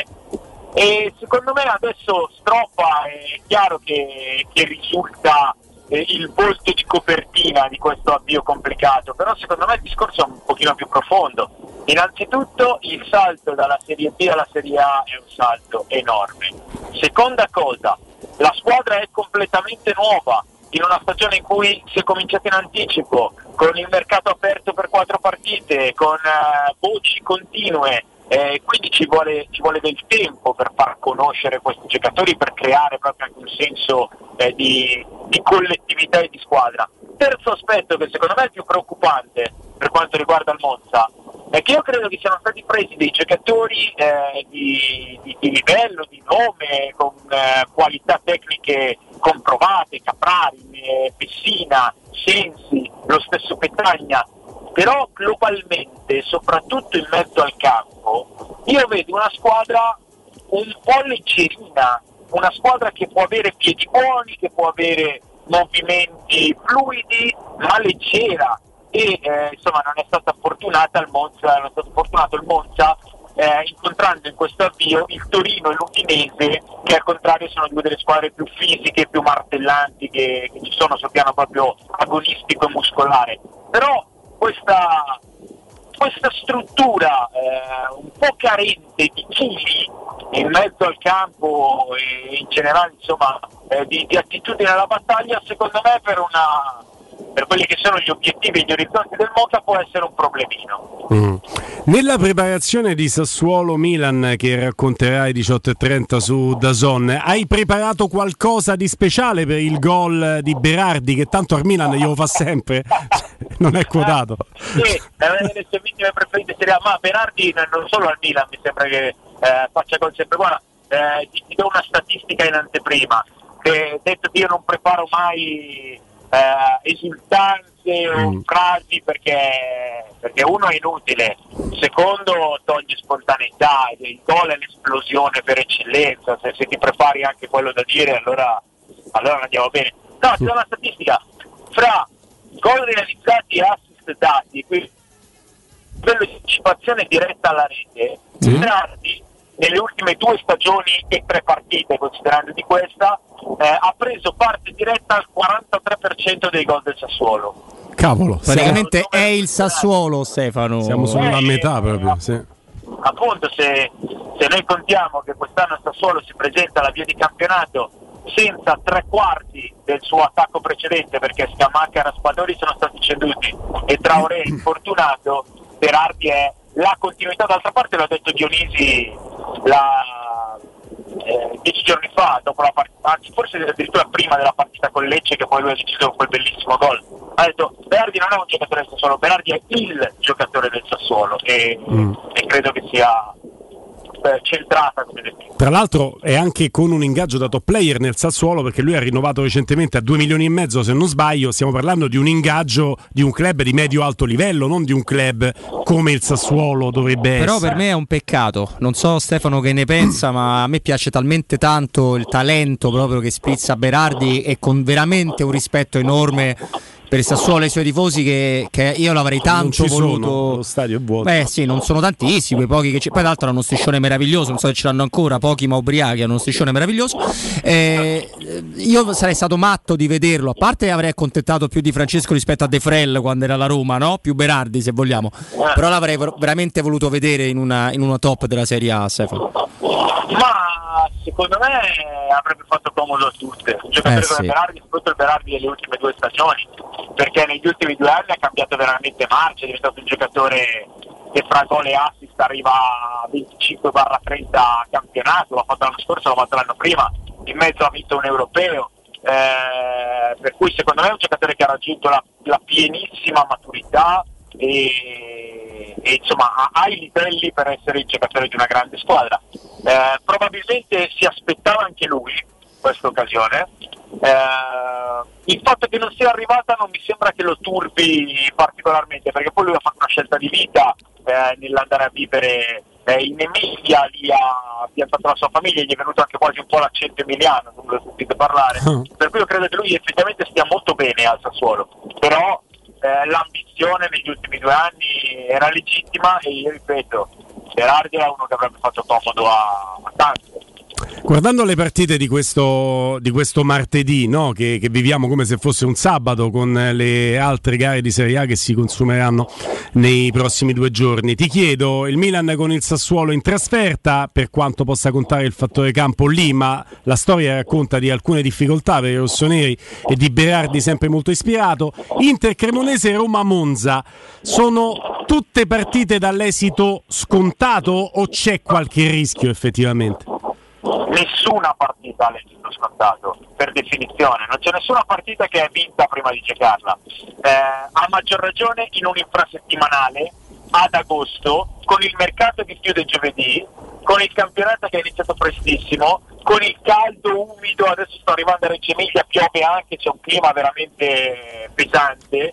Speaker 15: e secondo me adesso Stroppa è chiaro che, che risulta il volto di copertina di questo avvio complicato, però secondo me il discorso è un pochino più profondo. Innanzitutto il salto dalla Serie B alla Serie A è un salto enorme. Seconda cosa, la squadra è completamente nuova, in una stagione in cui si è cominciato in anticipo, con il mercato aperto per quattro partite, con uh, voci continue, eh, quindi ci vuole, ci vuole del tempo per far conoscere questi giocatori, per creare proprio anche un senso eh, di, di collettività e di squadra. Terzo aspetto, che secondo me è il più preoccupante per quanto riguarda il Monza, è che io credo che siano stati presi dei giocatori eh, di, di, di livello, di nome, con eh, qualità tecniche comprovate, Caprari, eh, Pessina, Sensi, lo stesso Petagna, però globalmente, soprattutto in mezzo al campo, io vedo una squadra un po' leggerina, una squadra che può avere piedi buoni, che può avere movimenti fluidi, ma leggera, e eh, insomma non è stata fortunata il Monza, non è stato fortunato il Monza eh, incontrando in questo avvio il Torino e l'Udinese, che al contrario sono due delle squadre più fisiche, più martellanti che, che ci sono sul piano proprio agonistico e muscolare. Però questa, questa struttura eh, un po' carente di chili in mezzo al campo e in generale insomma eh, di, di attitudine alla battaglia, secondo me per una per quelli che sono gli obiettivi e gli orizzonti del Monza può essere un problemino.
Speaker 1: Mm. Nella preparazione di Sassuolo-Milan che racconterai diciotto e trenta su DAZN, hai preparato qualcosa di speciale per il gol di Berardi, che tanto al Milan glielo fa sempre? Non è quotato.
Speaker 15: Sì, è una delle sue vittime preferite Serie A, ma Berardi non solo al Milan mi sembra che eh, faccia gol sempre. Guarda, eh, ti, ti do una statistica in anteprima, che detto che io non preparo mai Eh, esultanze o mm. frasi perché, perché uno è inutile, secondo toglie spontaneità, il gol è l'esplosione per eccellenza, se, se ti prepari anche quello da dire allora, allora andiamo bene. No, c'è una statistica fra gol realizzati e assist dati, quindi per l'anticipazione diretta alla rete, mm. Berardi nelle ultime due stagioni e tre partite, considerando di questa, eh, ha preso parte diretta al quarantatré per cento dei gol del Sassuolo.
Speaker 1: Cavolo,
Speaker 2: praticamente è il Sassuolo, Stefano.
Speaker 1: Siamo sulla eh, metà proprio, sì.
Speaker 15: Appunto, se, se noi contiamo che quest'anno il Sassuolo si presenta alla via di campionato senza tre quarti del suo attacco precedente, perché Scamacca e Raspadori sono stati ceduti e Traoré è infortunato, Berardi è la continuità. D'altra parte l'ha detto Dionisi la, eh, dieci giorni fa, dopo la partita, anzi forse addirittura prima della partita con Lecce, che poi lui ha deciso con quel bellissimo gol. Ha detto Berardi non è un giocatore del Sassuolo, Berardi è il giocatore del Sassuolo e, mm. e credo che sia eh, centrata come detto.
Speaker 1: Tra l'altro è anche con un ingaggio da top player nel Sassuolo, perché lui ha rinnovato recentemente a due milioni e mezzo se non sbaglio. Stiamo parlando di un ingaggio di un club di medio-alto livello, non di un club come il Sassuolo dovrebbe essere.
Speaker 2: Però per me è un peccato, non so Stefano che ne pensa, ma a me piace talmente tanto il talento proprio che sprizza Berardi, e con veramente un rispetto enorme per il Sassuolo e i suoi tifosi, che, che io l'avrei tanto
Speaker 1: non ci
Speaker 2: voluto.
Speaker 1: Sono, lo stadio è vuoto.
Speaker 2: Beh sì, non sono tantissimi, quei pochi che c'è. Poi tra l'altro hanno uno striscione meraviglioso, non so se ce l'hanno ancora, pochi ma ubriachi, hanno uno striscione meraviglioso. Eh, io sarei stato matto di vederlo, a parte avrei accontentato più di Francesco rispetto a De Frel quando era alla Roma, no? Più Berardi se vogliamo, però l'avrei veramente voluto vedere in una, in una top della Serie A, Stefano.
Speaker 15: Ma secondo me avrebbe fatto comodo a tutte. Un giocatore
Speaker 2: Eh,
Speaker 15: come
Speaker 2: sì.
Speaker 15: Berardi, soprattutto il Berardi delle ultime due stagioni, perché negli ultimi due anni ha cambiato veramente marcia, è diventato un giocatore che fra gol e assist arriva a venticinque trenta a campionato, l'ha fatto l'anno scorso, l'ha fatto l'anno prima, in mezzo ha vinto un europeo, eh, per cui secondo me è un giocatore che ha raggiunto la, la pienissima maturità e, e insomma ha, ha i livelli per essere il giocatore di una grande squadra. Eh, probabilmente si aspettava anche lui questa occasione. Eh, il fatto che non sia arrivata non mi sembra che lo turbi particolarmente, perché poi lui ha fatto una scelta di vita eh, nell'andare a vivere eh, in Emilia, lì ha piantato la sua famiglia, gli è venuto anche quasi un po' l'accento emiliano, non lo sentite parlare, per cui io credo che lui effettivamente stia molto bene al Sassuolo, però eh, l'ambizione negli ultimi due anni era legittima e io ripeto, Berardi era uno che avrebbe fatto comodo a, a tanti.
Speaker 1: Guardando le partite di questo, di questo martedì, no? che, che viviamo come se fosse un sabato, con le altre gare di Serie A che si consumeranno nei prossimi due giorni, ti chiedo, il Milan con il Sassuolo in trasferta, per quanto possa contare il fattore campo lì, ma la storia racconta di alcune difficoltà per i rossoneri e di Berardi sempre molto ispirato. Inter Cremonese, Roma Monza, sono tutte partite dall'esito scontato o c'è qualche rischio effettivamente?
Speaker 15: Nessuna partita all'esito scontato, per definizione, non c'è nessuna partita che è vinta prima di giocarla, eh, a maggior ragione in un infrasettimanale ad agosto, con il mercato che chiude giovedì, con il campionato che è iniziato prestissimo, con il caldo umido, adesso sto arrivando a Reggio Emilia, piove anche, c'è un clima veramente pesante,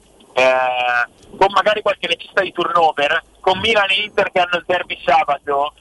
Speaker 15: eh, con magari qualche necessità di turnover, con Milan e Inter che hanno il derby sabato,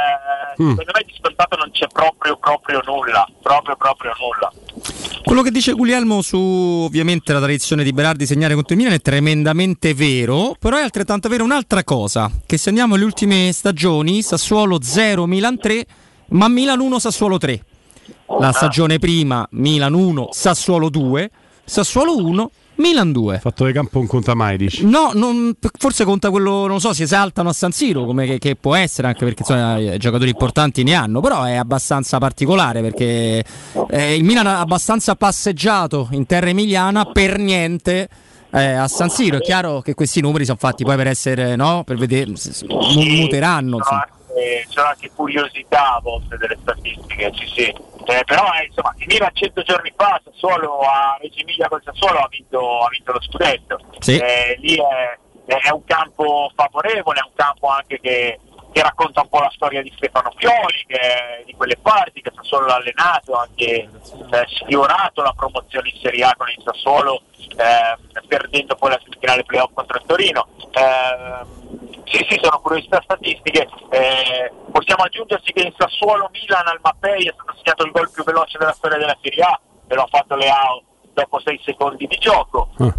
Speaker 15: eh, mm. secondo me di scontato non c'è proprio proprio nulla, proprio proprio nulla.
Speaker 2: Quello che dice Guglielmo su ovviamente la tradizione di Berardi segnare contro il Milan è tremendamente vero, però è altrettanto vero un'altra cosa, che se andiamo alle ultime stagioni, Sassuolo zero, Milan tre, ma Milan uno, Sassuolo tre. La stagione prima Milan uno, Sassuolo due, Sassuolo uno, Milan due.
Speaker 1: Fattore campo non conta mai, dici?
Speaker 2: No, non, forse conta quello, non so, si esaltano a San Siro, come che, che può essere, anche perché insomma, i giocatori importanti ne hanno, però è abbastanza particolare perché eh, il Milan ha abbastanza passeggiato in terra emiliana per niente eh, a San Siro. È chiaro che questi numeri sono fatti poi per essere, no, per vedere, muteranno. Insomma.
Speaker 15: Eh, c'è anche curiosità a volte delle statistiche, sì, sì. Eh, però eh, insomma il Milan cento giorni fa Sassuolo a Reggio Emilia col Sassuolo ha vinto, ha vinto lo scudetto, sì. eh, lì è, è un campo favorevole, è un campo anche che, che racconta un po' la storia di Stefano Pioli, che, di quelle parti che Sassuolo l'ha allenato, anche eh, sfiorato la promozione in Serie A con il Sassuolo, eh, perdendo poi la semifinale playoff contro il Torino. Eh, Sì, sì, sono curiosità statistiche. Eh, possiamo aggiungersi che in Sassuolo Milan al Mappei è stato segnato il gol più veloce della storia della Serie A e lo ha fatto Leao dopo sei secondi di gioco. Eh,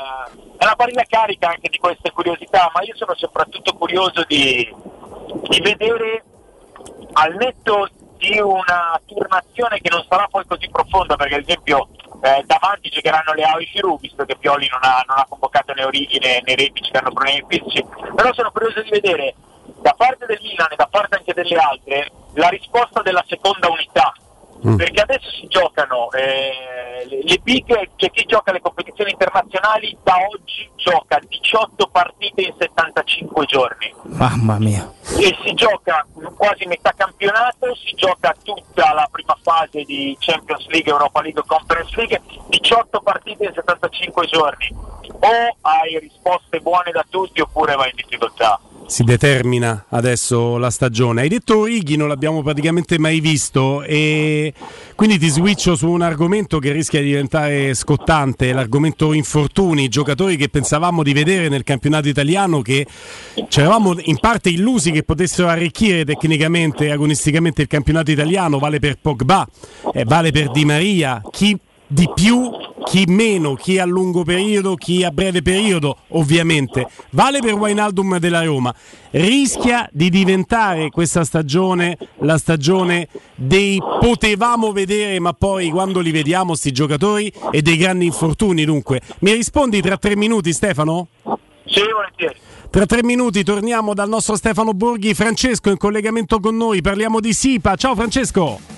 Speaker 15: è una barilla carica anche di queste curiosità, ma io sono soprattutto curioso di, di vedere, al netto di una turnazione che non sarà poi così profonda, perché ad esempio eh, davanti giocheranno Leao e Giroud, visto che Pioli non ha, non ha convocato né Origi né, né Rebic che hanno problemi fisici, però sono curioso di vedere da parte del Milan e da parte anche delle altre la risposta della seconda unità, mm. perché adesso si giocano eh, le, le big, cioè chi gioca le competizioni internazionali da oggi gioca diciotto partite in settantacinque giorni.
Speaker 2: Mamma mia.
Speaker 15: E si gioca quasi metà campionato, si gioca tutta la prima fase di Champions League, Europa League, Conference League, diciotto partite in settantacinque giorni. O hai risposte buone da tutti oppure vai in difficoltà.
Speaker 1: Si determina adesso la stagione. Hai detto Origi, non l'abbiamo praticamente mai visto, e quindi ti switcho su un argomento che rischia di diventare scottante, l'argomento infortuni, giocatori che pensavamo di vedere nel campionato italiano, che ci eravamo in parte illusi che potessero arricchire tecnicamente e agonisticamente il campionato italiano. Vale per Pogba, eh, vale per Di Maria, chi di più, chi meno, chi a lungo periodo, chi a breve periodo, ovviamente. Vale per Wijnaldum della Roma. Rischia di diventare questa stagione la stagione dei potevamo vedere, ma poi quando li vediamo sti giocatori, e dei grandi infortuni. Dunque, mi rispondi tra tre minuti, Stefano?
Speaker 15: Sì, volentieri.
Speaker 1: Tra tre minuti torniamo dal nostro Stefano Borghi. Francesco in collegamento con noi, parliamo di SIPA. Ciao Francesco.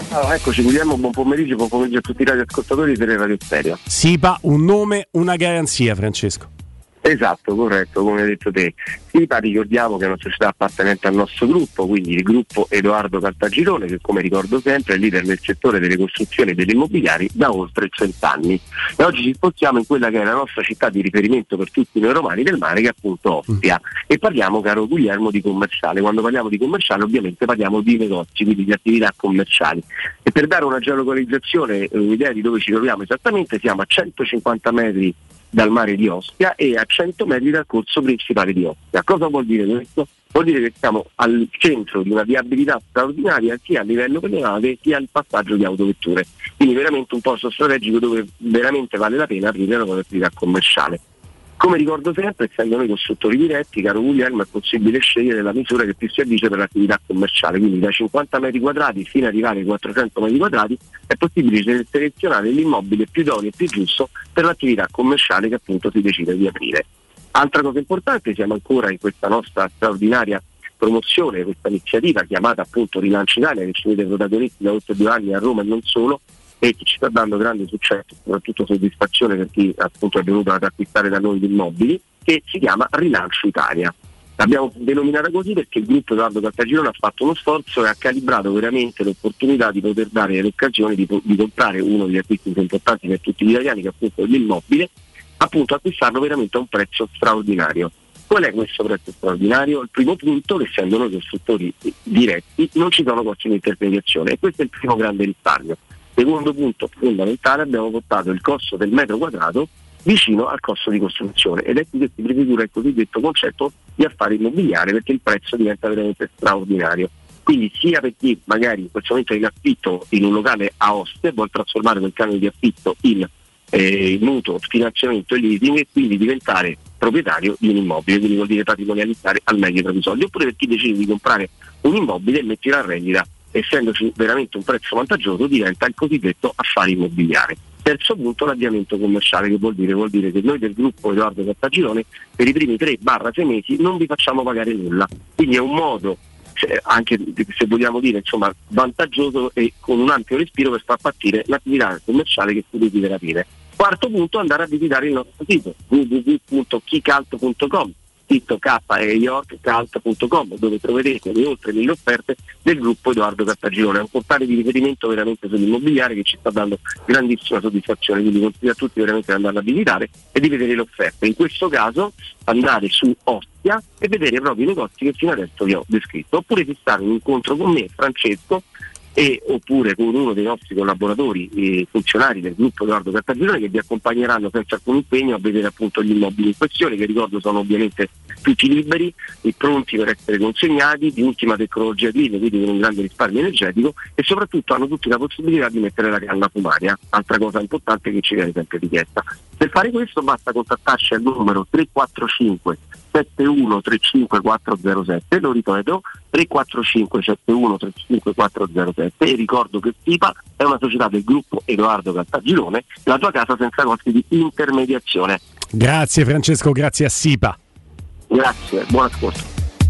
Speaker 16: Allora, eccoci, Guglielmo, buon pomeriggio, buon pomeriggio a tutti i radioascoltatori di Tele Radio Stereo.
Speaker 1: SIPA, un nome, una garanzia, Francesco.
Speaker 16: Esatto, corretto, come hai detto te. SIPA, ricordiamo che è una società appartenente al nostro gruppo, quindi il gruppo Edoardo Caltagirone, che come ricordo sempre è leader nel settore delle costruzioni e delle immobiliari da oltre cent'anni. E oggi ci spostiamo in quella che è la nostra città di riferimento per tutti noi romani del mare, che è appunto Ostia. Mm. E parliamo, caro Guglielmo, di commerciale. Quando parliamo di commerciale ovviamente parliamo di negozi, quindi di attività commerciali. E per dare una geolocalizzazione, un'idea di dove ci troviamo esattamente, siamo a centocinquanta metri dal mare di Ostia e a cento metri dal corso principale di Ostia. Cosa vuol dire questo? Vuol dire che siamo al centro di una viabilità straordinaria sia a livello pedonale sia al passaggio di autovetture, quindi veramente un posto strategico dove veramente vale la pena aprire una nuova attività commerciale. Come ricordo sempre, essendo noi costruttori diretti, caro Guglielmo, è possibile scegliere la misura che più si addice per l'attività commerciale, quindi da cinquanta metri quadrati fino ad arrivare ai quattrocento metri quadrati è possibile selezionare l'immobile più idoneo e più giusto per l'attività commerciale che appunto si decide di aprire. Altra cosa importante, siamo ancora in questa nostra straordinaria promozione, questa iniziativa chiamata appunto Rilancio Italia, che ci vede protagonisti da oltre due anni a Roma e non solo, e che ci sta dando grande successo, soprattutto soddisfazione per chi appunto è venuto ad acquistare da noi gli immobili, che si chiama Rilancio Italia. L'abbiamo denominata così perché il gruppo Edoardo Caltagirone ha fatto uno sforzo e ha calibrato veramente l'opportunità di poter dare l'occasione di, di comprare uno degli acquisti più importanti per tutti gli italiani, che è appunto l'immobile, appunto acquistarlo veramente a un prezzo straordinario. Qual è questo prezzo straordinario? Il primo punto, che essendo noi costruttori diretti non ci sono costi di intermediazione, e questo è il primo grande risparmio. Secondo punto fondamentale, abbiamo portato il costo del metro quadrato vicino al costo di costruzione, ed è qui che si prefigura il cosiddetto concetto di affare immobiliare, perché il prezzo diventa veramente straordinario. Quindi sia per chi magari in questo momento è in affitto in un locale a Ostia e vuol trasformare quel canone di affitto in eh, mutuo, finanziamento e leasing, e quindi diventare proprietario di un immobile, quindi vuol dire patrimonializzare al meglio i propri soldi, oppure per chi decide di comprare un immobile e metterlo a rendita, essendoci veramente un prezzo vantaggioso, diventa il cosiddetto affare immobiliare. Terzo punto, l'avviamento commerciale, che vuol dire? Vuol dire che noi del gruppo Edoardo Caltagirone per i primi tre sei mesi non vi facciamo pagare nulla, quindi è un modo, cioè, anche se vogliamo dire insomma vantaggioso e con un ampio respiro per far partire l'attività commerciale che si desidera aprire. Quarto punto, andare a visitare il nostro sito w w w punto kicalt punto com, sito k e york cult punto com, dove troverete le oltre mille offerte del gruppo Edoardo Caltagirone. È un portale di riferimento veramente sull'immobiliare che ci sta dando grandissima soddisfazione, quindi consiglio a tutti veramente di andarla a visitare e di vedere le offerte. In questo caso andare su Ostia e vedere proprio i negozi che fino adesso vi ho descritto, oppure fissare un incontro con me, Francesco, e oppure con uno dei nostri collaboratori e funzionari del gruppo Edoardo Caltagirone, che vi accompagneranno senza alcun impegno a vedere appunto gli immobili in questione, che ricordo sono ovviamente tutti liberi e pronti per essere consegnati, di ultima tecnologia green, quindi con un grande risparmio energetico, e soprattutto hanno tutti la possibilità di mettere la canna fumaria, altra cosa importante che ci viene sempre richiesta. Per fare questo basta contattarci al numero tre quattro cinque sette uno tre cinque quattro zero sette, lo ripeto, tre quattro cinque sette uno tre cinque quattro zero sette, e ricordo che SIPA è una società del gruppo Edoardo Caltagirone, la tua casa senza costi di intermediazione.
Speaker 1: Grazie Francesco, grazie a SIPA.
Speaker 16: Grazie, buon ascolto.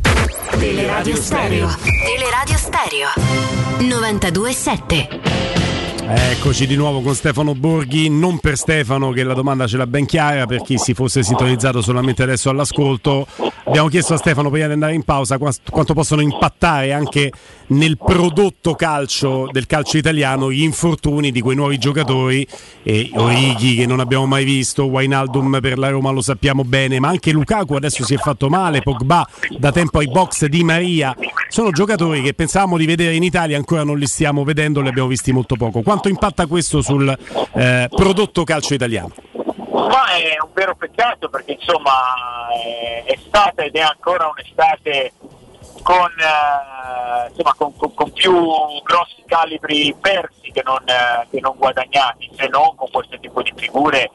Speaker 20: Teleradio Stereo.
Speaker 17: Teleradio Stereo novantadue sette.
Speaker 1: Eccoci di nuovo con Stefano Borghi, non per Stefano che la domanda ce l'ha ben chiara, per chi si fosse sintonizzato solamente adesso all'ascolto. Abbiamo chiesto a Stefano prima di andare in pausa quanto possono impattare anche nel prodotto calcio del calcio italiano gli infortuni di quei nuovi giocatori, e Origi che non abbiamo mai visto, Wijnaldum per la Roma lo sappiamo bene, ma anche Lukaku adesso si è fatto male, Pogba da tempo ai box, Di Maria, sono giocatori che pensavamo di vedere in Italia, ancora non li stiamo vedendo, li abbiamo visti molto poco. Quanto impatta questo sul eh, prodotto calcio italiano?
Speaker 15: Ma è un vero peccato, perché insomma è, è stata ed è ancora un'estate con, eh, insomma, con, con, con più grossi calibri persi che non, eh, che non guadagnati, se non con questo tipo di figure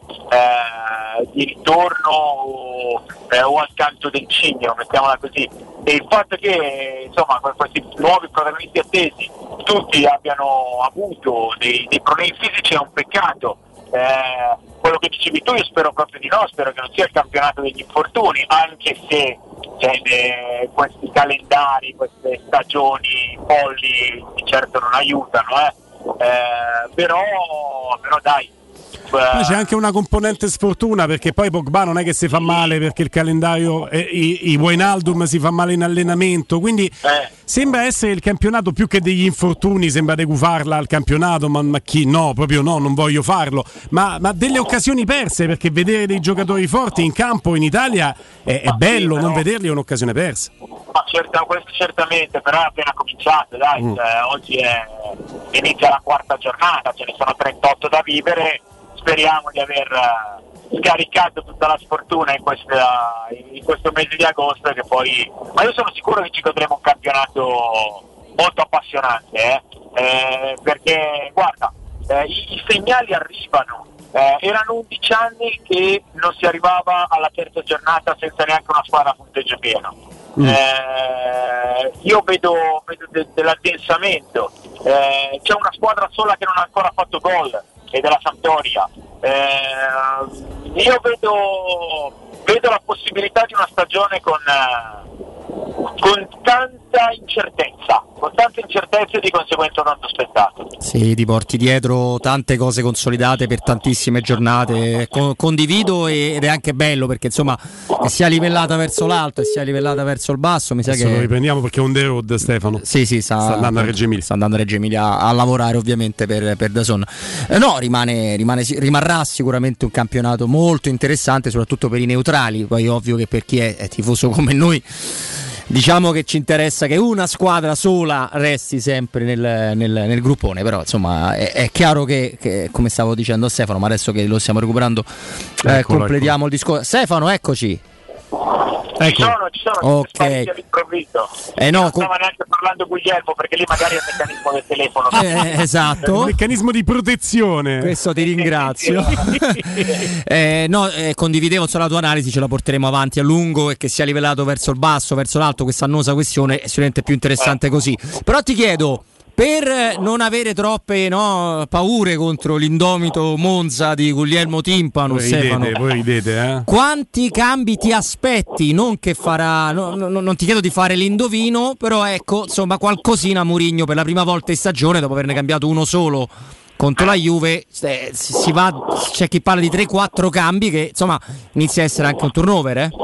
Speaker 15: eh, di ritorno o, eh, o al canto del cigno, mettiamola così. E il fatto che insomma questi nuovi protagonisti attesi tutti abbiano avuto dei, dei problemi fisici è un peccato. Eh, quello che dicevi tu io spero proprio di no, spero che non sia il campionato degli infortuni, anche se cioè, eh, questi calendari, queste stagioni folli di certo non aiutano, eh. eh, però, però dai.
Speaker 1: Poi c'è anche una componente sfortuna, perché poi Pogba non è che si fa male perché il calendario, eh, i, i Wijnaldum si fa male in allenamento, quindi
Speaker 15: eh.
Speaker 1: sembra essere il campionato più che degli infortuni, sembra decufarla al campionato, ma, ma chi no, proprio no, non voglio farlo, ma, ma delle occasioni perse, perché vedere dei giocatori forti in campo in Italia è, è bello, sì, però... non vederli è un'occasione persa.
Speaker 15: Ma certo, questo certamente, però è appena cominciato, dai, mm. cioè, oggi è, inizia la quarta giornata, ce ne sono trentotto da vivere. Speriamo di aver uh, scaricato tutta la sfortuna in, questa, in questo mese di agosto, che poi, ma io sono sicuro che ci godremo un campionato molto appassionante, eh? Eh, perché guarda, eh, i, i segnali arrivano, eh, erano undici anni che non si arrivava alla terza giornata senza neanche una squadra a punteggio pieno. Mm. Eh, io vedo, vedo de- dell'addensamento, eh, c'è una squadra sola che non ha ancora fatto gol, e della Sampdoria. Eh, io vedo, vedo la possibilità di una stagione con, eh, con tanta incertezza, con tante incertezze e di conseguenza tanto spettacolo.
Speaker 2: Sì, ti porti dietro tante cose consolidate per tantissime giornate. Con, condivido e, ed è anche bello, perché insomma che sia livellata verso l'alto e sia livellata verso il basso, mi sa
Speaker 1: Adesso
Speaker 2: che
Speaker 1: lo riprendiamo perché è on the road, Stefano.
Speaker 2: Sì, sì, sta,
Speaker 1: sta andando a Reggio Emilia.
Speaker 2: Sta andando a Reggio Emilia a, a lavorare ovviamente per, per DAZN. Eh, no, rimane, rimane, rimarrà sicuramente un campionato molto interessante, soprattutto per i neutrali. Poi ovvio che per chi è, è tifoso come noi, diciamo che ci interessa che una squadra sola resti sempre nel, nel, nel gruppone, però insomma è, è chiaro che, che, come stavo dicendo a Stefano, ma adesso che lo stiamo recuperando, eh, ecco, completiamo ecco. il discorso. Stefano, eccoci.
Speaker 15: Ecco. Ci sono, ci sono,
Speaker 2: ok.
Speaker 15: All'improvviso.
Speaker 2: Eh no,
Speaker 15: non stava neanche parlando Guglielmo, perché lì magari è il meccanismo del telefono.
Speaker 2: Eh, esatto.
Speaker 1: Il meccanismo di protezione.
Speaker 2: Questo ti ringrazio. eh, no, eh, condividevo sulla tua analisi, ce la porteremo avanti a lungo, e che sia livellato verso il basso, verso l'alto, questa annosa questione è sicuramente più interessante eh. così. Però ti chiedo, per non avere troppe no, paure contro l'indomito Monza di Guglielmo Timpano,
Speaker 1: voi
Speaker 2: Stefano,
Speaker 1: ridete, voi ridete, eh?
Speaker 2: quanti cambi ti aspetti? Non che farà, no, no, non ti chiedo di fare l'indovino, però ecco, insomma, qualcosina Mourinho per la prima volta in stagione, dopo averne cambiato uno solo contro la Juve, eh, si va, c'è chi parla di tre quattro cambi, che insomma inizia a essere anche un turnover, eh?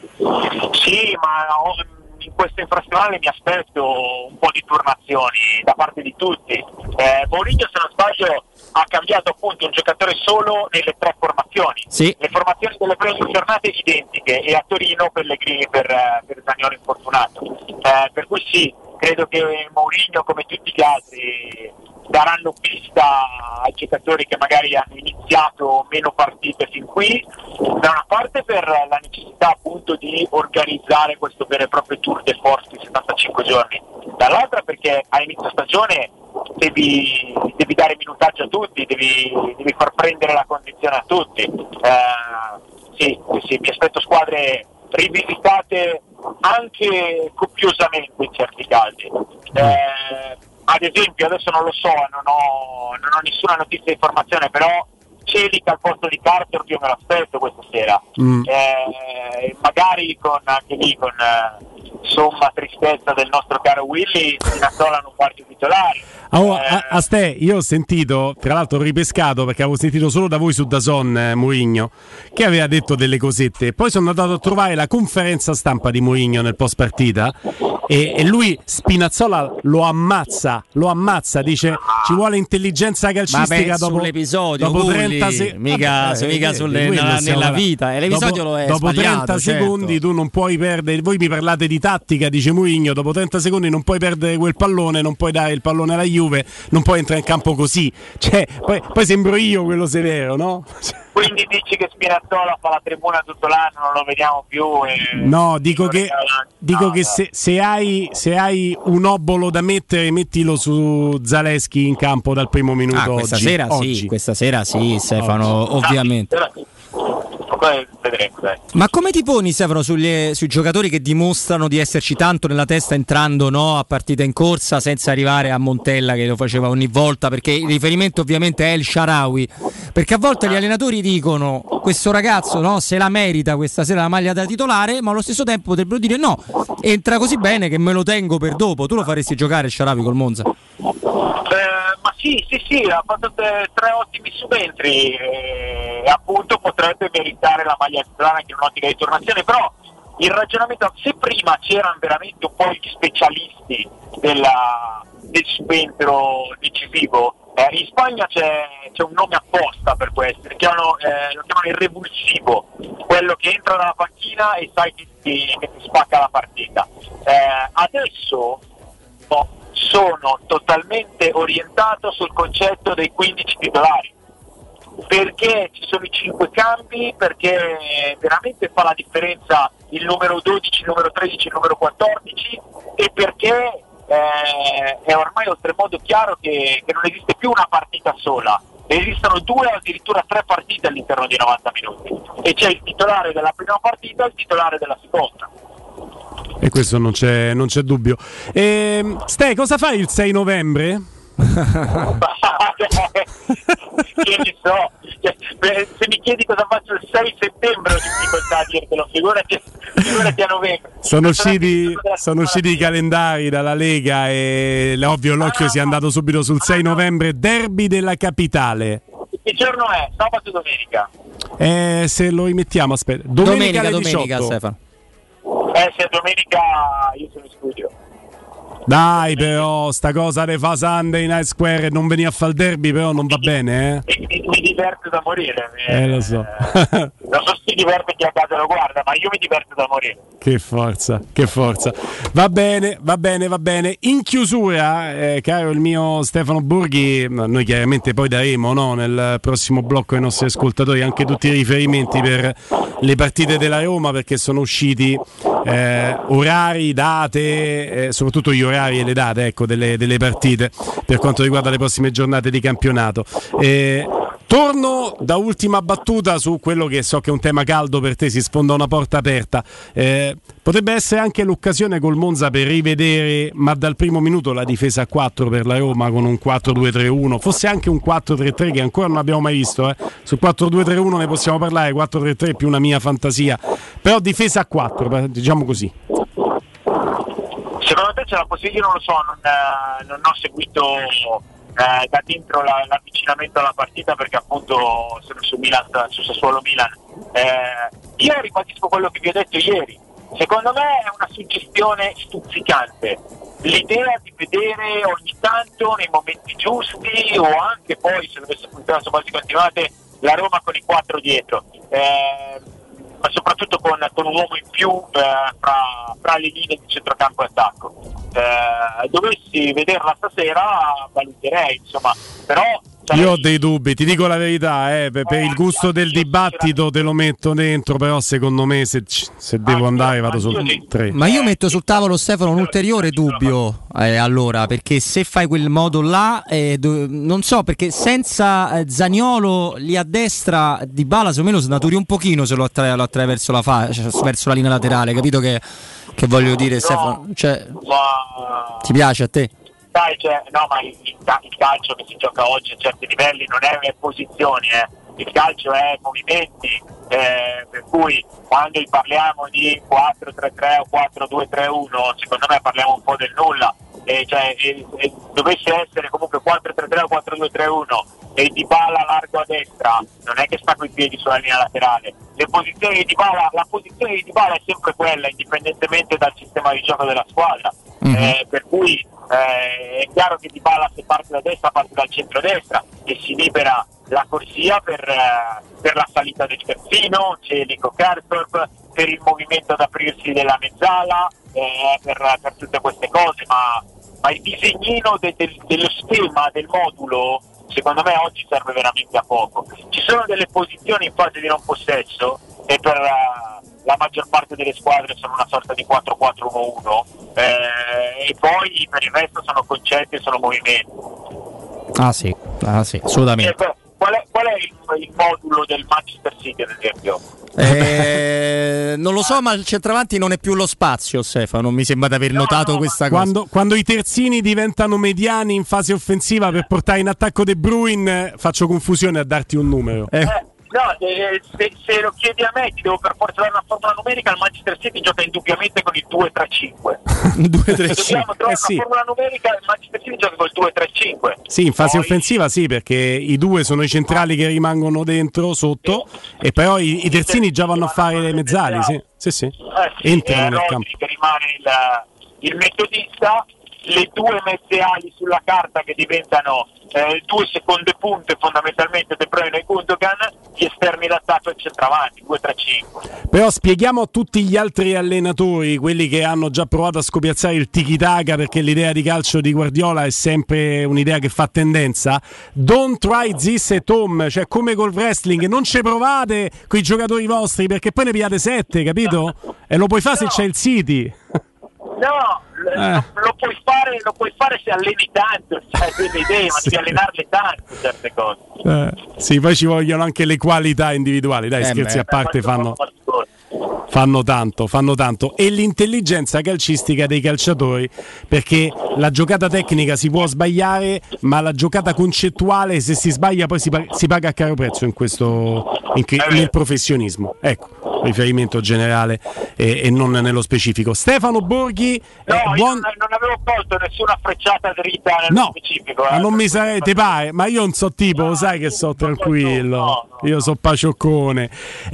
Speaker 15: Sì, ma in questo infrastionale mi aspetto un po' di turnazioni da parte di tutti. eh, Mourinho, se non sbaglio, ha cambiato appunto un giocatore solo nelle tre formazioni.
Speaker 2: Sì.
Speaker 15: Le formazioni delle prime giornate identiche, e a Torino Pellegrini per, per Zaniolo infortunato, eh, per cui sì, credo che Mourinho, come tutti gli altri, daranno pista ai giocatori che magari hanno iniziato meno partite fin qui, da una parte per la necessità appunto di organizzare questo vero e proprio tour de force di settantacinque giorni, dall'altra perché a inizio stagione devi, devi dare minutaggio a tutti, devi, devi far prendere la condizione a tutti. Eh, sì, sì, mi aspetto squadre rivisitate anche copiosamente in certi casi. Eh, ad esempio, adesso non lo so, non ho, non ho nessuna notizia di informazione, però Celic al posto di Carter io me lo aspetto questa sera. Mm. Eh, magari con anche lì con eh, somma tristezza del nostro caro Willy, Spinazzola non parte titolare.
Speaker 1: Oh, eh. a, a ste, io ho sentito, tra l'altro ho ripescato perché avevo sentito solo da voi su DAZN eh, Mourinho, che aveva detto delle cosette. Poi sono andato a trovare la conferenza stampa di Mourinho nel post partita e, e lui Spinazzola lo ammazza, lo ammazza, dice ci vuole intelligenza calcistica.
Speaker 2: Vabbè,
Speaker 1: dopo
Speaker 2: sull'episodio,
Speaker 1: dopo
Speaker 2: Gulli,
Speaker 1: trenta secondi,
Speaker 2: mica,
Speaker 1: vabbè,
Speaker 2: mica
Speaker 1: eh,
Speaker 2: sulle, nella, nella vita, e l'episodio
Speaker 1: dopo,
Speaker 2: lo è
Speaker 1: dopo
Speaker 2: sbagliato,
Speaker 1: trenta
Speaker 2: certo.
Speaker 1: secondi tu non puoi perdere. Voi mi parlate di tattica, dice Mourinho, dopo trenta secondi non puoi perdere quel pallone, non puoi dare il pallone alla Juve, non puoi entrare in campo così, cioè poi, poi sembro io quello severo, no?
Speaker 15: Quindi dici che Spinazzola fa la tribuna tutto l'anno, non lo vediamo più? E...
Speaker 1: No, dico che, dico no, che se, se, hai, se hai un obolo da mettere, mettilo su Zalewski in campo dal primo minuto.
Speaker 2: Ah, questa
Speaker 1: oggi,
Speaker 2: sera
Speaker 1: oggi.
Speaker 2: sì, questa sera sì, Stefano,
Speaker 1: oggi.
Speaker 2: ovviamente.
Speaker 15: Vedremo, dai.
Speaker 2: Ma come ti poni, Stefano, sugli, sui giocatori che dimostrano di esserci tanto nella testa entrando no, a partita in corsa, senza arrivare a Montella che lo faceva ogni volta? Perché il riferimento ovviamente è El Shaarawy, perché a volte gli allenatori dicono questo ragazzo no, se la merita questa sera la maglia da titolare, ma allo stesso tempo potrebbero dire no, entra così bene che me lo tengo per dopo. Tu lo faresti giocare El Shaarawy col Monza?
Speaker 15: Eh, ma sì, sì, sì, ha fatto tre, tre ottimi subentri e appunto potrebbe meritare la maglia titolare anche in un'ottica di tornazione, però il ragionamento, se prima c'erano veramente un po' gli specialisti della, del subentro decisivo, eh, in Spagna c'è, c'è un nome apposta per questo, lo chiamano, eh, lo chiamano il revulsivo, quello che entra dalla panchina e sai che ti, che ti spacca la partita. Eh, adesso no, sono totalmente orientato sul concetto dei quindici titolari, perché ci sono i cinque cambi, perché veramente fa la differenza il numero dodici, il numero tredici, il numero quattordici, e perché eh, è ormai oltremodo chiaro che, che non esiste più una partita sola, esistono due o addirittura tre partite all'interno di novanta minuti, e c'è il titolare della prima partita e il titolare della seconda.
Speaker 1: E questo non c'è, non c'è dubbio. E, Ste, cosa fai il sei novembre?
Speaker 15: Che ne so, se mi chiedi cosa faccio il sei settembre ho difficoltà a dirtelo, figurati, figurati a novembre.
Speaker 1: Sono usciti, sono usciti i calendari dalla Lega e ovvio l'occhio ah, si è andato subito sul sei novembre, derby della capitale.
Speaker 15: Che giorno è? Sabato o domenica?
Speaker 1: Eh, se lo rimettiamo, aspetta. Domenica,
Speaker 2: domenica,
Speaker 1: domenica
Speaker 2: domenica Stefano.
Speaker 15: Eh, se è domenica io sono in studio.
Speaker 1: Dai, però sta cosa de fa Sunday Night Square e non venire a fare il derby però non va bene, eh?
Speaker 15: Mi, mi diverte da morire.
Speaker 1: Eh, lo so.
Speaker 15: Non so se si diverte chi a casa lo guarda, ma io mi diverto da morire.
Speaker 1: Che forza, che forza. Va bene, va bene, va bene. In chiusura, eh, caro il mio Stefano Borghi, noi chiaramente poi daremo, no, nel prossimo blocco ai nostri ascoltatori anche tutti i riferimenti per le partite della Roma, perché sono usciti eh, orari, date, eh, soprattutto gli orari e le date, ecco, delle, delle partite per quanto riguarda le prossime giornate di campionato. Eh, torno da ultima battuta su quello che so che è un tema caldo per te, si sfonda una porta aperta. Eh, potrebbe essere anche l'occasione col Monza per rivedere, ma dal primo minuto, la difesa a quattro per la Roma con un quattro due tre uno, forse anche un quattro tre tre che ancora non abbiamo mai visto, eh. Su quattro due tre uno ne possiamo parlare, quattro tre tre è più una mia fantasia, però difesa a quattro, diciamo così.
Speaker 15: Secondo te c'è la possibilità? Io non lo so, non, eh, non ho seguito eh, da dentro la, l'avvicinamento alla partita perché appunto sono su Milan, su Sassuolo Milan. Eh, io ribadisco quello che vi ho detto ieri. Secondo me è una suggestione stuzzicante. L'idea di vedere ogni tanto nei momenti giusti o anche poi se dovesse funzionare su basi continuate la Roma con i quattro dietro. Eh, ma soprattutto con, con un uomo in più eh, fra, fra le linee di centrocampo e attacco. Eh, dovessi vederla stasera valuterei, insomma, però
Speaker 1: io ho dei dubbi, ti dico la verità, eh, per, per il gusto del dibattito te lo metto dentro, però secondo me se, se devo andare vado sul tre.
Speaker 2: Ma io metto sul tavolo, Stefano, un ulteriore dubbio, eh, allora, perché se fai quel modo là, eh, do, non so, perché senza eh, Zaniolo lì a destra, Dybala secondo me lo snaturi un pochino se lo attrai, lo attrai verso la fa, cioè, verso la linea laterale, capito che, che voglio dire, no, Stefano? Cioè,
Speaker 15: ma...
Speaker 2: ti piace a te?
Speaker 15: Dai, cioè, no, ma il, il, il calcio che si gioca oggi a certi livelli non è le posizioni, eh. Il calcio è movimenti, eh, per cui quando parliamo di quattro tre tre o quattro due tre uno, secondo me parliamo un po' del nulla. Eh, cioè, eh, eh, dovesse essere comunque quattro tre tre o quattro due tre uno e Dybala largo a destra, non è che sta coi piedi sulla linea laterale. Le posizioni di Dybala, la posizione di Dybala è sempre quella, indipendentemente dal sistema di gioco della squadra. Mm-hmm. Eh, per cui eh, è chiaro che Dybala, se parte da destra, parte dal centro-destra e si libera la corsia per, eh, per la salita del terzino, Celico Karsdorp, per il movimento ad aprirsi della mezzala, eh, per, per tutte queste cose, ma, ma il disegnino de, de, dello schema, del modulo, secondo me oggi serve veramente a poco. Ci sono delle posizioni in fase di non possesso e per uh, la maggior parte delle squadre sono una sorta di quattro quattro uno uno, eh, e poi per il resto sono concetti e sono movimenti.
Speaker 2: Ah sì, ah, sì, assolutamente.
Speaker 15: Eh, qual è, qual è il, il modulo del Manchester City, ad esempio?
Speaker 2: Eh, non lo so, ma il centravanti non è più lo spazio, Stefano. Non mi sembra di aver notato no, no, questa cosa.
Speaker 1: Quando, quando i terzini diventano mediani in fase offensiva per portare in attacco De Bruyne, faccio confusione a darti un numero.
Speaker 15: Eh, No, eh, se, se lo chiedi a me, ti devo per forza dare una formula numerica. Il Manchester City gioca indubbiamente con il due tre cinque.
Speaker 1: due tre cinque.
Speaker 15: Se dobbiamo trovare
Speaker 1: Eh sì.
Speaker 15: una formula numerica, il Manchester City gioca col due tre cinque.
Speaker 1: Sì, in fase
Speaker 15: Poi-
Speaker 1: offensiva sì, perché i due sono i centrali che rimangono dentro, sotto, e però i, i terzini già vanno a fare le mezzali, sì, sì, sì.
Speaker 15: Eh sì,
Speaker 1: entrano
Speaker 15: eh,
Speaker 1: nel
Speaker 15: Rodri
Speaker 1: campo.
Speaker 15: che rimane il, il metodista, le due mezze ali sulla carta che diventano eh, due seconde punte fondamentalmente De Bruyne e Gundogan, gli esterni d'attacco e il centravanti, due tre cinque.
Speaker 1: Però spieghiamo a tutti gli altri allenatori, quelli che hanno già provato a scopiazzare il tiki-taka, perché l'idea di calcio di Guardiola è sempre un'idea che fa tendenza. Don't try this at home, cioè come col wrestling, non ci provate con i giocatori vostri perché poi ne pigliate sette, capito? E lo puoi fare se c'è il City.
Speaker 15: No,
Speaker 1: Eh.
Speaker 15: lo, lo puoi fare, lo puoi fare se alleni tanto, se hai delle idee, ma
Speaker 1: Sì.
Speaker 15: devi allenarle tanto certe cose.
Speaker 1: Eh, sì, poi ci vogliono anche le qualità individuali, dai,
Speaker 15: Eh,
Speaker 1: scherzi
Speaker 15: beh.
Speaker 1: a parte,
Speaker 15: Eh,
Speaker 1: fanno, fanno tanto, fanno tanto. E l'intelligenza calcistica dei calciatori, perché la giocata tecnica si può sbagliare, ma la giocata concettuale, se si sbaglia poi si paga, si paga a caro prezzo in questo, in che- nel professionismo. Ecco, riferimento generale e, e non nello specifico. Stefano Borghi, eh,
Speaker 15: No, io
Speaker 1: buon...
Speaker 15: non, non avevo colto nessuna frecciata dritta nello
Speaker 1: No,
Speaker 15: specifico. Eh.
Speaker 1: ma non mi sarei, te pare, ma io non so tipo, lo sai che so tranquillo, io so pacioccone.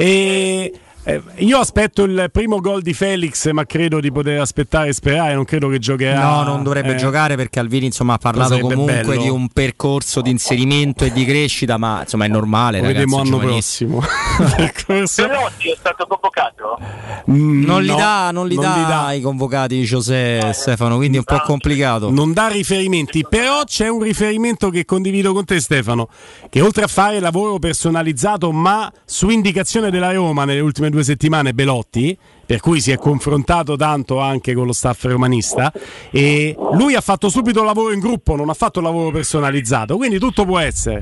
Speaker 1: E eh, io aspetto il primo gol di Felix, ma credo di poter aspettare e sperare, non credo che giocherà.
Speaker 2: No, non dovrebbe
Speaker 1: eh.
Speaker 2: giocare perché Alvini insomma ha parlato
Speaker 1: Sarebbe
Speaker 2: comunque
Speaker 1: bello.
Speaker 2: di un percorso di inserimento e di crescita, ma insomma è normale,
Speaker 1: Lo
Speaker 2: ragazzi,
Speaker 1: vedremo anno
Speaker 2: giovanissimo.
Speaker 1: prossimo.
Speaker 15: Belotti è stato convocato?
Speaker 2: Non li
Speaker 1: no,
Speaker 2: dà, non li
Speaker 1: non
Speaker 2: dà,
Speaker 1: li dà.
Speaker 2: i convocati José Stefano, quindi è un po' complicato.
Speaker 1: Non dà riferimenti, però c'è un riferimento che condivido con te, Stefano, che oltre a fare lavoro personalizzato ma su indicazione della Roma nelle ultime due settimane, Belotti, per cui si è confrontato tanto anche con lo staff romanista, e lui ha fatto subito lavoro in gruppo, non ha fatto lavoro personalizzato, quindi tutto può essere.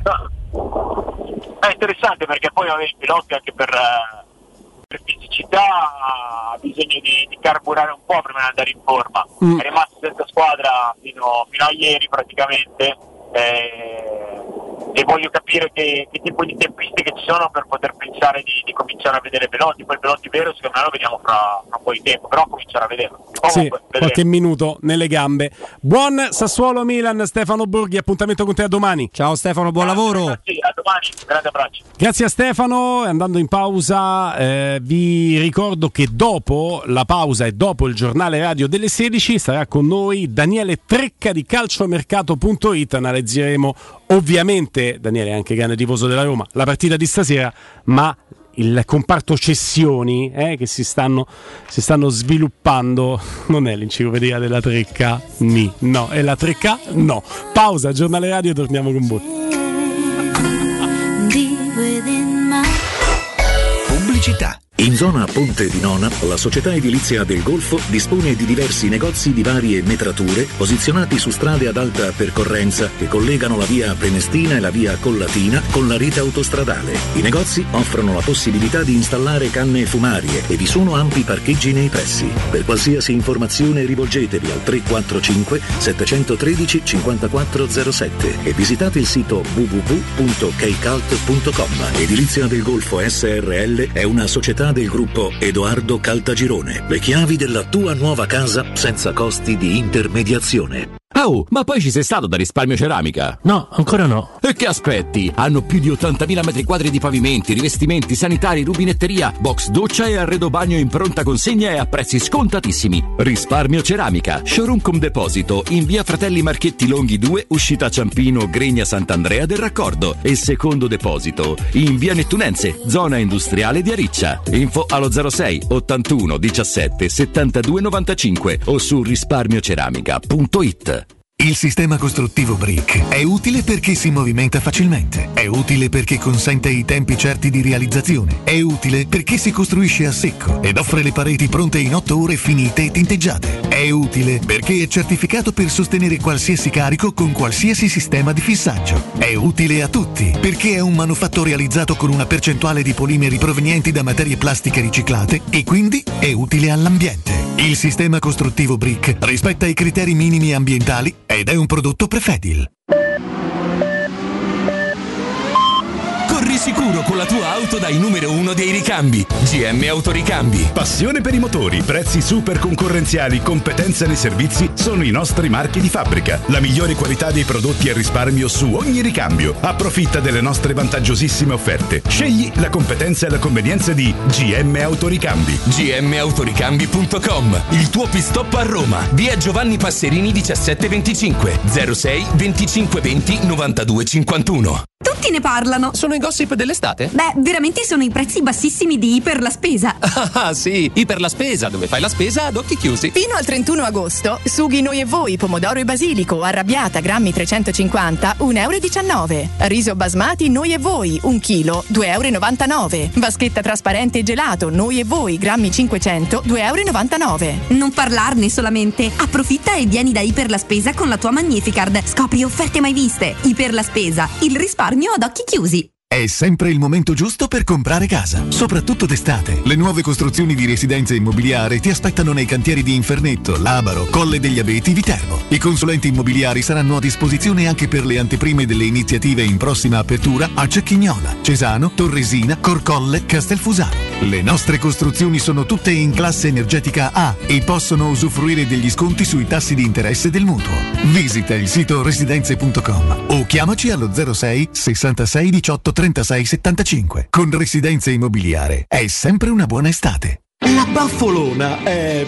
Speaker 15: È interessante perché poi vabbè, Belotti anche per, eh, per fisicità ha bisogno di, di carburare un po' prima di andare in forma.
Speaker 1: Mm.
Speaker 15: È rimasto senza squadra fino, fino a ieri praticamente, eh, e voglio capire che, che tipo di tempistiche ci sono per poter pensare di, di cominciare a vedere Belotti. Poi Belotti vero secondo me lo vediamo fra, fra un po' di tempo, però cominciare a vederlo.
Speaker 1: Sì,
Speaker 15: Comunque, vedremo.
Speaker 1: qualche minuto nelle gambe. Buon Sassuolo Milan, Stefano Borghi, appuntamento con te a domani.
Speaker 2: Ciao Stefano, buon lavoro.
Speaker 15: Sì, a domani, grande abbraccio.
Speaker 1: Grazie a Stefano, andando in pausa eh, vi ricordo che dopo la pausa e dopo il giornale radio delle sedici sarà con noi Daniele Trecca di calciomercato punto it. Analizzeremo ovviamente, Daniele è anche grande tifoso della Roma, la partita di stasera, ma il comparto cessioni eh, che si stanno, si stanno sviluppando. Non è l'enciclopedia della Trecca, ni, no, è la Trecca, no. Pausa, giornale radio e torniamo con voi.
Speaker 4: Pubblicità. In zona Ponte di Nona, la società edilizia del Golfo dispone di diversi negozi di varie metrature posizionati su strade ad alta percorrenza che collegano la via Prenestina e la via Collatina con la rete autostradale. I negozi offrono la possibilità di installare canne fumarie e vi sono ampi parcheggi nei pressi. Per qualsiasi informazione rivolgetevi al tre quattro cinque sette uno tre cinque quattro zero sette e visitate il sito w w w punto kcalt punto com. Edilizia del Golfo S R L è una società del gruppo Edoardo Caltagirone. Le chiavi della tua nuova casa senza costi di intermediazione.
Speaker 19: Oh, ma poi ci sei stato da Risparmio Ceramica?
Speaker 21: No, ancora no.
Speaker 19: E che aspetti? Hanno più di ottantamila metri quadri di pavimenti, rivestimenti, sanitari, rubinetteria, box doccia e arredo bagno in pronta consegna e a prezzi scontatissimi. Risparmio Ceramica, showroom con deposito in via Fratelli Marchetti Longhi due, uscita Ciampino, Gregna Sant'Andrea del Raccordo, e secondo deposito in via Nettunense, zona industriale di Ariccia. Info allo zero sei ottantuno diciassette settantadue novantacinque o su risparmioceramica punto it.
Speaker 22: Il sistema costruttivo Brick è utile perché si movimenta facilmente, è utile perché consente i tempi certi di realizzazione, è utile perché si costruisce a secco ed offre le pareti pronte in otto ore finite e tinteggiate, è utile perché è certificato per sostenere qualsiasi carico con qualsiasi sistema di fissaggio, è utile a tutti perché è un manufatto realizzato con una percentuale di polimeri provenienti da materie plastiche riciclate e quindi è utile all'ambiente. Il sistema costruttivo Brick rispetta i criteri minimi ambientali ed è un prodotto Prefedil.
Speaker 5: Corri sicuro con la tua auto dai numero uno dei ricambi. G M Autoricambi.
Speaker 21: Passione per i motori, prezzi super concorrenziali, competenza nei servizi sono i nostri marchi di fabbrica. La migliore qualità dei prodotti e risparmio su ogni ricambio. Approfitta delle nostre vantaggiosissime offerte. Scegli la competenza e la convenienza di G M Autoricambi.
Speaker 5: G M Autoricambi punto com. Il tuo pit-stop a Roma. Via Giovanni Passerini diciassette venticinque zero sei venticinque venti novantadue cinquantuno.
Speaker 23: Tutti ne parlano.
Speaker 5: Sono i gossip dell'estate?
Speaker 23: Beh, veramente sono i prezzi bassissimi di Iper la Spesa.
Speaker 5: Ah, sì, Iper la Spesa, dove fai la spesa ad occhi chiusi.
Speaker 23: Fino al trentuno agosto, sughi Noi e Voi, pomodoro e basilico, arrabbiata, grammi trecentocinquanta, un euro e diciannove. Riso basmati Noi e Voi, un chilo, due euro e novantanove. Vaschetta trasparente e gelato Noi e Voi, grammi cinquecento, due euro e novantanove. Non parlarne solamente. Approfitta e vieni da Iper la Spesa con la tua Magnificard. Scopri offerte mai viste. Iper la Spesa, il risparmio ad occhi chiusi.
Speaker 22: È sempre il momento giusto per comprare casa, soprattutto d'estate. Le nuove costruzioni di residenze immobiliari ti aspettano nei cantieri di Infernetto, Labaro, Colle degli Abeti, Viterbo. I consulenti immobiliari saranno a disposizione anche per le anteprime delle iniziative in prossima apertura a Cecchignola, Cesano, Torresina, Corcolle, Castelfusaro. Le nostre costruzioni sono tutte in classe energetica A e possono usufruire degli sconti sui tassi di interesse del mutuo. Visita il sito residenze punto com o chiamaci allo zero sei sessantasei diciotto trentasei settantacinque. Con Residenze Immobiliare è sempre una buona estate.
Speaker 10: La Baffolona è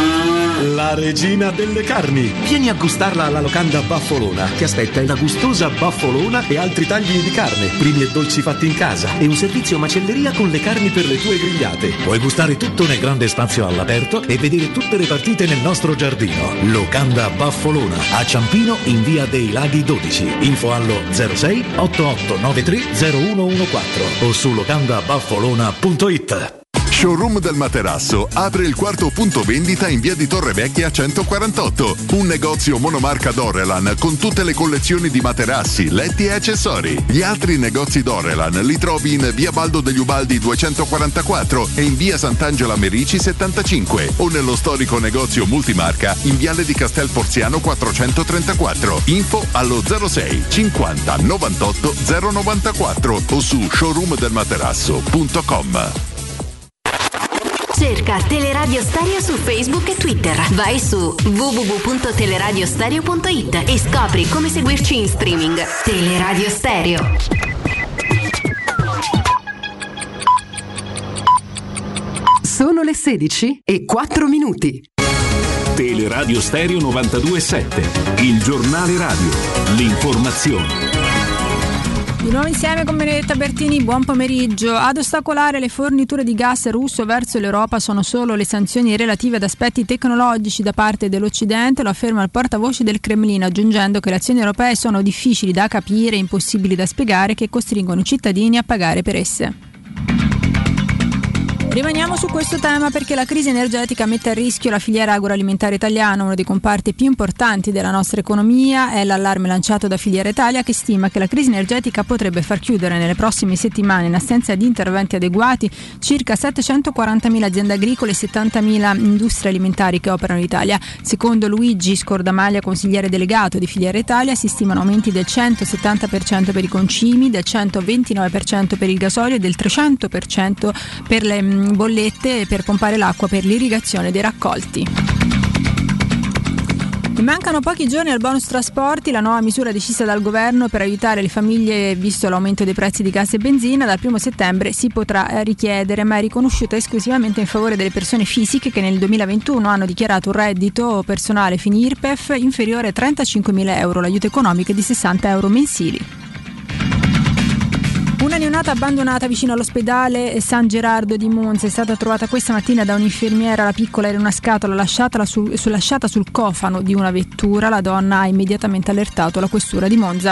Speaker 10: la regina delle carni. Vieni a gustarla alla locanda Baffolona. Ti aspetta una gustosa baffolona e altri tagli di carne, primi e dolci fatti in casa e un servizio macelleria con le carni per le tue grigliate.
Speaker 4: Puoi gustare tutto nel grande spazio all'aperto e vedere tutte le partite nel nostro giardino. Locanda Baffolona a Ciampino in via dei Laghi dodici. Info allo zero sei ottantotto novantatré zero uno quattordici o su locanda baffolona punto it.
Speaker 24: Showroom del Materasso apre il quarto punto vendita in via di Torrevecchia centoquarantotto. Un negozio monomarca Dorelan con tutte le collezioni di materassi, letti e accessori. Gli altri negozi Dorelan li trovi in via Baldo degli Ubaldi duecentoquarantaquattro e in via Sant'Angela Merici settantacinque o nello storico negozio multimarca in viale di Castel Porziano quattrocentotrentaquattro. Info allo zero sei cinquanta novantotto zero novantaquattro o su showroom del materasso punto com.
Speaker 20: Cerca Teleradio Stereo su Facebook e Twitter. Vai su w w w punto teleradiostereo punto it e scopri come seguirci in streaming. Teleradio Stereo.
Speaker 25: Sono le sedici e quattro minuti.
Speaker 14: Teleradio Stereo novantadue e sette, il giornale radio, l'informazione.
Speaker 26: Di nuovo insieme con Benedetta Bertini, buon pomeriggio. Ad ostacolare le forniture di gas russo verso l'Europa sono solo le sanzioni relative ad aspetti tecnologici da parte dell'Occidente, lo afferma il portavoce del Cremlino, aggiungendo che le azioni europee sono difficili da capire, impossibili da spiegare, che costringono i cittadini a pagare per esse. Rimaniamo su questo tema perché la crisi energetica mette a rischio la filiera agroalimentare italiana, uno dei comparti più importanti della nostra economia. È l'allarme lanciato da Filiera Italia, che stima che la crisi energetica potrebbe far chiudere nelle prossime settimane, in assenza di interventi adeguati, circa settecentoquarantamila aziende agricole e settantamila industrie alimentari che operano in Italia. Secondo Luigi Scordamaglia, consigliere delegato di Filiera Italia, si stimano aumenti del centosettanta per cento per i concimi, del centoventinove per cento per il gasolio e del trecento per cento per le bollette per pompare l'acqua per l'irrigazione dei raccolti. Mancano pochi giorni al bonus trasporti, la nuova misura decisa dal governo per aiutare le famiglie visto l'aumento dei prezzi di gas e benzina. Dal primo settembre si potrà richiedere, ma è riconosciuta esclusivamente in favore delle persone fisiche che nel duemilaventuno hanno dichiarato un reddito personale fini I R P E F inferiore a trentacinquemila euro. L'aiuto economico è di sessanta euro mensili. Una neonata abbandonata vicino all'ospedale San Gerardo di Monza è stata trovata questa mattina da un'infermiera. La piccola era in una scatola lasciata sul, lasciata sul cofano di una vettura. La donna ha immediatamente allertato la questura di Monza.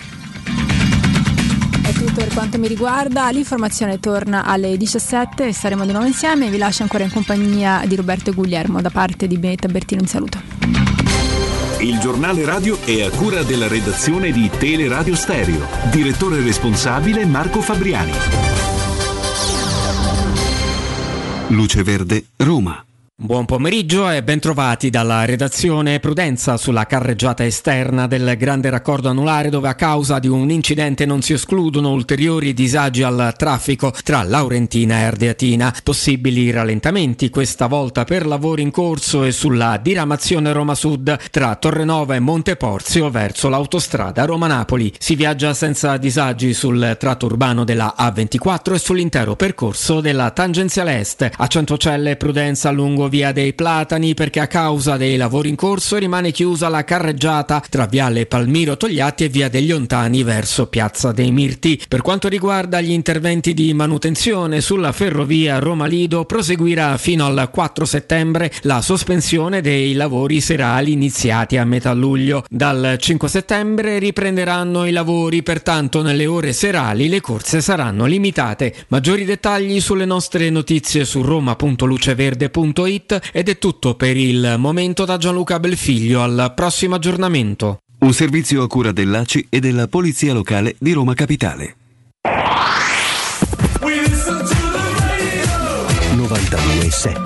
Speaker 26: È tutto per quanto mi riguarda, l'informazione torna alle diciassette e saremo di nuovo insieme. Vi lascio ancora in compagnia di Roberto e Guglielmo. Da parte di Benetta Bertino un saluto.
Speaker 14: Il giornale radio è a cura della redazione di Teleradio Stereo. Direttore responsabile Marco Fabriani. Luce Verde, Roma.
Speaker 3: Buon pomeriggio e bentrovati dalla redazione Prudenza sulla carreggiata esterna del grande raccordo anulare, dove a causa di un incidente non si escludono ulteriori disagi al traffico tra Laurentina e Ardeatina. Possibili rallentamenti questa volta per lavori in corso e sulla diramazione Roma Sud tra Torrenova e Monteporzio verso l'autostrada Roma-Napoli. Si viaggia senza disagi sul tratto urbano della A ventiquattro e sull'intero percorso della tangenziale est. A Centocelle prudenza lungo via dei Platani, perché a causa dei lavori in corso rimane chiusa la carreggiata tra viale Palmiro Togliatti e via degli Ontani verso piazza dei Mirti. Per quanto riguarda gli interventi di manutenzione sulla ferrovia Roma-Lido, proseguirà fino al quattro settembre la sospensione dei lavori serali iniziati a metà luglio. Dal cinque settembre riprenderanno i lavori, pertanto nelle ore serali le corse saranno limitate. Maggiori dettagli sulle nostre notizie su roma punto luceverde punto it. Ed è tutto per il momento da Gianluca Belfiglio. Al prossimo aggiornamento.
Speaker 6: Un servizio a cura dell'A C I e della Polizia Locale di Roma Capitale.
Speaker 8: novantadue sette.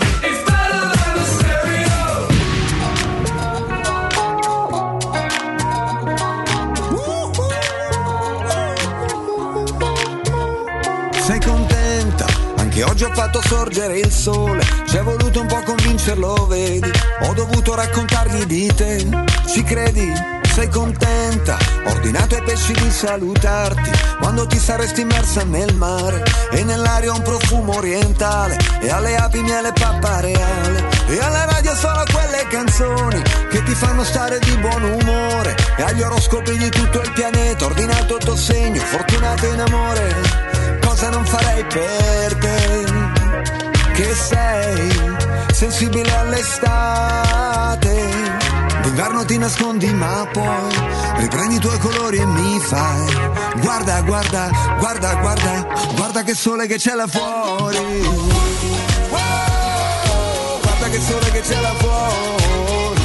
Speaker 9: Sei contenta? Anche oggi ho fatto sorgere il sole, ci è voluto un po' convincerlo, vedi? Ho dovuto raccontargli di te, ci credi? Sei contenta? Ho ordinato ai pesci di salutarti quando ti saresti immersa nel mare, e nell'aria un profumo orientale, e alle api miele pappareale, e alla radio solo quelle canzoni che ti fanno stare di buon umore, e agli oroscopi di tutto il pianeta ho ordinato il tuo segno, fortunato in amore. Cosa non farei per te, che sei sensibile all'estate, d'inverno ti nascondi ma poi riprendi i tuoi colori e mi fai guarda, guarda, guarda, guarda, guarda che sole che c'è là fuori, wow, guarda che sole che c'è là fuori,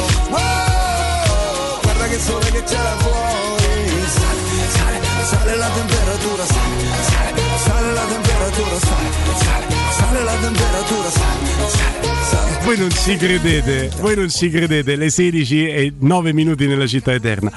Speaker 9: wow, guarda che sole che c'è là fuori, sale, sale, sale la temperatura, sale, sale, sale la temperatura, sale, sale, sale la temperatura, sale, sale, sale.
Speaker 1: Voi non ci credete, voi non ci credete, le sedici e nove minuti nella città eterna.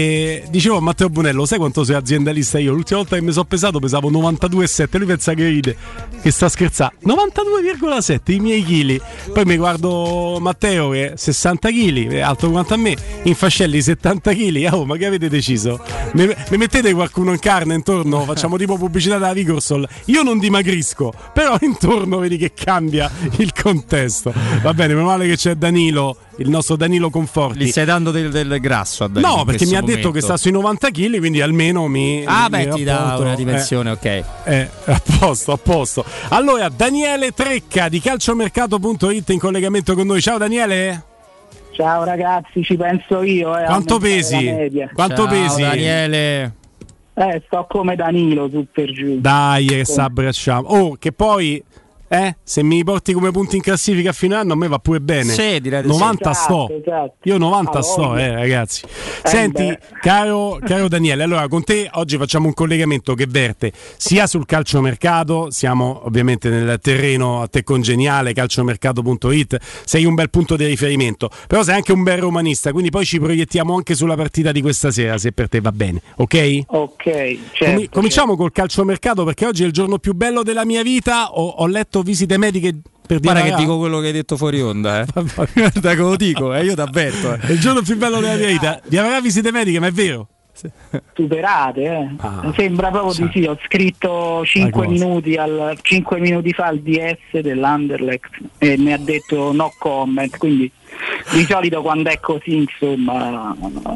Speaker 1: E dicevo a Matteo Bonello, sai quanto sei aziendalista io? L'ultima volta che mi sono pesato pesavo novantadue virgola sette, lui pensa che ride, che sta scherzando. novantadue virgola sette i miei chili. Poi mi guardo Matteo che è sessanta chili, è alto quanto a me, in fascelli settanta chili. Oh, ma che avete deciso? Mi, mi mettete qualcuno in carne intorno? Facciamo tipo pubblicità da Vigorsol. Io non dimagrisco, però intorno vedi che cambia il contesto. Va bene, meno male che c'è Danilo, il nostro Danilo Conforti.
Speaker 2: Gli stai dando del, del grasso a Danilo?
Speaker 1: No, perché mi ha
Speaker 2: momento.
Speaker 1: detto che sta sui novanta chili, quindi almeno mi...
Speaker 2: Ah,
Speaker 1: mi
Speaker 2: beh, ti dà una dimensione,
Speaker 1: eh,
Speaker 2: ok.
Speaker 1: Eh, a posto, a posto. Allora, Daniele Trecca di calciomercato punto it in collegamento con noi. Ciao Daniele.
Speaker 12: Ciao ragazzi, ci penso io. Eh,
Speaker 1: Quanto pesi? Quanto
Speaker 2: Ciao,
Speaker 1: pesi?
Speaker 2: Daniele.
Speaker 12: Eh, sto come Danilo, su per giù.
Speaker 1: Dai, che s'abbracciamo. Oh, che poi... Eh, se mi porti come punti in classifica a fine anno a me va pure bene.
Speaker 2: Sì, direi
Speaker 1: novanta
Speaker 12: sì.
Speaker 1: sto.
Speaker 12: Esatto, esatto.
Speaker 1: Io novanta
Speaker 12: Ah,
Speaker 1: sto,
Speaker 12: voglio.
Speaker 1: eh, ragazzi.
Speaker 12: Eh,
Speaker 1: Senti,
Speaker 12: beh.
Speaker 1: caro, caro Daniele, allora con te oggi facciamo un collegamento che verte sia sul calciomercato, siamo ovviamente nel terreno a te congeniale, calciomercato punto it, sei un bel punto di riferimento, però sei anche un bel romanista, quindi poi ci proiettiamo anche sulla partita di questa sera, se per te va bene, ok?
Speaker 12: Ok, certo.
Speaker 1: Comi- cominciamo col calciomercato, perché oggi è il giorno più bello della mia vita. Ho, ho letto visite mediche per
Speaker 2: Guarda
Speaker 1: dire
Speaker 2: che dico quello che hai detto fuori onda, eh. Guarda che lo dico, eh, io ti avverto. Eh.
Speaker 1: è il giorno più bello della mia vita. Vi avrà visite mediche, ma è vero?
Speaker 12: Superate, eh.
Speaker 1: Ah,
Speaker 12: Sembra proprio
Speaker 1: sì.
Speaker 12: di sì. Ho scritto cinque
Speaker 1: cosa?
Speaker 12: minuti al cinque minuti fa al D S dell'Anderlecht e mi ha detto no comment, quindi di solito quando è così, insomma,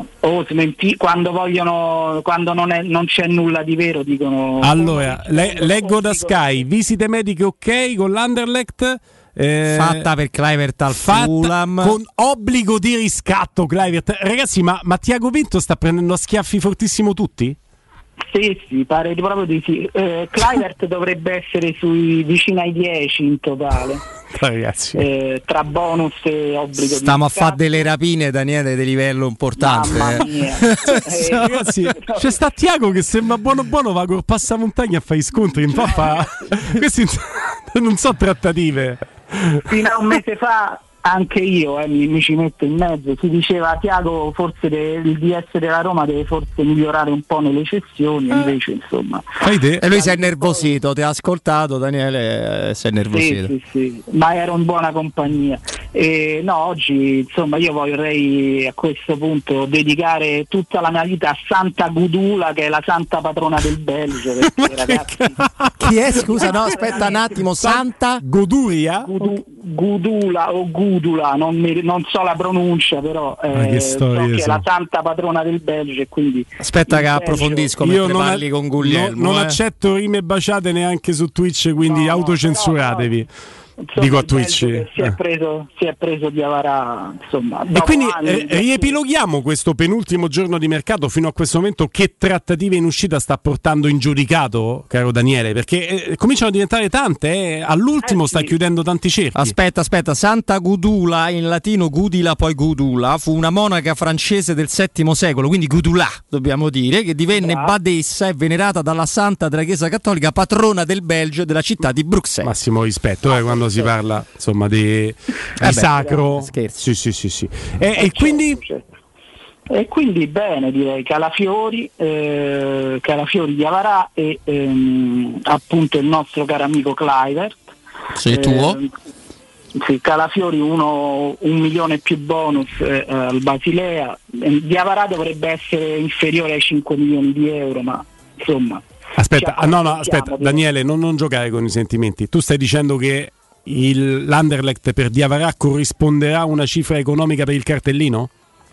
Speaker 12: o smenti, quando vogliono, quando non, è, non c'è nulla di vero dicono.
Speaker 1: Allora, le- leggo da Sky, visite mediche ok con l'Anderlecht. Eh,
Speaker 2: Fatta per Kluivert al
Speaker 1: fatta
Speaker 2: Fulham
Speaker 1: con obbligo di riscatto. Kluivert, ragazzi, ma, ma Tiago Pinto sta prendendo a schiaffi fortissimo tutti?
Speaker 12: Sì, sì, pare di proprio di sì. Eh, Kluivert dovrebbe essere sui vicino ai dieci in totale.
Speaker 1: Ragazzi,
Speaker 12: eh, tra bonus e obbligo.
Speaker 2: Stiamo a
Speaker 12: di
Speaker 2: fare delle rapine, Daniele, di livello importante.
Speaker 12: Mamma
Speaker 2: eh.
Speaker 12: mia.
Speaker 1: Sì, ragazzi, c'è sta Tiago che sembra buono buono, va col passamontagna a fare i scontri. Un po' fa... Questi non so trattative.
Speaker 12: fino a un mese fa anche io eh, mi, mi ci metto in mezzo, si diceva Thiago forse de, il D S della Roma deve forse migliorare un po' nelle cessioni, eh. invece insomma
Speaker 2: e lui si è innervosito, ti ha ascoltato Daniele, eh, si è innervosito.
Speaker 12: Sì, sì, sì, ma ero in buona compagnia. E, no, oggi insomma io vorrei a questo punto dedicare tutta la mia vita a Santa Gudula, che è la santa patrona del Belgio, perché, ragazzi,
Speaker 2: chi è, scusa, no, aspetta un attimo, Santa
Speaker 1: Goduria?
Speaker 12: Gudu, Gudula o Gudula, non, mi, non so la pronuncia, però eh,
Speaker 1: che
Speaker 12: so che
Speaker 1: so.
Speaker 12: è la santa patrona del Belgio e quindi
Speaker 2: aspetta che
Speaker 12: Belgio,
Speaker 2: approfondisco
Speaker 1: io
Speaker 2: mentre
Speaker 1: non
Speaker 2: parli
Speaker 1: a-
Speaker 2: con Guglielmo.
Speaker 1: No, non
Speaker 2: eh.
Speaker 1: accetto rime baciate neanche su Twitch, quindi
Speaker 12: no,
Speaker 1: autocensuratevi.
Speaker 12: No, no. Insomma,
Speaker 1: Dico a Twitch.
Speaker 12: Si è preso, si è preso di Avarà, insomma.
Speaker 1: E quindi
Speaker 12: anni,
Speaker 1: eh, riepiloghiamo questo penultimo giorno di mercato fino a questo momento. Che trattative in uscita sta portando in giudicato, caro Daniele? Perché eh, cominciano a diventare tante, eh. all'ultimo eh, sta sì. chiudendo tanti cerchi.
Speaker 2: Aspetta, aspetta, Santa Gudula, in latino Gudila poi Gudula, fu una monaca francese del settimo secolo, quindi Gudula dobbiamo dire, che divenne Bra. badessa e venerata dalla Santa della Chiesa Cattolica, patrona del Belgio e della città di Bruxelles.
Speaker 1: Massimo rispetto eh, quando si parla insomma di, di
Speaker 2: eh beh,
Speaker 1: sacro,
Speaker 2: scherzi.
Speaker 1: sì, sì, sì, sì. E, e quindi
Speaker 12: e quindi bene, direi Calafiori, eh, Calafiori di Avarà e ehm, appunto il nostro caro amico Kluivert.
Speaker 2: Sei tuo?
Speaker 12: Eh, sì, Calafiori uno un milione più bonus eh, al Basilea. Di Avarà dovrebbe essere inferiore ai cinque milioni di euro, ma insomma.
Speaker 1: Aspetta, ah, no, no, aspetta, Daniele, non, non giocare con i sentimenti. Tu stai dicendo che il, l'Anderlecht per Diavarà corrisponderà a una cifra economica per il cartellino?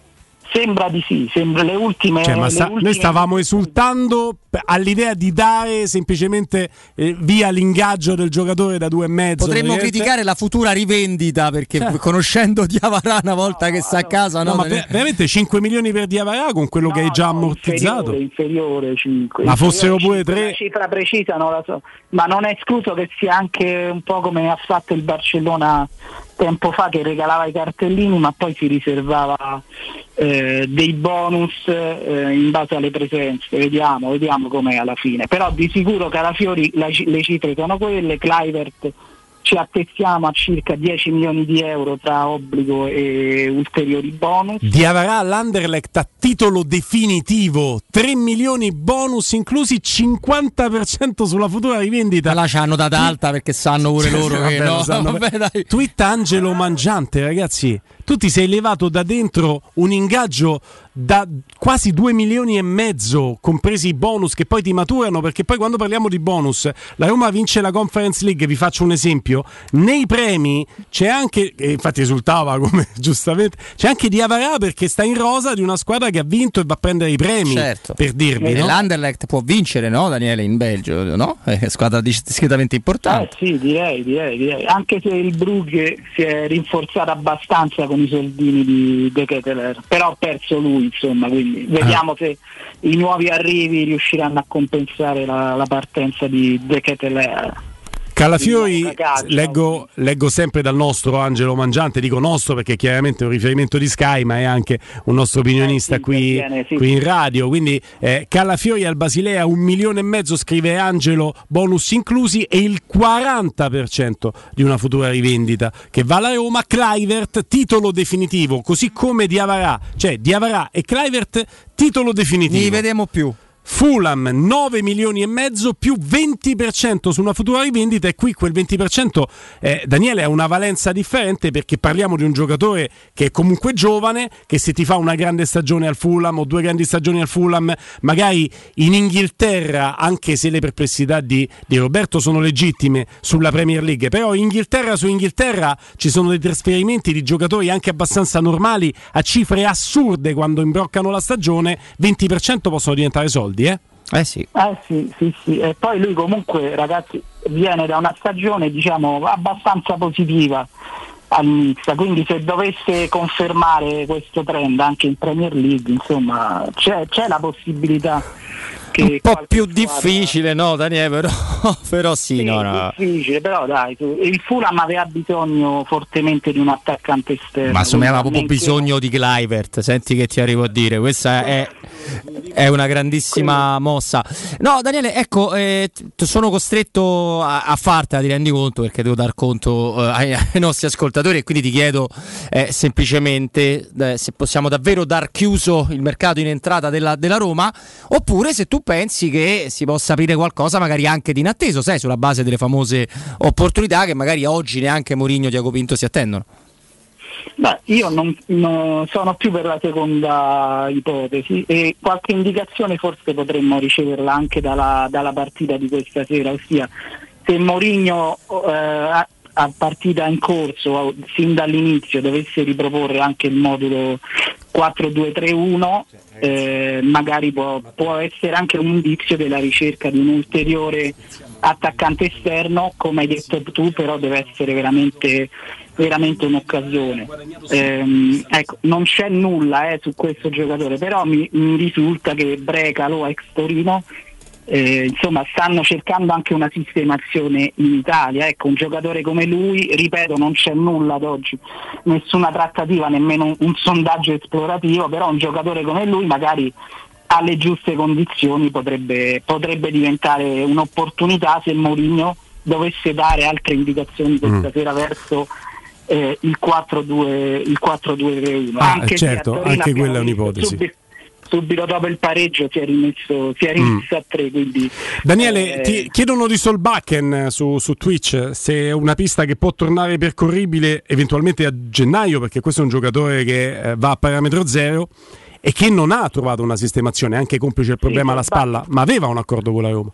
Speaker 12: Sembra di sì, sembra le ultime.
Speaker 1: Cioè, ma sta,
Speaker 12: le ultime...
Speaker 1: Noi stavamo esultando all'idea di dare semplicemente eh, via l'ingaggio del giocatore da due e mezzo.
Speaker 2: Potremmo criticare la futura rivendita perché cioè. conoscendo Diavarà una volta no, che sta a casa, no,
Speaker 1: no, ma ver- veramente cinque milioni per Diavarà con quello no, che hai già
Speaker 12: no,
Speaker 1: ammortizzato.
Speaker 12: Inferiore, inferiore cinque.
Speaker 1: Ma
Speaker 12: inferiore
Speaker 1: fossero pure
Speaker 12: cinque,
Speaker 1: tre.
Speaker 12: La cifra precisa non la so, ma non è escluso che sia anche un po' come ha fatto il Barcellona tempo fa, che regalava i cartellini ma poi si riservava eh, dei bonus eh, in base alle presenze. Vediamo, vediamo com'è alla fine. Però di sicuro Calafiori la, le cifre sono quelle, Kluivert ci attestiamo a circa dieci milioni di euro tra obbligo e ulteriori bonus.
Speaker 1: Diavarà all'Anderlecht a titolo definitivo, tre milioni bonus inclusi, cinquanta per cento sulla futura rivendita.
Speaker 2: Là c'hanno data alta perché sanno pure loro che
Speaker 1: vabbè,
Speaker 2: no.
Speaker 1: sanno.
Speaker 2: Vabbè, dai.
Speaker 1: Tweet Angelo Mangiante, ragazzi, tu ti sei levato da dentro un ingaggio da quasi due milioni e mezzo, compresi i bonus che poi ti maturano, perché poi quando parliamo di bonus la Roma vince la Conference League. Vi faccio un esempio: nei premi c'è anche, e infatti esultava come giustamente, c'è anche Diavarà perché sta in rosa di una squadra che ha vinto e va a prendere i premi,
Speaker 2: certo.
Speaker 1: per dirvi, no?
Speaker 2: L'Anderlecht può vincere, no Daniele, in Belgio, no? È squadra discretamente importante.
Speaker 12: Eh sì, direi, direi, direi. Anche se il Brugge si è rinforzato abbastanza con i soldini di De Ketelaere, però ha perso lui, insomma, quindi vediamo ah. se i nuovi arrivi riusciranno a compensare la, la partenza di De Ketelaere.
Speaker 1: Calafiori, leggo, leggo sempre dal nostro Angelo Mangiante, dico nostro perché chiaramente è un riferimento di Sky, ma è anche un nostro opinionista eh sì, qui, viene, sì. qui in radio, quindi eh, Calafiori al Basilea un milione e mezzo, scrive Angelo, bonus inclusi, e il quaranta per cento di una futura rivendita che va alla Roma. Kluivert titolo definitivo, così come Diavarà, cioè Diavarà e Kluivert titolo definitivo.
Speaker 2: Li vedremo più.
Speaker 1: Fulham nove milioni e mezzo più venti per cento su una futura rivendita, e qui quel venti per cento eh, Daniele ha una valenza differente perché parliamo di un giocatore che è comunque giovane, che se ti fa una grande stagione al Fulham o due grandi stagioni al Fulham, magari in Inghilterra, anche se le perplessità di, di Roberto sono legittime sulla Premier League, però Inghilterra su Inghilterra ci sono dei trasferimenti di giocatori anche abbastanza normali a cifre assurde quando imbroccano la stagione, venti per cento possono diventare soldi. Eh?
Speaker 2: Eh sì.
Speaker 12: Eh sì, sì, sì. E poi lui comunque, ragazzi, viene da una stagione, diciamo, abbastanza positiva all'inizio, quindi se dovesse confermare questo trend anche in Premier League, insomma, c'è, c'è la possibilità che
Speaker 2: un po' più
Speaker 12: squadra...
Speaker 2: difficile, no Daniele, però, però sì, sì no, no.
Speaker 12: difficile, però dai, il Fulham aveva bisogno fortemente di un attaccante esterno,
Speaker 2: ma insomma aveva proprio bisogno di Kluivert, senti che ti arrivo a dire, questa è È una grandissima mossa. No, Daniele, ecco, eh, sono costretto a, a fartela, ti rendi conto, perché devo dar conto eh, ai, ai nostri ascoltatori, e quindi ti chiedo eh, semplicemente eh, se possiamo davvero dar chiuso il mercato in entrata della, della Roma, oppure se tu pensi che si possa aprire qualcosa magari anche di inatteso, sai, sulla base delle famose opportunità che magari oggi neanche Mourinho e Tiago Pinto si attendono.
Speaker 12: Beh, io non, non sono più per la seconda ipotesi, e qualche indicazione forse potremmo riceverla anche dalla, dalla partita di questa sera, ossia se Mourinho eh, a, a partita in corso sin dall'inizio dovesse riproporre anche il modulo quattro due tre uno, eh, magari può, può essere anche un indizio della ricerca di un ulteriore attaccante esterno, come hai detto tu, però deve essere veramente veramente un'occasione. Ehm, ecco, non c'è nulla eh, su questo giocatore, però mi, mi risulta che Brecalo, ex Torino, eh, insomma stanno cercando anche una sistemazione in Italia. Ecco, un giocatore come lui, ripeto, non c'è nulla ad oggi, nessuna trattativa, nemmeno un, un sondaggio esplorativo, però un giocatore come lui magari alle giuste condizioni potrebbe, potrebbe diventare un'opportunità se Mourinho dovesse dare altre indicazioni questa mm. sera verso eh, il quattro due tre uno.
Speaker 1: Ah,
Speaker 12: anche
Speaker 1: certo, anche quella è un'ipotesi.
Speaker 12: Subito, subito dopo il pareggio si è rimesso, si è rimesso mm. a tre, quindi
Speaker 1: Daniele,
Speaker 12: eh,
Speaker 1: ti chiedono di Solbakken su, su Twitch se è una pista che può tornare percorribile eventualmente a gennaio, perché questo è un giocatore che eh, va a parametro zero e che non ha trovato una sistemazione, anche complice il problema sì, alla spalla, ma aveva un accordo con la Roma.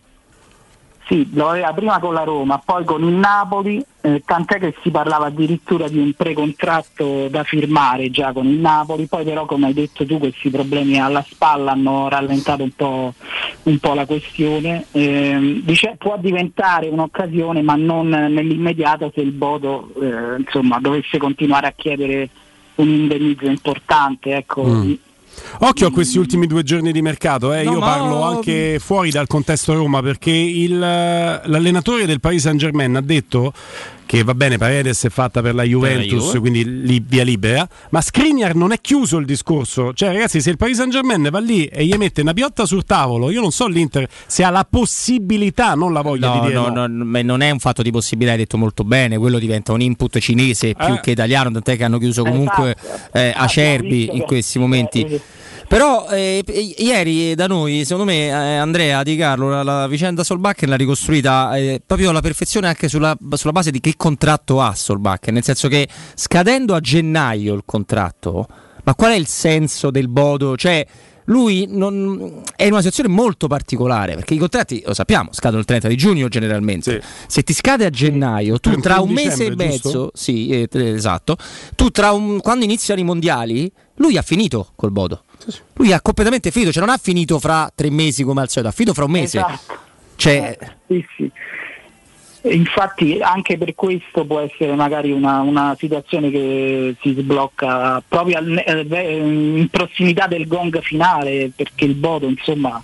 Speaker 12: Sì, lo aveva prima con la Roma, poi con il Napoli, eh, tant'è che si parlava addirittura di un precontratto da firmare già con il Napoli, poi però come hai detto tu questi problemi alla spalla hanno rallentato un po', un po' la questione. Eh, dice, può diventare un'occasione ma non nell'immediato se il Bodo eh, insomma dovesse continuare a chiedere un indennizzo importante, ecco. Mm.
Speaker 1: Occhio a questi ultimi due giorni di mercato, eh. no, Io parlo anche fuori dal contesto Roma, perché il, l'allenatore del Paris Saint-Germain ha detto che va bene, Paredes è fatta per la Juventus, per quindi li, via libera, ma Skriniar non è chiuso il discorso. Cioè ragazzi, se il Paris Saint-Germain va lì e gli mette una piotta sul tavolo, io non so l'Inter se ha la possibilità, non la voglia
Speaker 2: no,
Speaker 1: di dire
Speaker 2: no,
Speaker 1: no.
Speaker 2: no, non è un fatto di possibilità, hai detto molto bene, quello diventa un input cinese più
Speaker 1: eh.
Speaker 2: che italiano, tant'è che hanno chiuso comunque eh, Acerbi in questi momenti. Però eh, ieri da noi, secondo me, eh, Andrea Di Carlo, la, la vicenda Solbakken l'ha ricostruita eh, proprio alla perfezione anche sulla, sulla base di che contratto ha Solbakken, nel senso che scadendo a gennaio il contratto, ma qual è il senso del Bodo? Cioè lui non, è in una situazione molto particolare, perché i contratti, lo sappiamo, scadono il trenta di giugno generalmente. Sì. Se ti scade a gennaio, tu tra un mese e mezzo, sì, eh, esatto, tu tra un, quando iniziano i mondiali, lui ha finito col Bodo. Lui ha completamente finito, cioè non ha finito fra tre mesi come al solito, ha finito fra un mese.
Speaker 12: Esatto.
Speaker 2: Cioè...
Speaker 12: Sì, sì. Infatti anche per questo può essere magari una, una situazione che si sblocca proprio al, in prossimità del gong finale, perché il Bodo insomma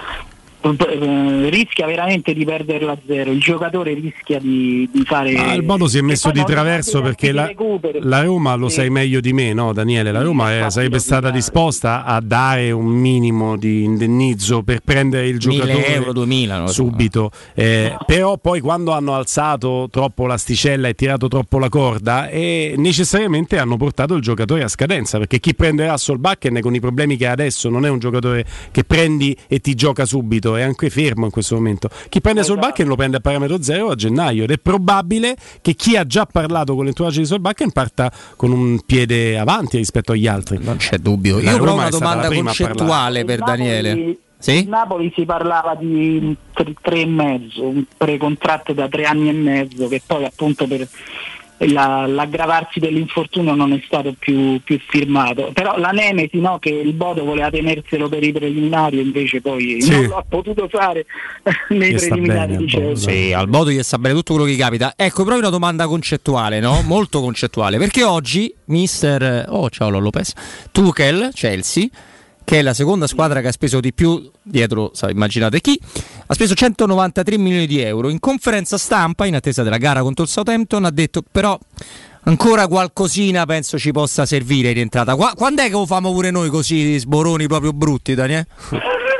Speaker 12: rischia veramente di perderla a zero, il giocatore rischia di, di fare
Speaker 1: ah, il Bodo si è messo di traverso perché la, la Roma lo sì. sai meglio di me, no Daniele? La Roma eh, sarebbe stata disposta a dare un minimo di indennizzo per prendere il giocatore
Speaker 2: mille euro, duemila
Speaker 1: subito eh, no. Però poi quando hanno alzato troppo l'asticella e tirato troppo la corda eh, necessariamente hanno portato il giocatore a scadenza, perché chi prenderà Solbakken con i problemi che ha adesso non è un giocatore che prendi e ti gioca subito, è anche fermo in questo momento. Chi prende esatto. Solbakken lo prende a parametro zero a gennaio, ed è probabile che chi ha già parlato con l'entourage di Solbakken parta con un piede avanti rispetto agli altri.
Speaker 2: Non c'è dubbio. Io ho una domanda concettuale per
Speaker 12: Napoli,
Speaker 2: Daniele. Sì?
Speaker 12: In Napoli si parlava di tre, tre e mezzo, un precontratto da tre anni e mezzo, che poi appunto per La, l'aggravarsi dell'infortunio non è stato più, più firmato, però la nemesi, no, che il Bodo voleva tenerselo per i preliminari, invece poi sì. non l'ha potuto fare nei
Speaker 2: gli
Speaker 12: preliminari di Chelsea.
Speaker 2: Sì, al Bodo gli sta bene tutto quello che gli capita. Ecco, proprio una domanda concettuale, no? Molto concettuale, perché oggi mister oh ciao Lollo Lopez Tuchel, Chelsea, che è la seconda squadra che ha speso di più dietro, sa, immaginate chi, ha speso centonovantatré milioni di euro. In conferenza stampa, in attesa della gara contro il Southampton, ha detto però ancora qualcosina penso ci possa servire in entrata. Qua, quando è che lo famo pure noi così sboroni proprio brutti, Daniele?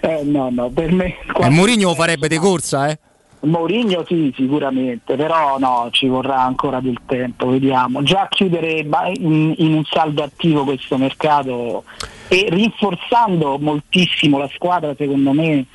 Speaker 12: Eh, no, no, per me.
Speaker 2: E Mourinho lo farebbe di corsa, eh?
Speaker 12: Mourinho sì, sicuramente, però no, ci vorrà ancora del tempo, vediamo. Già chiudere in, in un saldo attivo questo mercato e rinforzando moltissimo la squadra, secondo me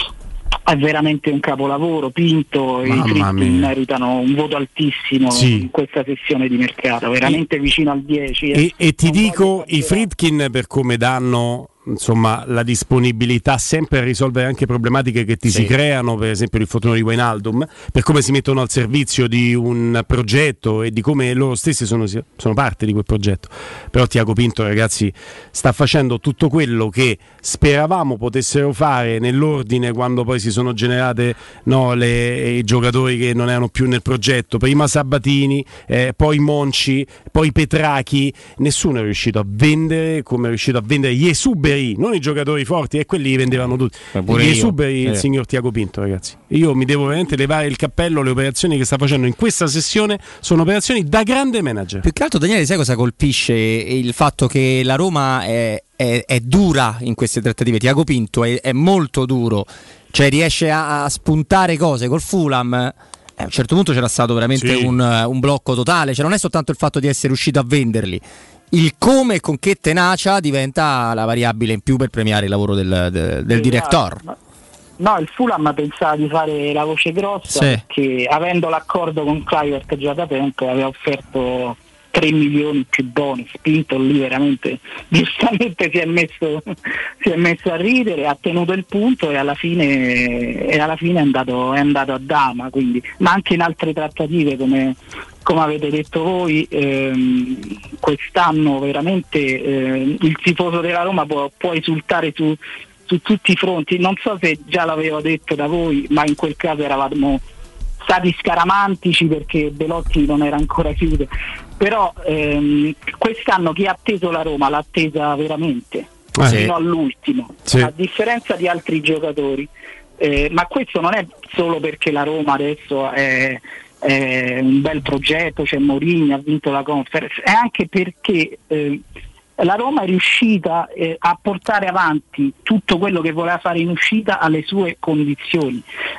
Speaker 12: è veramente un capolavoro. Pinto e i Friedkin meritano un voto altissimo, sì, in questa sessione di mercato, veramente e, vicino al dieci. Eh.
Speaker 1: E, e ti non dico, i Friedkin, per come danno insomma la disponibilità sempre a risolvere anche problematiche che ti sì. si creano, per esempio l'infortunio di Wijnaldum, per come si mettono al servizio di un progetto e di come loro stessi sono, sono parte di quel progetto. Però Tiago Pinto, ragazzi, sta facendo tutto quello che speravamo potessero fare nell'ordine quando poi si sono generate, no, le, i giocatori che non erano più nel progetto, prima Sabatini, eh, poi Monci, poi Petrachi. Nessuno è riuscito a vendere come è riuscito a vendere gli esuberi, non i giocatori forti, e quelli li vendevano tutti. Gli esuberi, eh. il signor Tiago Pinto, ragazzi. Io mi devo veramente levare il cappello. Le operazioni che sta facendo in questa sessione sono operazioni da grande manager.
Speaker 2: Più che altro, Daniele, sai cosa colpisce? Il fatto che la Roma è, è, è dura in queste trattative. Tiago Pinto è, è molto duro, cioè riesce a, a spuntare cose col Fulham. A un certo punto c'era stato veramente sì. un, un blocco totale, cioè non è soltanto il fatto di essere riuscito a venderli, il come e con che tenacia diventa la variabile in più per premiare il lavoro del, del, del director.
Speaker 12: No, il Fulham pensava di fare la voce grossa, sì, perché avendo l'accordo con Kluivert già da tempo aveva offerto tre milioni più bonus. Pinto lì veramente giustamente si è messo si è messo a ridere, ha tenuto il punto e alla fine e alla fine è andato, è andato a dama, quindi. Ma anche in altre trattative, come come avete detto voi, ehm, quest'anno veramente eh, il tifoso della Roma può, può esultare su, su tutti i fronti. Non so se già l'avevo detto da voi, ma in quel caso eravamo stati scaramantici perché Belotti non era ancora chiuso, però ehm, quest'anno chi ha atteso la Roma l'ha attesa veramente, ah, fino sì. all'ultimo, sì. a differenza di altri giocatori, eh, ma questo non è solo perché la Roma adesso è è un bel progetto, c'è Mourinho, ha vinto la Conference, è anche perché eh, la Roma è riuscita eh, a portare avanti tutto quello che voleva fare in uscita alle sue condizioni.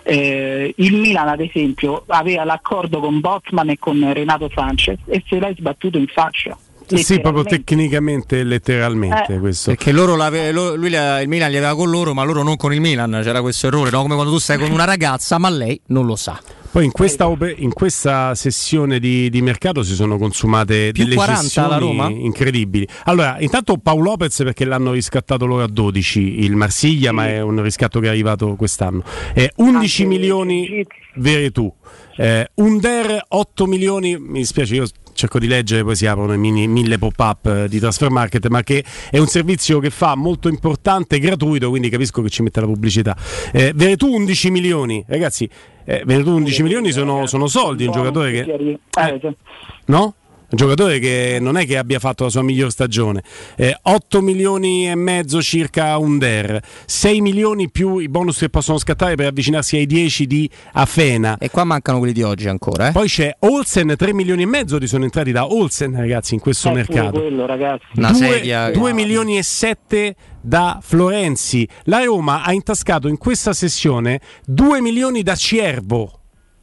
Speaker 12: Eh, il Milan, ad esempio, aveva l'accordo con Botman e con Renato Sanchez e se l'ha sbattuto in faccia.
Speaker 1: Sì, proprio tecnicamente e letteralmente, eh. questo.
Speaker 2: Perché loro lui il Milan li aveva con loro, ma loro non con il Milan. C'era questo errore, no? Come quando tu stai con una ragazza, ma lei non lo sa.
Speaker 1: Poi in questa, in questa sessione di, di mercato si sono consumate
Speaker 2: più
Speaker 1: delle
Speaker 2: quaranta alla Roma?
Speaker 1: Incredibili. Allora, intanto Paolo Lopez, perché l'hanno riscattato loro a dodici, il Marsiglia, sì. ma è un riscatto che è arrivato quest'anno. Eh, undici Anche milioni Veretù, eh, Under otto milioni, mi dispiace, io cerco di leggere, poi si aprono i mini, mille pop-up di Transfer Market, ma che è un servizio che fa molto importante, gratuito, quindi capisco che ci mette la pubblicità. Eh, Veretù undici milioni, ragazzi, eh, Veretù undici milioni sono, sono soldi, un giocatore che... Eh, no? Un giocatore che non è che abbia fatto la sua miglior stagione. eh, otto milioni e mezzo circa Under, sei milioni più i bonus che possono scattare per avvicinarsi ai dieci di Afena,
Speaker 2: e qua mancano quelli di oggi ancora, eh?
Speaker 1: Poi c'è Olsen, tre milioni e mezzo di sono entrati da Olsen, ragazzi, in questo
Speaker 12: eh,
Speaker 1: mercato
Speaker 12: quello, ragazzi.
Speaker 2: Una
Speaker 1: due,
Speaker 2: sedia,
Speaker 1: due milioni e sette da Florenzi. La Roma ha intascato in questa sessione due milioni da Ciervo.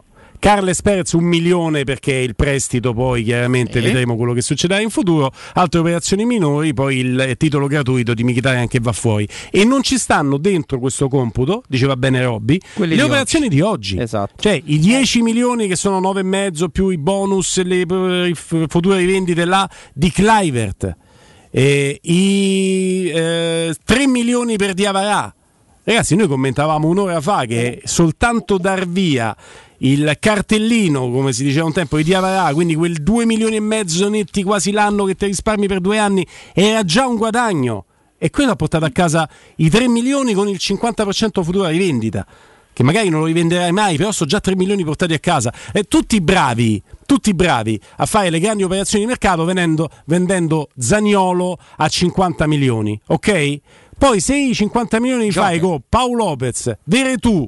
Speaker 1: Carles Perez un milione perché il prestito, poi chiaramente eh. vedremo quello che succederà in futuro, altre operazioni minori, poi il titolo gratuito di Mkhitaryan che va fuori, e non ci stanno dentro questo computo, diceva bene Robby, Quelli le di operazioni oggi. di oggi,
Speaker 2: esatto.
Speaker 1: Cioè i dieci milioni che sono nove e mezzo più i bonus, le future rivendite là di Kluivert, eh, i eh, tre milioni per Diawara. Ragazzi, noi commentavamo un'ora fa che soltanto dar via il cartellino, come si diceva un tempo, di Diawara, quindi quel due milioni e mezzo netti quasi l'anno che ti risparmi per due anni, era già un guadagno, e quello ha portato a casa i tre milioni con il cinquanta per cento futura rivendita, che magari non lo rivenderai mai, però sono già tre milioni portati a casa. E tutti bravi, tutti bravi a fare le grandi operazioni di mercato vendendo, vendendo Zaniolo a cinquanta milioni, ok? Poi se i cinquanta milioni li fai con Paolo Lopez, Veretù,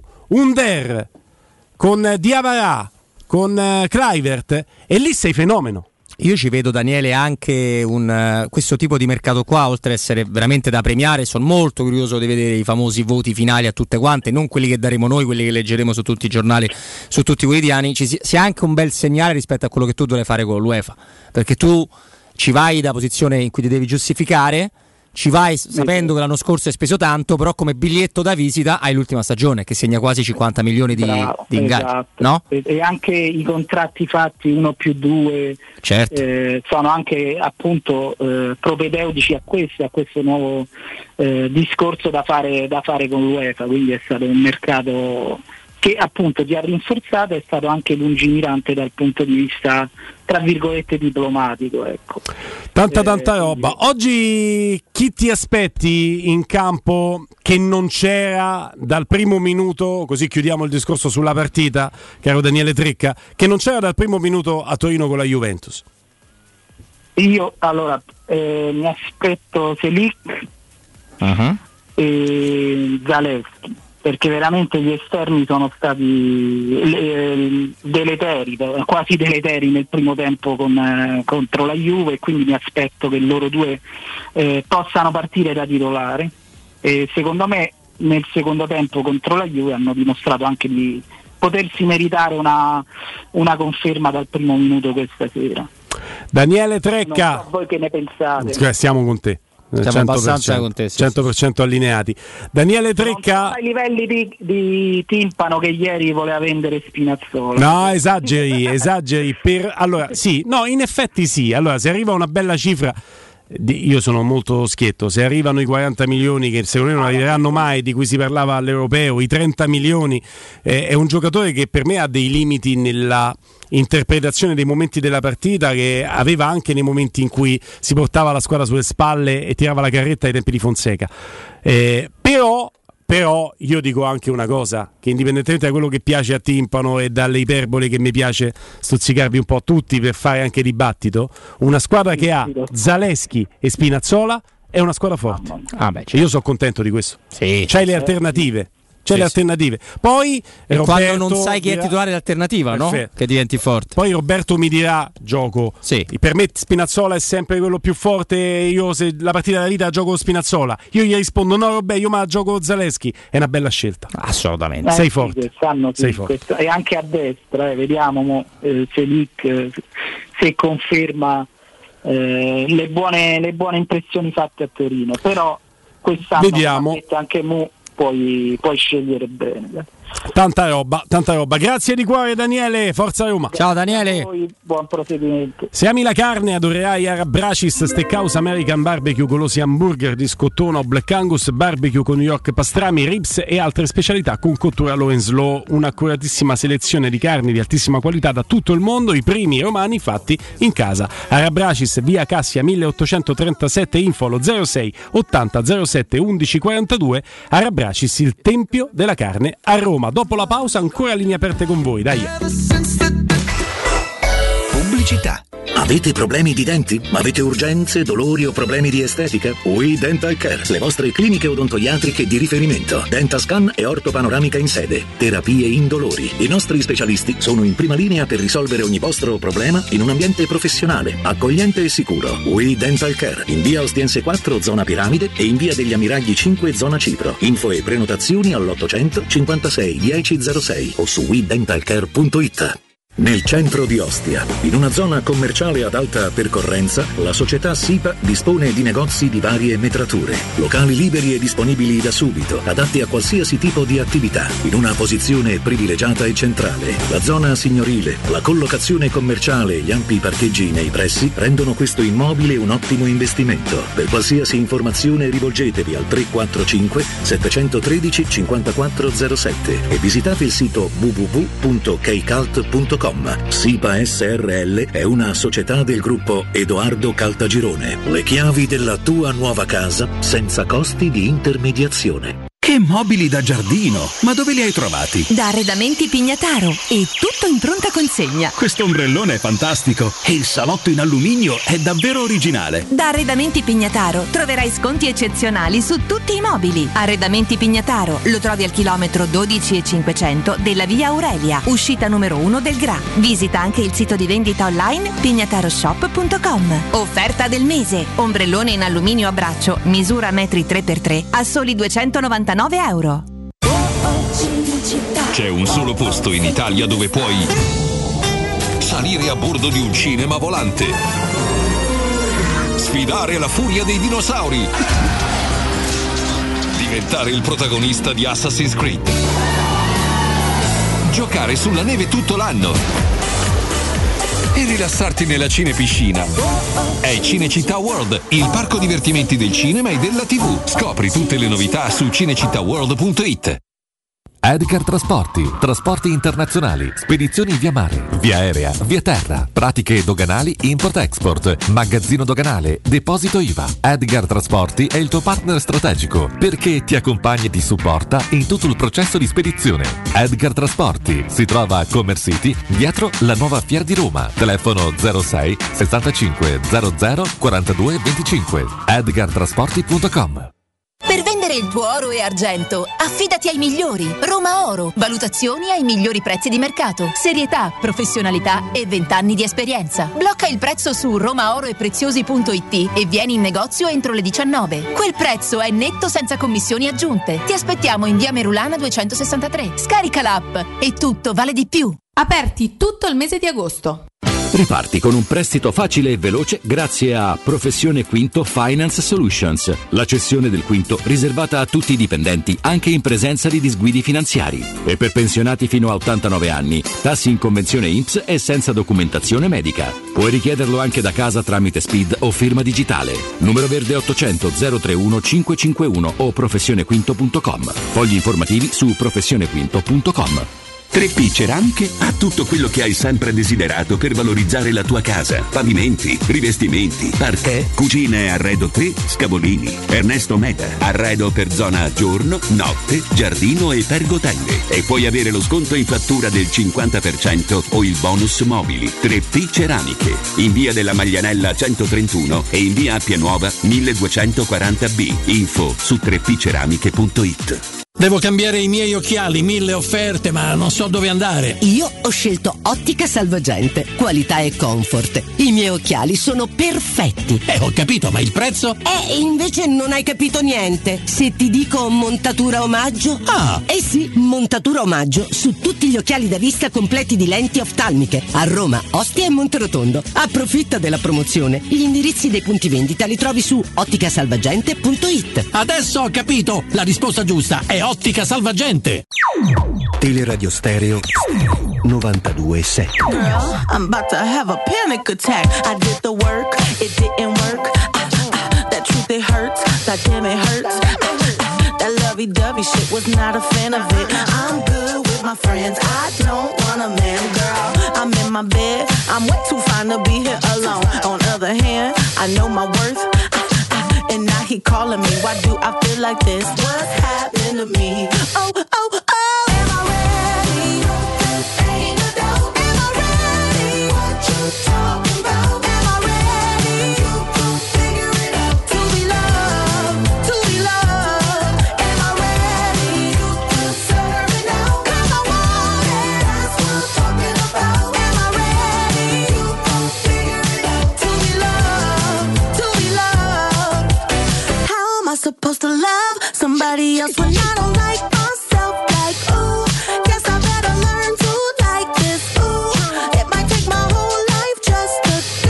Speaker 1: Under, con Diawara, con uh, Kluivert, e lì sei fenomeno.
Speaker 2: io ci vedo, Daniele, anche un, uh, questo tipo di mercato qua, oltre ad essere veramente da premiare, sono molto curioso di vedere i famosi voti finali a tutte quante, non quelli che daremo noi, quelli che leggeremo su tutti i giornali, su tutti i quotidiani. Ci sia anche un bel segnale rispetto a quello che tu dovrai fare con l'UEFA, perché tu ci vai da posizione in cui ti devi giustificare, ci vai sapendo che l'anno scorso hai speso tanto, però come biglietto da visita hai l'ultima stagione che segna quasi cinquanta milioni di,
Speaker 12: Bravo,
Speaker 2: di ingaggio,
Speaker 12: esatto.
Speaker 2: no?
Speaker 12: E, e anche i contratti fatti uno più due,
Speaker 2: certo.
Speaker 12: eh, sono anche appunto eh, propedeutici a questo, a questo nuovo eh, discorso da fare, da fare con l'UEFA, quindi è stato un mercato che appunto ti ha rinforzato, è stato anche lungimirante dal punto di vista tra virgolette diplomatico, ecco.
Speaker 1: Tanta
Speaker 12: eh,
Speaker 1: tanta roba. Oggi chi ti aspetti in campo che non c'era dal primo minuto, così chiudiamo il discorso sulla partita, caro Daniele Trecca, che non c'era dal primo minuto a Torino con la Juventus?
Speaker 12: Io allora eh, mi aspetto Selic
Speaker 2: uh-huh.
Speaker 12: e Zalewski, perché veramente gli esterni sono stati eh, deleteri, quasi deleteri nel primo tempo con, eh, contro la Juve, e quindi mi aspetto che loro due eh, possano partire da titolare. E secondo me nel secondo tempo contro la Juve hanno dimostrato anche di potersi meritare una, una conferma dal primo minuto questa sera.
Speaker 1: Daniele Trecca,
Speaker 12: non so voi che ne pensate?
Speaker 1: Siamo con te.
Speaker 2: Siamo abbastanza con te, sì,
Speaker 1: cento per cento allineati. Daniele Trecca,
Speaker 12: ai livelli di, di timpano che ieri voleva vendere Spinazzola.
Speaker 1: No, esageri, esageri per... Allora, sì, no, in effetti sì. Allora, se arriva una bella cifra, io sono molto schietto, se arrivano i quaranta milioni che secondo me non arriveranno mai, di cui si parlava all'Europeo, i trenta milioni, eh, è un giocatore che per me ha dei limiti nella interpretazione dei momenti della partita, che aveva anche nei momenti in cui si portava la squadra sulle spalle e tirava la carretta ai tempi di Fonseca, eh, però Però io dico anche una cosa, che indipendentemente da quello che piace a Timpano e dalle iperbole che mi piace stuzzicarvi un po' tutti per fare anche dibattito, una squadra che ha Zalewski e Spinazzola è una squadra forte.
Speaker 2: Ah beh, certo.
Speaker 1: E io sono contento di questo.
Speaker 2: Sì,
Speaker 1: c'hai le alternative. C'è
Speaker 2: sì,
Speaker 1: le alternative. Poi
Speaker 2: e
Speaker 1: Roberto
Speaker 2: quando non sai chi
Speaker 1: dirà...
Speaker 2: è titolare l'alternativa, no? Che diventi forte.
Speaker 1: Poi Roberto mi dirà: gioco.
Speaker 2: Sì.
Speaker 1: Per me Spinazzola è sempre quello più forte. Io se la partita della vita gioco Spinazzola, io gli rispondo: no, Roberto, io ma gioco Zalewski. È una bella scelta.
Speaker 2: Assolutamente.
Speaker 12: Eh,
Speaker 1: Sei
Speaker 12: sì,
Speaker 1: forte.
Speaker 12: Sì,
Speaker 1: Sei forte.
Speaker 12: Questo, e anche a destra, eh, vediamo mo, eh, Selic eh, se conferma eh, le buone le buone impressioni fatte a Torino. Però quest'anno
Speaker 1: vediamo.
Speaker 12: Anche Mu puoi, puoi scegliere bene.
Speaker 1: Tanta roba, tanta roba. Grazie di cuore Daniele, forza Roma.
Speaker 2: Ciao Daniele.
Speaker 12: Poi, buon proseguimento.
Speaker 1: Se ami la carne adorerai Arabracis Steakhouse American Barbecue, golosi hamburger di scottona o Black Angus, barbecue con New York pastrami, ribs e altre specialità con cottura low and slow. Un'accuratissima selezione di carni di altissima qualità da tutto il mondo, i primi romani fatti in casa. Arabracis, via Cassia milleottocentotrentasette, info allo zero sei ottanta zero sette undici quarantadue. Arabracis, il tempio della carne a Roma. Dopo la pausa ancora linee aperte con voi, dai.
Speaker 4: Pubblicità. Avete problemi di denti? Avete urgenze, dolori o problemi di estetica? We Dental Care, le vostre cliniche odontoiatriche di riferimento. Dentascan e ortopanoramica in sede. Terapie indolori. I nostri specialisti sono in prima linea per risolvere ogni vostro problema in un ambiente professionale, accogliente e sicuro. We Dental Care, in via Ostiense quattro, zona Piramide, e in via degli Ammiragli cinque, zona Cipro. Info e prenotazioni all'ottocento cinquantasei dieci zero sei o su we dental care punto it. Nel centro di Ostia, in una zona commerciale ad alta percorrenza, la società SIPA dispone di negozi di varie metrature, locali liberi e disponibili da subito, adatti a qualsiasi tipo di attività, in una posizione privilegiata e centrale. La zona signorile, la collocazione commerciale e gli ampi parcheggi nei pressi rendono questo immobile un ottimo investimento. Per qualsiasi informazione rivolgetevi al tre quattro cinque sette uno tre cinque zero sette e visitate il sito w w w punto keycult punto com. SIPA S R L è una società del gruppo Edoardo Caltagirone. Le chiavi della tua nuova casa senza costi di intermediazione. Che
Speaker 14: Che mobili da giardino! Ma dove li hai trovati?
Speaker 7: Da Arredamenti Pignataro, e tutto in pronta consegna.
Speaker 14: Questo ombrellone è fantastico e il salotto in alluminio è davvero originale.
Speaker 7: Da Arredamenti Pignataro troverai sconti eccezionali su tutti i mobili. Arredamenti Pignataro lo trovi al chilometro dodici e cinquecento della via Aurelia, uscita numero uno del Gra. Visita anche il sito di vendita online pignataroshop punto com. Offerta del mese: ombrellone in alluminio a braccio, misura metri tre per tre a soli duecentonovantanove euro.
Speaker 11: C'è un solo posto in Italia dove puoi salire a bordo di un cinema volante, sfidare la furia dei dinosauri, diventare il protagonista di Assassin's Creed, giocare sulla neve tutto l'anno e rilassarti nella cinepiscina. È Cinecittà World, il parco divertimenti del cinema e della tivù. Scopri tutte le novità su cinecittàworld punto it.
Speaker 13: Edgar Trasporti, trasporti internazionali, spedizioni via mare, via aerea, via terra, pratiche doganali import-export, magazzino doganale, deposito I V A. Edgar Trasporti è il tuo partner strategico perché ti accompagna e ti supporta in tutto il processo di spedizione. Edgar Trasporti si trova a Commerce City, dietro la nuova Fiera di Roma. Telefono zero sei sessantacinque zero zero quarantadue venticinque. edgar trasporti punto com.
Speaker 7: Per vendere il tuo oro e argento, affidati ai migliori. Roma Oro. Valutazioni ai migliori prezzi di mercato. Serietà, professionalità e vent'anni di esperienza. Blocca il prezzo su romaoroepreziosi punto it e vieni in negozio entro le diciannove. Quel prezzo è netto senza commissioni aggiunte. Ti aspettiamo in via Merulana duecentosessantatré. Scarica l'app e tutto vale di più.
Speaker 16: Aperti tutto il mese di agosto.
Speaker 19: Riparti con un prestito facile e veloce grazie a Professione Quinto Finance Solutions, la cessione del quinto riservata a tutti i dipendenti anche in presenza di disguidi finanziari. E per pensionati fino a ottantanove anni, tassi in convenzione I N P S e senza documentazione medica. Puoi richiederlo anche da casa tramite S P I D o firma digitale. Numero verde ottocento zero trentuno cinquecentocinquantuno o professionequinto punto com. Fogli informativi su professionequinto punto com.
Speaker 14: tre P Ceramiche ha tutto quello che hai sempre desiderato per valorizzare la tua casa. Pavimenti, rivestimenti, parquet, cucina e arredo tre, Scavolini. Ernesto Meda, arredo per zona giorno, notte, giardino e pergotelle. E puoi avere lo sconto in fattura del cinquanta per cento o il bonus mobili. tre P Ceramiche, in via della Maglianella centotrentuno e in via Appia Nuova milleduecentoquaranta B. Info su tre p ceramiche punto it.
Speaker 17: Devo cambiare i miei occhiali, mille offerte, ma non so dove andare.
Speaker 18: Io ho scelto Ottica Salvagente, qualità e comfort. I miei occhiali sono perfetti.
Speaker 17: Eh, ho capito, ma il prezzo?
Speaker 18: Eh, invece non hai capito niente. Se ti dico montatura omaggio?
Speaker 17: Ah!
Speaker 18: Eh sì, montatura omaggio su tutti gli occhiali da vista completi di lenti oftalmiche. A Roma, Ostia e Monterotondo. Approfitta della promozione. Gli indirizzi dei punti vendita li trovi su ottica salvagente punto it.
Speaker 17: Adesso ho capito! La risposta giusta è Ottica Salvagente.
Speaker 8: Teleradio Stereo novantadue e sette.
Speaker 27: Girl, I'm about to have a panic attack. I did the work, it didn't work. Ah, ah, that truth, it hurts. That damn, it hurts. Ah, ah, that lovey-dovey shit, was not a fan of it. I'm good with my friends. I don't want a man, girl. I'm in my bed. I'm way too fine to be here alone. On the other hand, I know my worth. And now he calling me, why do I feel like this? What's happened to me? Oh, oh, oh. Am I ready? Ain't no doubt. Am I ready? What you talking about? Am I ready? You gon' figure it out. To be loved, to be loved. Am I ready? You deserve it now. 'Cause I want it. That's what I'm talking about. Am I ready? You gon' figure it out. To be loved, to be loved. How am I supposed to love somebody else when I don't like myself? Like, ooh, guess I better learn to like this. Ooh, it might take my whole life just to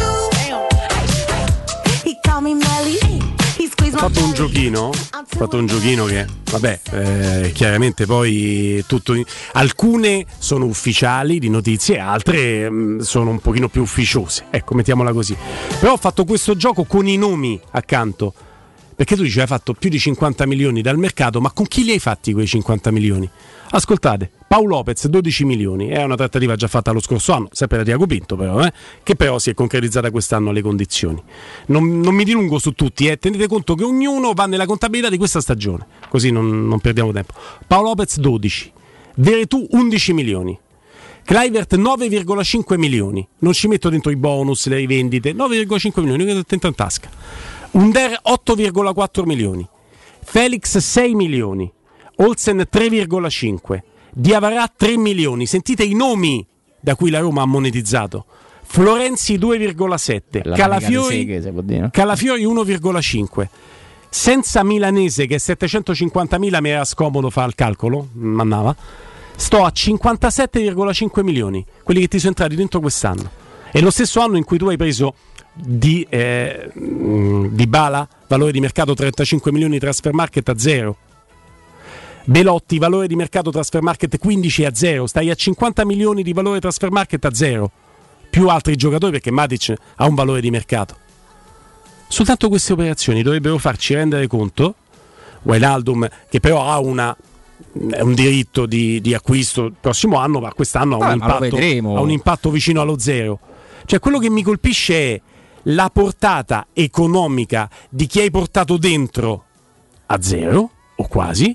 Speaker 27: do. He call me Melly. He squeeze my
Speaker 1: Ho fatto un giochino, ho fatto un giochino che, vabbè, eh, chiaramente poi tutto, alcune sono ufficiali di notizie, altre mh, sono un pochino più ufficiose, ecco, mettiamola così. Però ho fatto questo gioco con i nomi accanto, Perché tu dici hai fatto più di cinquanta milioni dal mercato, ma con chi li hai fatti quei cinquanta milioni? Ascoltate, Paolo Lopez dodici milioni, è una trattativa già fatta lo scorso anno, sempre da Tiago Pinto però, eh, che però si è concretizzata quest'anno alle condizioni. Non, non mi dilungo su tutti, eh, tenete conto che ognuno va nella contabilità di questa stagione, così non, non perdiamo tempo. Paolo Lopez dodici, Veretù undici milioni, Kluivert nove virgola cinque milioni, non ci metto dentro i bonus, le rivendite, nove virgola cinque milioni, che dentro in tasca. Under otto virgola quattro milioni, Felix sei milioni, Olsen tre virgola cinque, Diavarà tre milioni. Sentite i nomi da cui la Roma ha monetizzato: Florenzi due virgola sette, Calafiori,
Speaker 2: Seghe,
Speaker 1: Calafiori uno virgola cinque, senza Milanese che settecentocinquantamila mi era scomodo fare il calcolo, mannava, sto a cinquantasette virgola cinque milioni, quelli che ti sono entrati dentro quest'anno. È lo stesso anno in cui tu hai preso di eh, Dybala, valore di mercato trentacinque milioni, transfer market a zero. Belotti, valore di mercato transfer market quindici a zero. Stai a cinquanta milioni di valore transfer market a zero, più altri giocatori, perché Matic ha un valore di mercato. Soltanto queste operazioni dovrebbero farci rendere conto. Wijnaldum, che però ha una un diritto di, di acquisto il prossimo anno, ma quest'anno ha un, impatto, ha un impatto vicino allo zero. Cioè, quello che mi colpisce è la portata economica di chi hai portato dentro a zero o quasi,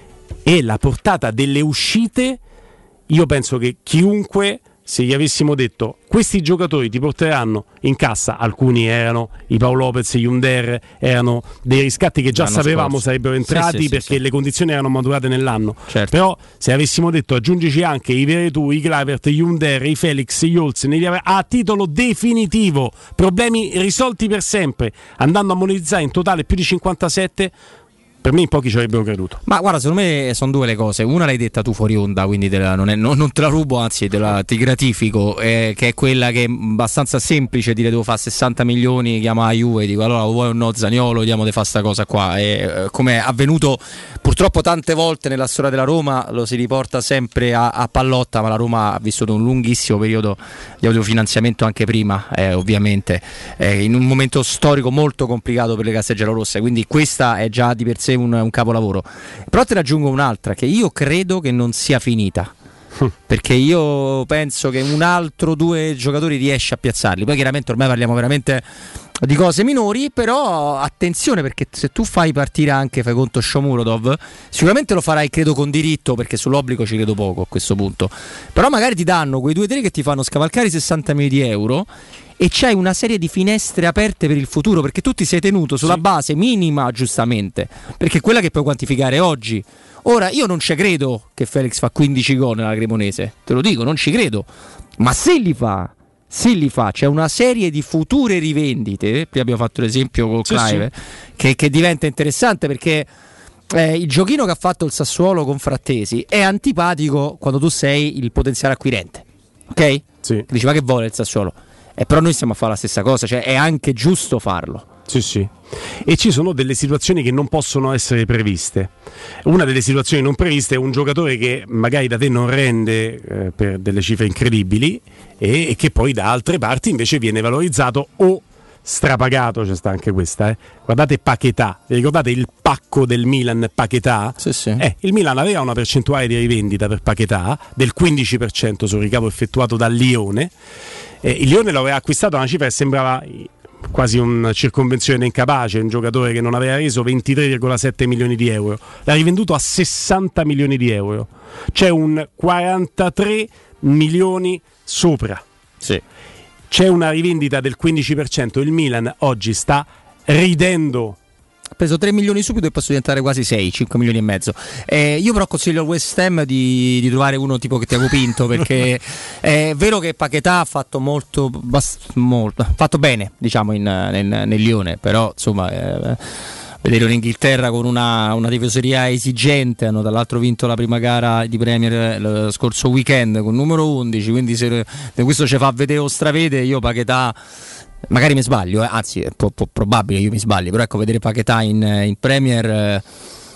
Speaker 1: e la portata delle uscite. Io penso che chiunque, se gli avessimo detto questi giocatori ti porteranno in cassa, alcuni erano i Paolo Lopez, gli Under, erano dei riscatti che già l'anno sapevamo scorso sarebbero entrati, sì, sì, perché sì, le condizioni erano maturate nell'anno, certo. Però se avessimo detto aggiungici anche i Veretù, i Kluivert, gli Under, i Felix, gli Olsen, a titolo definitivo, problemi risolti per sempre, andando a monetizzare in totale più di cinquantasette, per me in pochi ci avrebbero creduto.
Speaker 2: Ma guarda, secondo me sono due le cose. Una l'hai detta tu fuori onda, quindi te la, non, è, non, non te la rubo, anzi te la, ti gratifico, eh, che è quella che è abbastanza semplice dire devo fare sessanta milioni, chiama la Juve, dico allora vuoi o no Zaniolo, vediamo di fare sta cosa qua. E, eh, come è avvenuto purtroppo tante volte nella storia della Roma, lo si riporta sempre a, a Pallotta, ma la Roma ha vissuto un lunghissimo periodo di autofinanziamento anche prima, eh, ovviamente, eh, in un momento storico molto complicato per le casse giallorosse, quindi questa è già di per sé Un, un capolavoro. Però te ne aggiungo un'altra, che io credo che non sia finita, perché io penso che un altro due giocatori riesce a piazzarli. Poi chiaramente ormai parliamo veramente di cose minori, però attenzione, perché se tu fai partire anche, fai conto, Shomurodov, sicuramente lo farai credo con diritto, perché sull'obbligo ci credo poco a questo punto, però magari ti danno quei due o tre che ti fanno scavalcare i sessanta milioni di euro e c'hai una serie di finestre aperte per il futuro, perché tu ti sei tenuto sulla sì. base minima, giustamente, perché è quella che puoi quantificare oggi. Ora io non ci credo che Felix fa quindici gol nella Cremonese, te lo dico, non ci credo, ma se li fa se li fa, c'è una serie di future rivendite. Prima abbiamo fatto l'esempio con sì, Clive sì. Che, che diventa interessante, perché eh, il giochino che ha fatto il Sassuolo con Frattesi è antipatico quando tu sei il potenziale acquirente, ok? Sì. Dici ma che vuole il Sassuolo? E però noi stiamo a fare la stessa cosa, cioè è anche giusto farlo.
Speaker 1: Sì, sì. E ci sono delle situazioni che non possono essere previste. Una delle situazioni non previste è un giocatore che magari da te non rende eh, per delle cifre incredibili e, e che poi da altre parti invece viene valorizzato o strapagato. C'è sta anche questa, eh. Guardate Paquetá, vi ricordate il pacco del Milan Paquetá?
Speaker 2: Sì, sì.
Speaker 1: Eh, il Milan aveva una percentuale di rivendita per Paquetá del quindici per cento sul ricavo effettuato dal Lione. Eh, il Lione lo aveva acquistato a una cifra che sembrava quasi una circonvenzione incapace, un giocatore che non aveva reso ventitré virgola sette milioni di euro, l'ha rivenduto a sessanta milioni di euro, c'è un quarantatré milioni sopra.
Speaker 2: Sì.
Speaker 1: C'è una rivendita del quindici per cento, il Milan oggi sta ridendo.
Speaker 2: Ha preso tre milioni subito e posso diventare quasi sei, cinque milioni e mezzo. Eh, io però consiglio al West Ham di, di trovare uno tipo che Tiago Pinto, perché è vero che Paquetá ha fatto molto, bast- molto fatto bene, diciamo, in, nel, nel Lione, però insomma eh, vedere un'Inghilterra con una, una tifoseria esigente, hanno dall'altro vinto la prima gara di Premier lo scorso weekend con numero undici, quindi se questo ci fa vedere o stravede, io Paquetá magari mi sbaglio, eh, anzi è po- po- probabile io mi sbagli, però ecco, vedere Paquetá in, in Premier eh,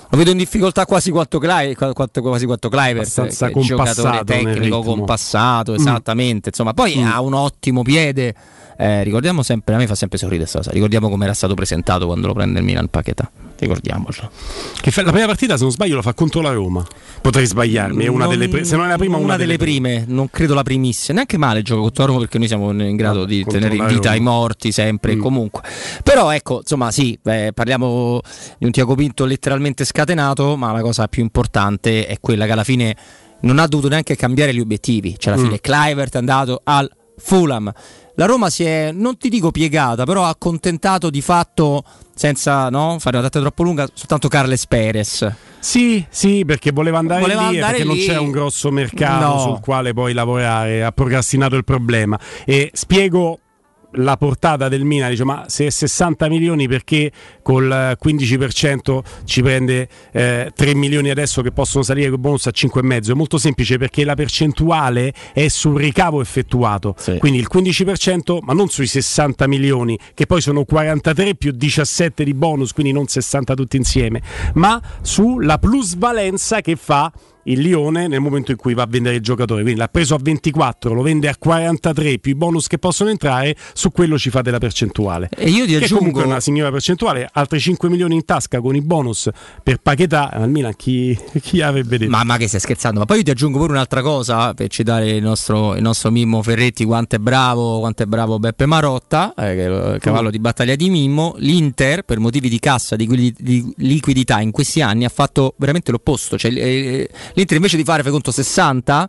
Speaker 2: lo vedo in difficoltà quasi quanto Clivert, quasi quanto Clivert,
Speaker 1: abbastanza
Speaker 2: che è un giocatore tecnico compassato, esattamente. Mm. Insomma, poi mm. ha un ottimo piede. Eh, ricordiamo sempre, a me fa sempre sorridere questa cosa. Ricordiamo come era stato presentato quando lo prende il Milan Paquetá. Ricordiamolo.
Speaker 1: Che fa, la prima partita, se non sbaglio, lo fa contro la Roma. Potrei sbagliarmi, è una non, delle pre- se non è la prima,
Speaker 2: una,
Speaker 1: una
Speaker 2: delle prime. prime, non credo la primissima. Neanche male il gioco contro la Roma, perché noi siamo in grado no, di tenere in vita i morti sempre mm. e comunque. Però ecco, insomma, sì, beh, parliamo di un Tiago Pinto letteralmente scatenato, ma la cosa più importante è quella che alla fine non ha dovuto neanche cambiare gli obiettivi. Cioè alla mm. fine Kluivert è andato al Fulham. La Roma si è, non ti dico piegata, però ha accontentato di fatto, senza no, fare una data troppo lunga, soltanto Carles Perez.
Speaker 1: Sì, sì, perché voleva andare
Speaker 2: voleva
Speaker 1: lì
Speaker 2: andare
Speaker 1: perché
Speaker 2: lì.
Speaker 1: Non c'è un grosso mercato
Speaker 2: no.
Speaker 1: sul quale poi lavorare, ha procrastinato il problema. E spiego la portata del Milan, dice ma se è sessanta milioni perché col quindici per cento ci prende eh, tre milioni adesso che possono salire con bonus a cinque virgola cinque? È molto semplice, perché la percentuale è sul ricavo effettuato, sì. Quindi il quindici per cento, ma non sui sessanta milioni che poi sono quarantatré più diciassette di bonus, quindi non sessanta tutti insieme, ma sulla plusvalenza che fa il Lione nel momento in cui va a vendere il giocatore. Quindi l'ha preso a ventiquattro, lo vende a quarantatré più i bonus che possono entrare, su quello ci fate la percentuale.
Speaker 2: E io ti
Speaker 1: che
Speaker 2: aggiungo,
Speaker 1: comunque è una signora percentuale, altri cinque milioni in tasca con i bonus per Paquetá. Al Milan chi, chi avrebbe detto?
Speaker 2: Ma, ma che stai scherzando? Ma poi io ti aggiungo pure un'altra cosa, per citare il nostro, il nostro Mimmo Ferretti, quanto è bravo, quanto è bravo Beppe Marotta, eh, che è il cavallo mm. di battaglia di Mimmo. L'Inter, per motivi di cassa, di, di liquidità, in questi anni ha fatto veramente l'opposto. Cioè, eh, l'Inter invece di fare fai conto sessanta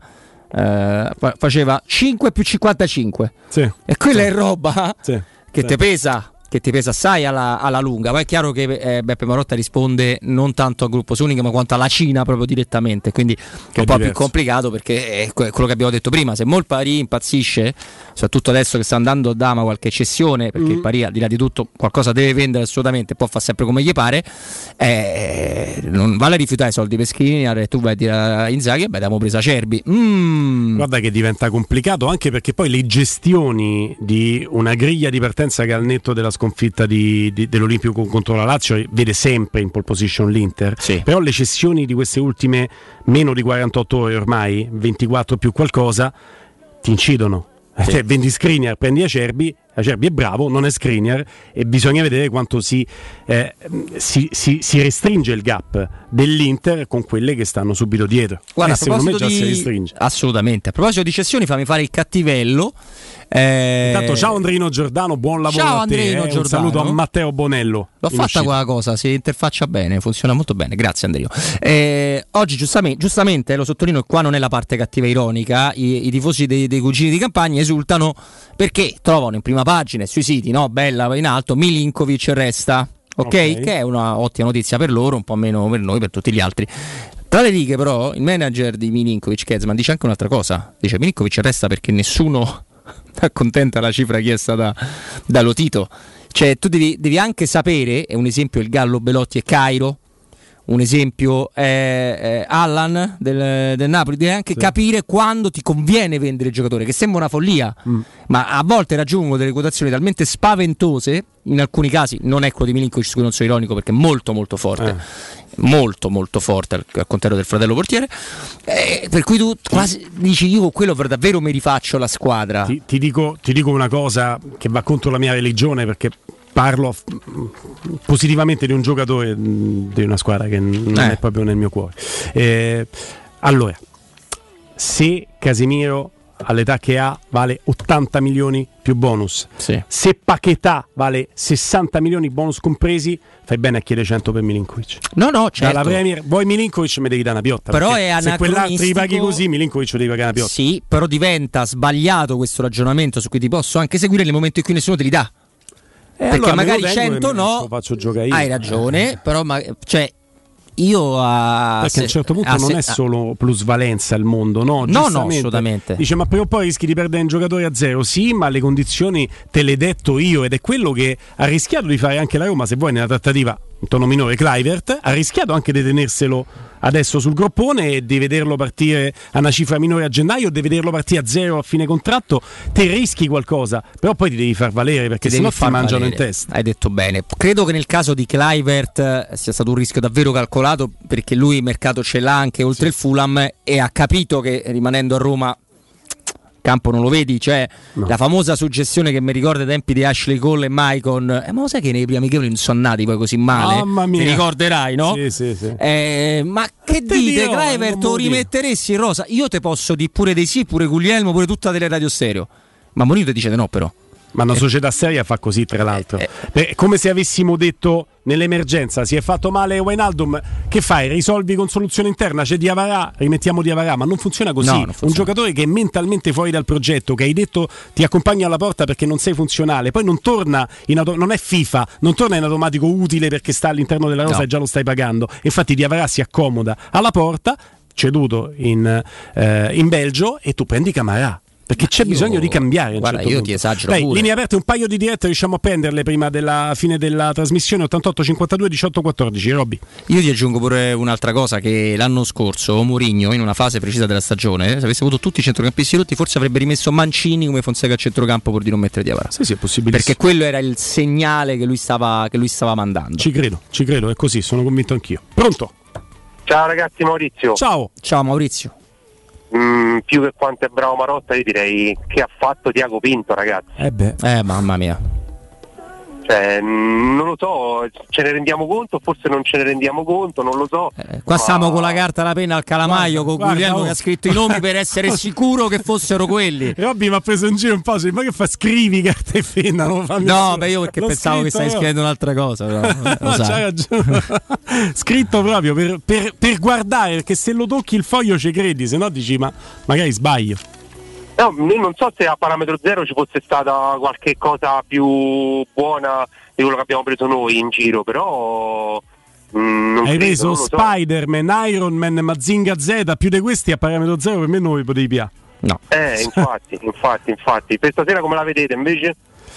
Speaker 2: eh, faceva cinque più cinquantacinque,
Speaker 1: sì,
Speaker 2: e quella
Speaker 1: sì.
Speaker 2: è roba
Speaker 1: sì,
Speaker 2: che
Speaker 1: sì.
Speaker 2: ti pesa che ti pesa assai alla, alla lunga. Poi è chiaro che eh, Beppe Marotta risponde non tanto al gruppo Suning ma quanto alla Cina proprio direttamente, quindi che è un po' diverso. Più complicato, perché è quello che abbiamo detto prima, se Mol Parì impazzisce, soprattutto adesso che sta andando a Dama qualche cessione, perché mm. il Parì al di là di tutto qualcosa deve vendere assolutamente, può fare sempre come gli pare, eh, non vale a rifiutare i soldi per Skriniar e tu vai a dire a Inzaghi beh abbiamo preso Acerbi. mm.
Speaker 1: Guarda che diventa complicato, anche perché poi le gestioni di una griglia di partenza che al netto della sconfitta di, di, dell'Olimpico contro la Lazio vede sempre in pole position l'Inter,
Speaker 2: sì.
Speaker 1: Però le cessioni di queste ultime meno di quarantotto ore ormai, ventiquattro più qualcosa, ti incidono. Sì. Cioè, vendi Skriniar, prendi Acerbi, Acerbi è bravo, non è Skriniar, e bisogna vedere quanto si, eh, si, si, si restringe il gap dell'Inter con quelle che stanno subito dietro.
Speaker 2: Guarda,
Speaker 1: eh, secondo me già
Speaker 2: di...
Speaker 1: si restringe.
Speaker 2: Assolutamente. A proposito di cessioni, fammi fare il cattivello. Eh...
Speaker 1: Intanto ciao Andrino Giordano, buon lavoro
Speaker 2: ciao
Speaker 1: a te,
Speaker 2: Andrino
Speaker 1: eh. Un saluto a Matteo Bonello.
Speaker 2: L'ho fatta uscita. Quella cosa, si interfaccia bene, funziona molto bene, grazie Andrino. Eh, oggi giustamente, giustamente, lo sottolineo, qua non è la parte cattiva ironica, i, i tifosi dei, dei cugini di campagna esultano perché trovano in prima pagina e sui siti, no, bella in alto, Milinkovic resta, ok? okay. Che è una ottima notizia per loro, un po' meno per noi, per tutti gli altri. Tra le righe però il manager di Milinkovic, Kezman, dice anche un'altra cosa, dice Milinkovic resta perché nessuno accontenta la cifra chiesta da, da Lotito. Cioè tu devi, devi anche sapere, è un esempio il Gallo, Belotti e Cairo, un esempio è, è Allan del, del Napoli, devi anche sì. capire quando ti conviene vendere il giocatore, che sembra una follia, mm. ma a volte raggiungo delle quotazioni talmente spaventose, in alcuni casi non è quello di Milinkovic, su cui non sono ironico perché è molto molto forte, eh. molto molto forte al, al contrario del fratello portiere, eh, per cui tu quasi dici io quello per davvero mi rifaccio la squadra.
Speaker 1: Ti, ti, dico, ti dico una cosa che va contro la mia religione, perché parlo positivamente di un giocatore di una squadra che non eh. è proprio nel mio cuore. Eh, allora, se Casemiro all'età che ha vale ottanta milioni più bonus,
Speaker 2: sì.
Speaker 1: se Paquetá vale sessanta milioni bonus compresi, fai bene a chiedere cento per Milinkovic.
Speaker 2: No, no, certo.
Speaker 1: Dalla Premier, vuoi Milinkovic mi devi dare una piotta.
Speaker 2: Però è
Speaker 1: se quell'altro li paghi così, Milinkovic devi pagare una piotta.
Speaker 2: Sì, però diventa sbagliato questo ragionamento su cui ti posso anche seguire nel momento in cui nessuno te li dà.
Speaker 1: Eh,
Speaker 2: perché
Speaker 1: allora
Speaker 2: magari cento no,
Speaker 1: lo faccio giocare io.
Speaker 2: Hai ragione, però ma, cioè io a
Speaker 1: perché a un certo punto
Speaker 2: a
Speaker 1: non
Speaker 2: se,
Speaker 1: è solo plusvalenza il mondo, no?
Speaker 2: No, no, assolutamente.
Speaker 1: Dice ma prima o poi rischi di perdere un giocatore a zero. Sì, ma le condizioni te le detto io, ed è quello che ha rischiato di fare anche la Roma, se vuoi, nella trattativa in tono minore Kluivert, ha rischiato anche di tenerselo adesso sul groppone e di vederlo partire a una cifra minore a gennaio, di vederlo partire a zero a fine contratto. Te rischi qualcosa, però poi ti devi far valere, perché
Speaker 2: Ti
Speaker 1: sennò
Speaker 2: devi
Speaker 1: ti
Speaker 2: far
Speaker 1: mangiano
Speaker 2: valere.
Speaker 1: in testa.
Speaker 2: Hai detto bene. Credo che nel caso di Kluivert sia stato un rischio davvero calcolato, perché lui il mercato ce l'ha anche oltre il Fulham e ha capito che rimanendo a Roma campo non lo vedi, cioè
Speaker 1: no.
Speaker 2: La famosa suggestione che mi ricorda i tempi di Ashley Cole e Maicon, eh, ma lo sai che nei primi amichevoli non sono nati poi così male?
Speaker 1: Mamma mia.
Speaker 2: Ti ricorderai, no?
Speaker 1: Sì, sì, sì.
Speaker 2: Eh, ma che
Speaker 1: te
Speaker 2: dite,
Speaker 1: dirò,
Speaker 2: Kluivert
Speaker 1: non
Speaker 2: lo
Speaker 1: dire.
Speaker 2: rimetteressi in rosa? Io te posso dire pure dei sì, pure Guglielmo, pure tutta delle radio stereo, ma Mourinho ti dice di no però.
Speaker 1: Ma una società seria fa così, tra l'altro.
Speaker 2: Eh,
Speaker 1: Beh, come se avessimo detto nell'emergenza si è fatto male Wijnaldum, che fai? Risolvi con soluzione interna, c'è Diawara, rimettiamo Diawara, ma non funziona così.
Speaker 2: No, non funziona.
Speaker 1: Un giocatore che è mentalmente fuori dal progetto, che hai detto ti accompagna alla porta perché non sei funzionale, poi non torna in auto- non è FIFA, non torna in automatico utile perché sta all'interno della rosa
Speaker 2: No.
Speaker 1: e già lo stai pagando. Infatti Diawara si accomoda alla porta, ceduto in, eh, in Belgio, e tu prendi Camarà. Perché c'è
Speaker 2: io-
Speaker 1: bisogno di cambiare. a un
Speaker 2: guarda,
Speaker 1: certo
Speaker 2: io
Speaker 1: punto.
Speaker 2: ti esagero
Speaker 1: Dai,
Speaker 2: pure.
Speaker 1: linee aperte, un paio di dirette, riusciamo a prenderle prima della fine della trasmissione. Ottantotto cinquantadue diciotto quattordici. Robby.
Speaker 2: Io ti aggiungo pure un'altra cosa, che l'anno scorso Mourinho in una fase precisa della stagione, se avesse avuto tutti i centrocampisti rotti, forse avrebbe rimesso Mancini come Fonseca a centrocampo pur di non mettere Diawara.
Speaker 1: Sì, sì, è possibile.
Speaker 2: Perché quello era il segnale che lui stava, che lui stava mandando.
Speaker 1: Ci credo, ci credo, è così, sono convinto anch'io. Pronto?
Speaker 5: Ciao ragazzi, Maurizio.
Speaker 1: Ciao.
Speaker 2: Ciao Maurizio.
Speaker 5: Mm, più che quanto è bravo Marotta, io direi che ha fatto Tiago Pinto, ragazzi.
Speaker 1: Eh beh.
Speaker 2: Eh mamma mia.
Speaker 5: Cioè, mm, non lo so, ce ne rendiamo conto, forse non ce ne rendiamo conto, non lo so.
Speaker 2: Eh, qua
Speaker 5: ma...
Speaker 2: stiamo con la carta, la penna al calamaio,
Speaker 1: Guarda,
Speaker 2: con
Speaker 1: guarda,
Speaker 2: Guglielmo
Speaker 1: oh.
Speaker 2: che ha scritto i nomi per essere sicuro che fossero quelli.
Speaker 1: Robby mi ha preso in giro un po', ma che fa? Scrivi carta e penna, non lo fa
Speaker 2: No,
Speaker 1: nessuno.
Speaker 2: beh, io perché
Speaker 1: L'ho
Speaker 2: pensavo che
Speaker 1: scritto
Speaker 2: stai
Speaker 1: io.
Speaker 2: scrivendo un'altra cosa. Però, eh, lo
Speaker 1: No,
Speaker 2: sai.
Speaker 1: c'hai ragione. Scritto proprio per, per, per guardare, perché se lo tocchi il foglio ci credi, se no dici ma magari sbaglio.
Speaker 5: No, io non so se a parametro zero ci fosse stata qualche cosa più buona di quello che abbiamo preso noi in giro, però mm, non
Speaker 1: Hai
Speaker 5: credo,
Speaker 1: preso
Speaker 5: non lo so.
Speaker 1: Spider-Man, Iron Man, Mazinga Z, più di questi a parametro zero per me non vi potevi pià.
Speaker 2: No.
Speaker 5: Eh, infatti, infatti, infatti. Per stasera come la vedete invece?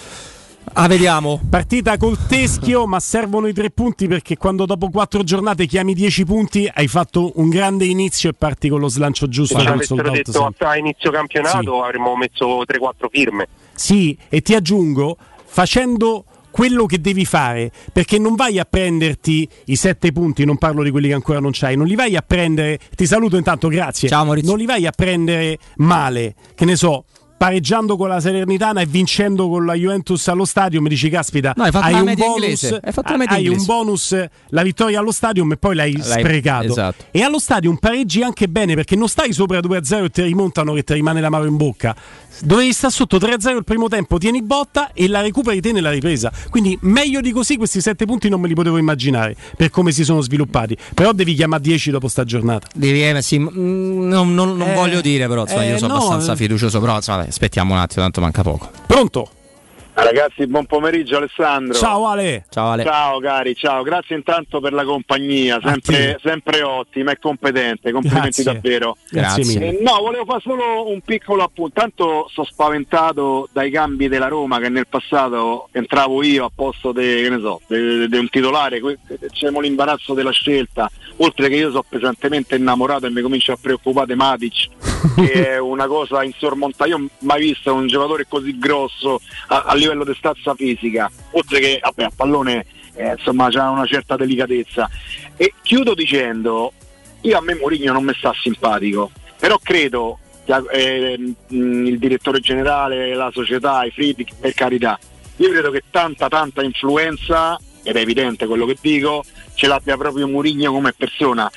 Speaker 2: Ah, vediamo.
Speaker 1: Partita col teschio, ma servono i tre punti, perché quando dopo quattro giornate chiami dieci punti hai fatto un grande inizio e parti con lo slancio giusto.
Speaker 5: Se ci
Speaker 1: col
Speaker 5: avessero
Speaker 1: sold out
Speaker 5: detto
Speaker 1: sempre.
Speaker 5: a inizio campionato
Speaker 1: Sì.
Speaker 5: avremmo messo tre quattro firme.
Speaker 1: Sì, e ti aggiungo, facendo quello che devi fare, perché non vai a prenderti i sette punti, non parlo di quelli che ancora non c'hai, non li vai a prendere, ti saluto intanto, grazie.
Speaker 2: Ciao Maurizio.
Speaker 1: Non li vai a prendere male, che ne so, pareggiando con la Salernitana e vincendo con la Juventus allo stadio, mi dici caspita,
Speaker 2: No, hai fatto
Speaker 1: hai
Speaker 2: la
Speaker 1: un
Speaker 2: media
Speaker 1: bonus,
Speaker 2: inglese. Hai fatto la media
Speaker 1: hai un
Speaker 2: inglese.
Speaker 1: bonus, la vittoria allo stadio e poi l'hai,
Speaker 2: L'hai-
Speaker 1: sprecato.
Speaker 2: esatto.
Speaker 1: E allo stadio pareggi anche bene, perché non stai sopra due a zero e ti rimontano che ti rimane l'amaro in bocca. Dovevi stare sotto tre a zero il primo tempo, tieni botta e la recuperi te nella ripresa. Quindi meglio di così questi sette punti non me li potevo immaginare per come si sono sviluppati. Però devi chiamare dieci dopo sta giornata.
Speaker 2: Devi, eh, sì, mm, non, non- non
Speaker 1: Eh,
Speaker 2: voglio dire, però insomma,
Speaker 1: eh,
Speaker 2: io sono
Speaker 1: no,
Speaker 2: abbastanza
Speaker 1: eh.
Speaker 2: fiducioso. Però insomma, dai, aspettiamo un attimo, tanto manca poco.
Speaker 1: Pronto?
Speaker 10: Ragazzi, buon pomeriggio Alessandro.
Speaker 1: Ciao Ale.
Speaker 2: Ciao Ale.
Speaker 10: Ciao cari, ciao, grazie intanto per la compagnia, sempre, sempre ottima e competente, complimenti
Speaker 1: Grazie.
Speaker 10: davvero.
Speaker 1: Grazie
Speaker 2: Grazie.
Speaker 1: mille.
Speaker 10: Eh, no, volevo fare solo un piccolo appunto, tanto sono spaventato dai cambi della Roma, che nel passato entravo io a posto di, che ne so, di un titolare, que- c'è l'imbarazzo della scelta, oltre che io sono pesantemente innamorato e mi comincio a preoccupare di Matic, che è una cosa insormontabile. Io non ho mai visto un giocatore così grosso a, a livello di stazza fisica, oltre che vabbè, a pallone eh, insomma c'ha una certa delicatezza. E chiudo dicendo, io a me Mourinho non mi sta simpatico, però credo eh, mh, il direttore generale, la società, i Friedrich, per carità, io credo che tanta tanta influenza, ed è evidente quello che dico, ce l'abbia proprio Mourinho come persona.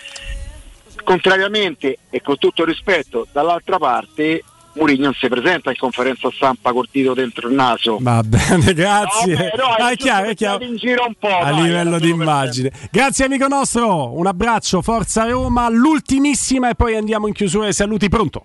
Speaker 10: Contrariamente, e con tutto il rispetto, dall'altra parte Mourinho non si presenta in conferenza stampa col dito dentro il naso.
Speaker 1: Va bene, grazie.
Speaker 10: No, beh, no,
Speaker 1: Ah,
Speaker 10: è
Speaker 1: è chiaro, è
Speaker 10: giusto
Speaker 1: chiaro.
Speaker 10: che in giro un po',
Speaker 1: A
Speaker 10: dai,
Speaker 1: livello
Speaker 10: era
Speaker 1: di
Speaker 10: solo per
Speaker 1: immagine. Grazie amico nostro, un abbraccio, forza Roma, l'ultimissima e poi andiamo in chiusura ai saluti. Pronto?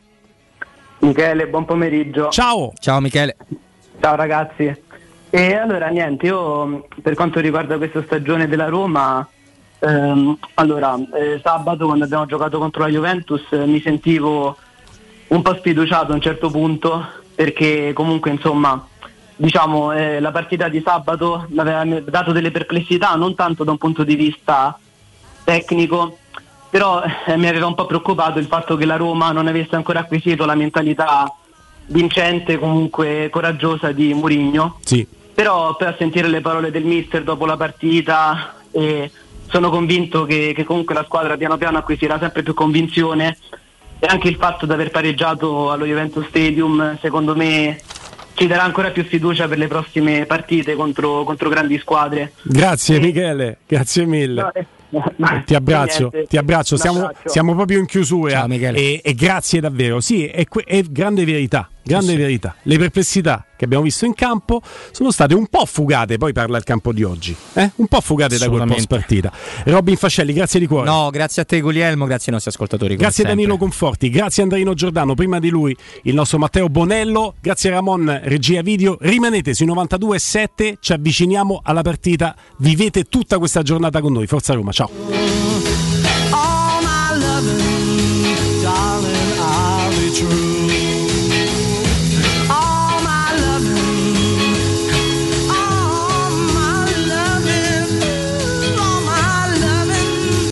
Speaker 12: Michele, buon pomeriggio.
Speaker 1: Ciao.
Speaker 2: Ciao Michele.
Speaker 12: Ciao ragazzi. E allora niente, io per quanto riguarda questa stagione della Roma, ehm, allora eh, sabato quando abbiamo giocato contro la Juventus eh, mi sentivo un po' sfiduciato a un certo punto, perché comunque insomma diciamo eh, la partita di sabato mi aveva dato delle perplessità, non tanto da un punto di vista tecnico, però eh, mi aveva un po' preoccupato il fatto che la Roma non avesse ancora acquisito la mentalità vincente, comunque coraggiosa di Mourinho.
Speaker 1: Sì.
Speaker 12: Però per sentire le parole del mister dopo la partita, eh, sono convinto che, che comunque la squadra piano piano acquisirà sempre più convinzione, e anche il fatto di aver pareggiato allo Juventus Stadium secondo me ci darà ancora più fiducia per le prossime partite contro, contro grandi squadre.
Speaker 1: Grazie
Speaker 12: e...
Speaker 1: Michele, grazie mille.
Speaker 12: No, eh...
Speaker 1: Ti abbraccio,
Speaker 12: Niente.
Speaker 1: ti abbraccio. Siamo, siamo proprio in chiusura.
Speaker 2: Ciao, Michele.
Speaker 1: E, e grazie davvero. Sì, è, que- è grande verità. Grande
Speaker 2: sì.
Speaker 1: verità. Le perplessità che abbiamo visto in campo sono state un po' fugate. Poi parla il campo di oggi, eh? un po' fugate da quel post partita. Robin Fascelli, grazie di cuore.
Speaker 2: No, grazie a te, Guglielmo. Grazie ai nostri ascoltatori.
Speaker 1: Grazie Danilo Conforti, grazie Andrino Giordano. Prima di lui il nostro Matteo Bonello. Grazie Ramon, regia video. Rimanete sui novantadue sette. Ci avviciniamo alla partita. Vivete tutta questa giornata con noi. Forza Roma, ciao.